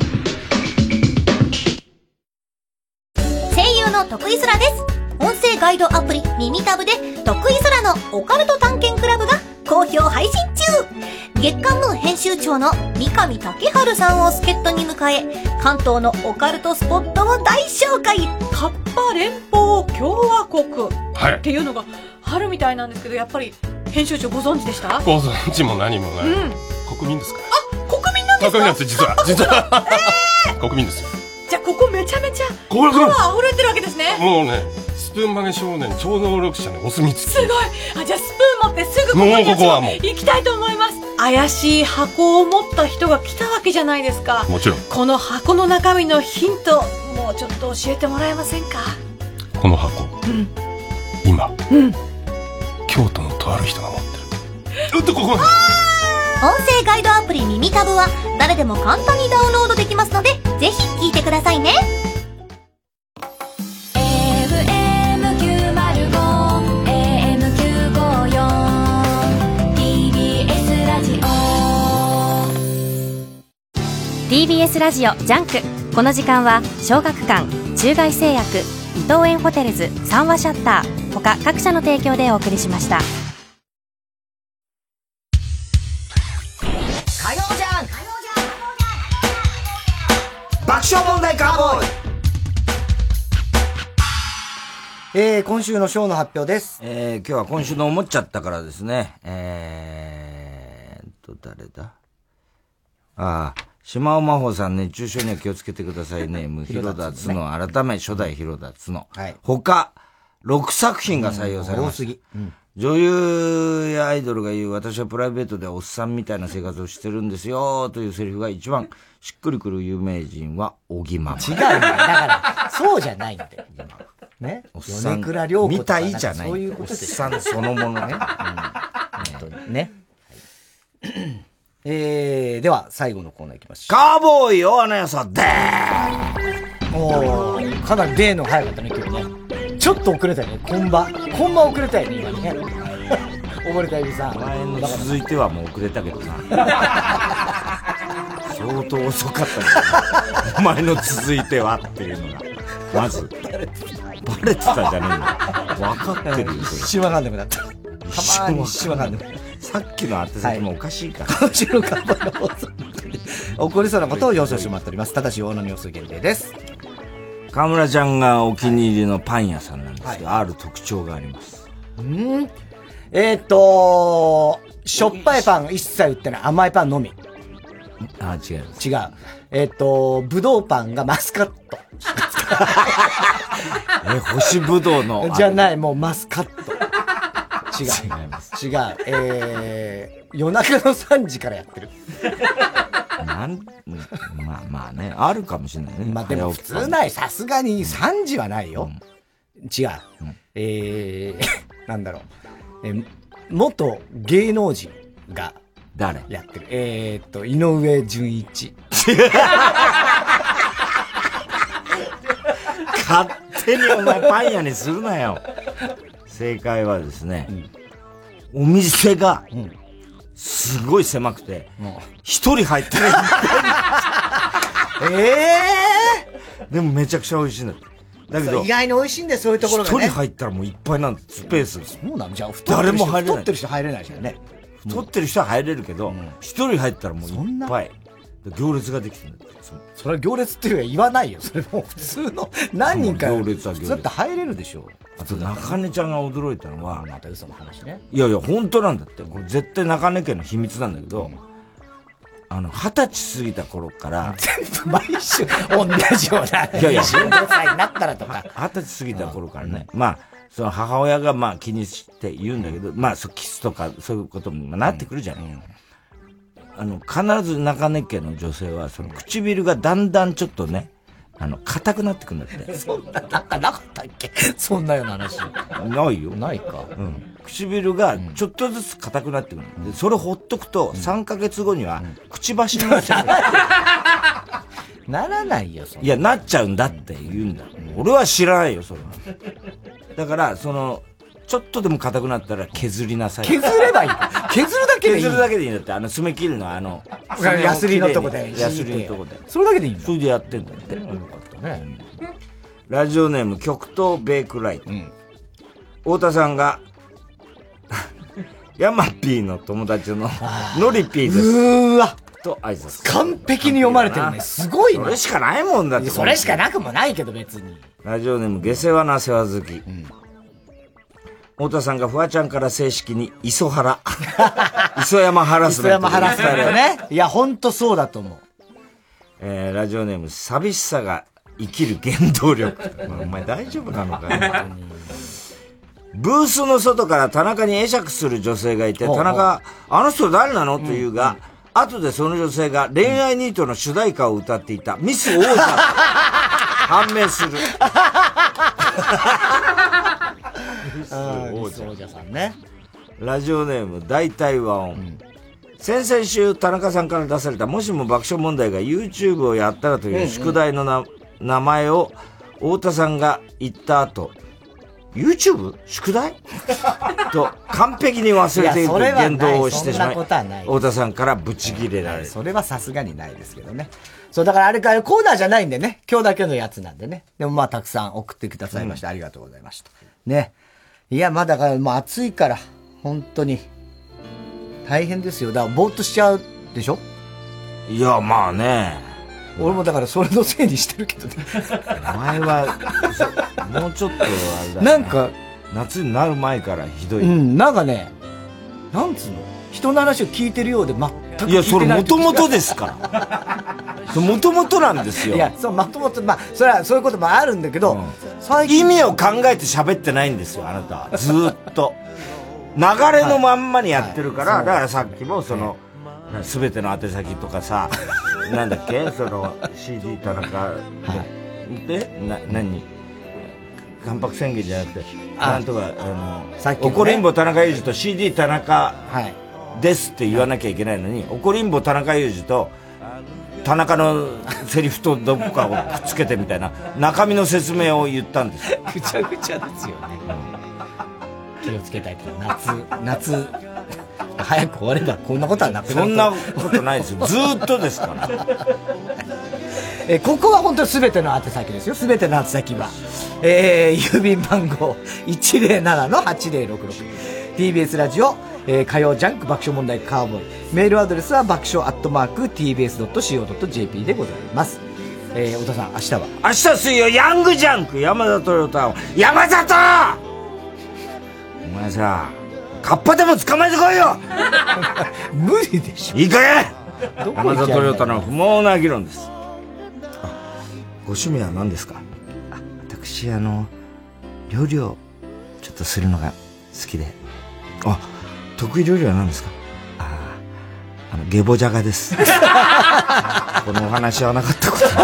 声優の徳井空です。音声ガイドアプリ耳タブで徳井空のオカルト探検クラブが好評配信中。月刊ムー編集長の三上竹春さんを助っ人に迎え、関東のオカルトスポットを大紹介。 カッパ連邦共和国、 はい、 っていうのがあるみたいなんですけど、やっぱり編集長ご存知でした？ ご存知も何もない、うん、国民ですか？ あ、国民なんですか？ 国民なんです、実は実は、 えー、 国民ですよ。 じゃあここめちゃめちゃパワー溢れてるわけですね。 もうね、スプーン曲げ少年超能力者のお墨付き。 すごい。あ、じゃあスプーン持ってすぐここにここはもう行きたいと思います。怪しい箱を持った人が来たわけじゃないですか。 もちろん。 この箱の中身のヒント、もうちょっと教えてもらえませんか？ この箱、うん、今、 うん、 京都のとある人が持ってる。うっとここ。 音声ガイドアプリ耳タブは誰でも簡単にダウンロードできますので、ぜひ聞いてくださいね。 エフエムきゅうまるご エーエムきゅうごよん ティービーエス ラジオティービーエス ラジオジャンク。この時間は小学館、中外製薬、伊東園ホテルズ、三話シャッター他各社の提供でお送りしました。 火曜ジャンク爆笑問題カーボーイ。えー、今週のショーの発表です。 えー、今日は今週の思っちゃったからですね。えーと、誰だ？ああ、島尾真帆さん、熱中症には気をつけてくださいね。広田つの、改め初代広田つの。はい。他、ろくさく品が採用されました。多すぎ。うん。女優やアイドルが言う、私はプライベートでおっさんみたいな生活をしてるんですよ、というセリフが一番しっくりくる有名人は、小木ママ。 違うんだよ。だから、そうじゃないんだよ。ね。 おっさん。 米倉涼子みたいじゃない。 そういうことです。 おっさんそのものね。うん。 本当にね。えー、では、最後のコーナー行きましょう。 カーボーイ大穴屋さんでーおー、かなりデーの早かったね、今日ね。ちょっと遅れたよね、コンバ。コンバ遅れたよね、今ね。溺れた指さん。 前の続いてはもう遅れたけどな。相当遅かったね。お前の続いてはっていうのが。まず。バレてたじゃねえんだ。分かってるよ、 一瞬わかんなくなった。たまーに一瞬わかんなくなった。 さっきの当て先もおかしいから。 今週のカンパの放送起こりそうなことを予想してもらっております。ただし、大野様数限定です。 河村ちゃんがお気に入りのパン屋さんなんですけど、はい、ある特徴があります。 んえーっと、しょっぱいパン一切売ってない。甘いパンのみ。 あ、違う。 違う。えーっと、ぶどうパンがマスカット。 え、干しぶどうの。 じゃない、もうマスカット。違う。 違います。 違う。えー、夜中のさんじからやってる。 なん、まあまあね、あるかもしれないね。 まあでも普通ない。さすがにさんじはないよ。うん、違う。うん、えー、なんだろう。えー、元芸能人が。 誰やってる。えーっと、井上純一。 勝手にお前パン屋にするなよ。正解はですね、うん、お店が、すごい狭くて、一、うん、人入ったらいっぱいに。ええー、でもめちゃくちゃ美味しいんだって。だけど、 意外に美味しいんだよ、そういうところがね。 一人入ったらもういっぱいなんだ、スペース。 そうなの？じゃあ、 誰も入れない。 太ってる人入れないじゃんね。 太ってる人は入れるけど、一、うん、人入ったらもういっぱい。行列ができてるんだって。 それは行列っていうか言わないよ。それもう普通の何人か。 行列は行列。 だって入れるでしょ。 あと中根ちゃんが驚いたのは、 また嘘の話ね。 いやいや、本当なんだって。これ絶対中根家の秘密なんだけど、うん、あの、二十歳過ぎた頃から、 全部毎週同じような。 いやいや、 にじゅうごさいになったらとか。 二十歳過ぎた頃からね、うん、まあ、その母親がまあ気にして言うんだけど、うん、まあ、キスとかそういうこともなってくるじゃない。うんうん、あの、必ず中根家の女性は、その唇がだんだんちょっとね、あの、硬くなってくるんだって。 そんな、なんかなかったっけそんなような話。 ないよ。 ないか。 うん。唇がちょっとずつ硬くなってくる。うん、で、それほっとくと、さんかげつごには、くちばしになっちゃう。ならないよ、そいや、なっちゃうんだって言うんだ。うん、俺は知らないよ、それは。だから、その、ちょっとでも硬くなったら削りなさい。 削ればいい。削るだけでいい。 削るだけでいいんだって。あの、爪切るのは、あの、 ヤスリのとこで。 ヤスリのとこで。 それだけでいいんだ。 それでやってんだって。 よかったね。 ラジオネーム、極東ベイクライト。うん、太田さんが、ヤマピーの友達のノリピーです。 うーわ。 と挨拶。 完璧に読まれてるね。すごいね。 それしかないもんだって。 それしかなくもないけど別に。 ラジオネーム、下世話な世話好き。うん太田さんがフワちゃんから正式に磯原。磯山ハラスメント。 磯山ハラスメントね。いや、ほんとそうだと思う。 えー、ラジオネーム、寂しさが生きる原動力。お前大丈夫なのかよ。ブースの外から田中に会釈する女性がいて、田中、あの人誰なのと言うが、うん、後でその女性が恋愛ニートの主題歌を歌っていたミス王者と判明する。 王者さんね。 ラジオネーム大体和音、うん、先々週田中さんから出されたもしも爆笑問題が YouTube をやったらという宿題のな、うんうん、名前を太田さんが言った後 YouTube? 宿題と完璧に忘れている言動をしてしまい太田さんからブチギレられる。 それはさすがにないですけどね。そうだからあれかコーナーじゃないんでね、今日だけのやつなんでね。でもまあたくさん送ってくださいまして、うん、ありがとうございましたね。いや、まあだから、もう暑いから、本当に、大変ですよ。だから、ぼーっとしちゃうでしょ？ いや、まあね。 俺もだから、それのせいにしてるけどね。 お前は、もうちょっとあれだ、ね。 なんか、 夏になる前からひどい。 うん、なんかね、なんつうの？人の話を聞いてるようで全く聞いてない。 いや、それもともとですから。もともとなんですよ。 いや、そう、もともと、まあ、それはそういうこともあるんだけど、うん、 最近意味を考えて喋ってないんですよ、あなたは。ずーっと。流れのまんまにやってるから、はいはい、だからさっきもその、すべての宛先とかさ、なんだっけその、シーディー 田中、はい、で、な、何関白宣言じゃなくて、なんとか、あの、さっき、ね、怒りんぼ田中裕二と シーディー 田中ですって言わなきゃいけないのに、はい、怒りんぼ田中裕二と、田中のセリフとどこかをくっつけてみたいな中身の説明を言ったんですよ。 ぐちゃぐちゃですよね。気をつけたいけど、夏、夏、早く終わればこんなことはなくなる。 そんなことないですよ。ずーっとですから。 えここは本当に全ての宛先ですよ。全ての宛先は、えー、郵便番号 いちまるななのはちまるろくろく ティービーエス ラジオ、えー、火曜ジャンク爆笑問題カーボーイ、メールアドレスは爆笑アットマーク ティービーエスドットシーオードットジェーピー でございます。えー、太田さん、明日は明日水曜ヤングジャンク山田トヨタ山里お前さカッパでも捕まえてこいよ無理でしょ。 いいかげ山田トヨタの不毛な議論です。ご趣味は何ですか？あ、私あの料理をちょっとするのが好きで。あ、得意料理は何ですか？ああ、あのゲボジャガですこのお話はなかったこと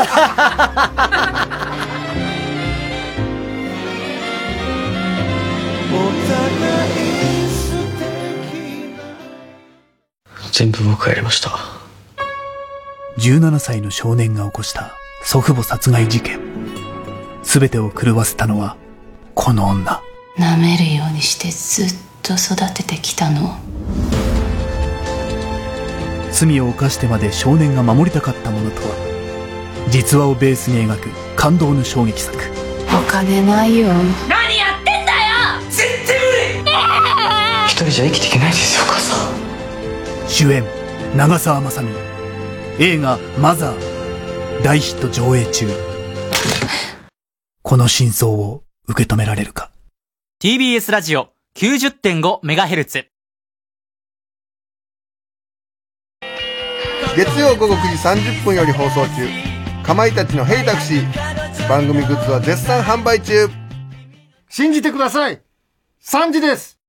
全部僕がやりました。 じゅうななさいの少年が起こした祖父母殺害事件。すべてを狂わせたのはこの女。 舐めるようにしてずっと育ててきたの。 罪を犯してまで少年が守りたかったものとは、実話をベースに描く感動の衝撃作。 お金ないよ。 何やってんだよ。絶対無理。 一人じゃ生きていけないですよ、お母さん。主演長澤まさみ。映画マザー大ヒット上映中。この真相を受け止められるか。 ティービーエス ラジオ きゅうじゅってんごメガヘルツ。 月曜午後くじさんじゅっぷんより放送中、かまいたちのヘイタクシー。番組グッズは絶賛販売中。 信じてください。さんじです。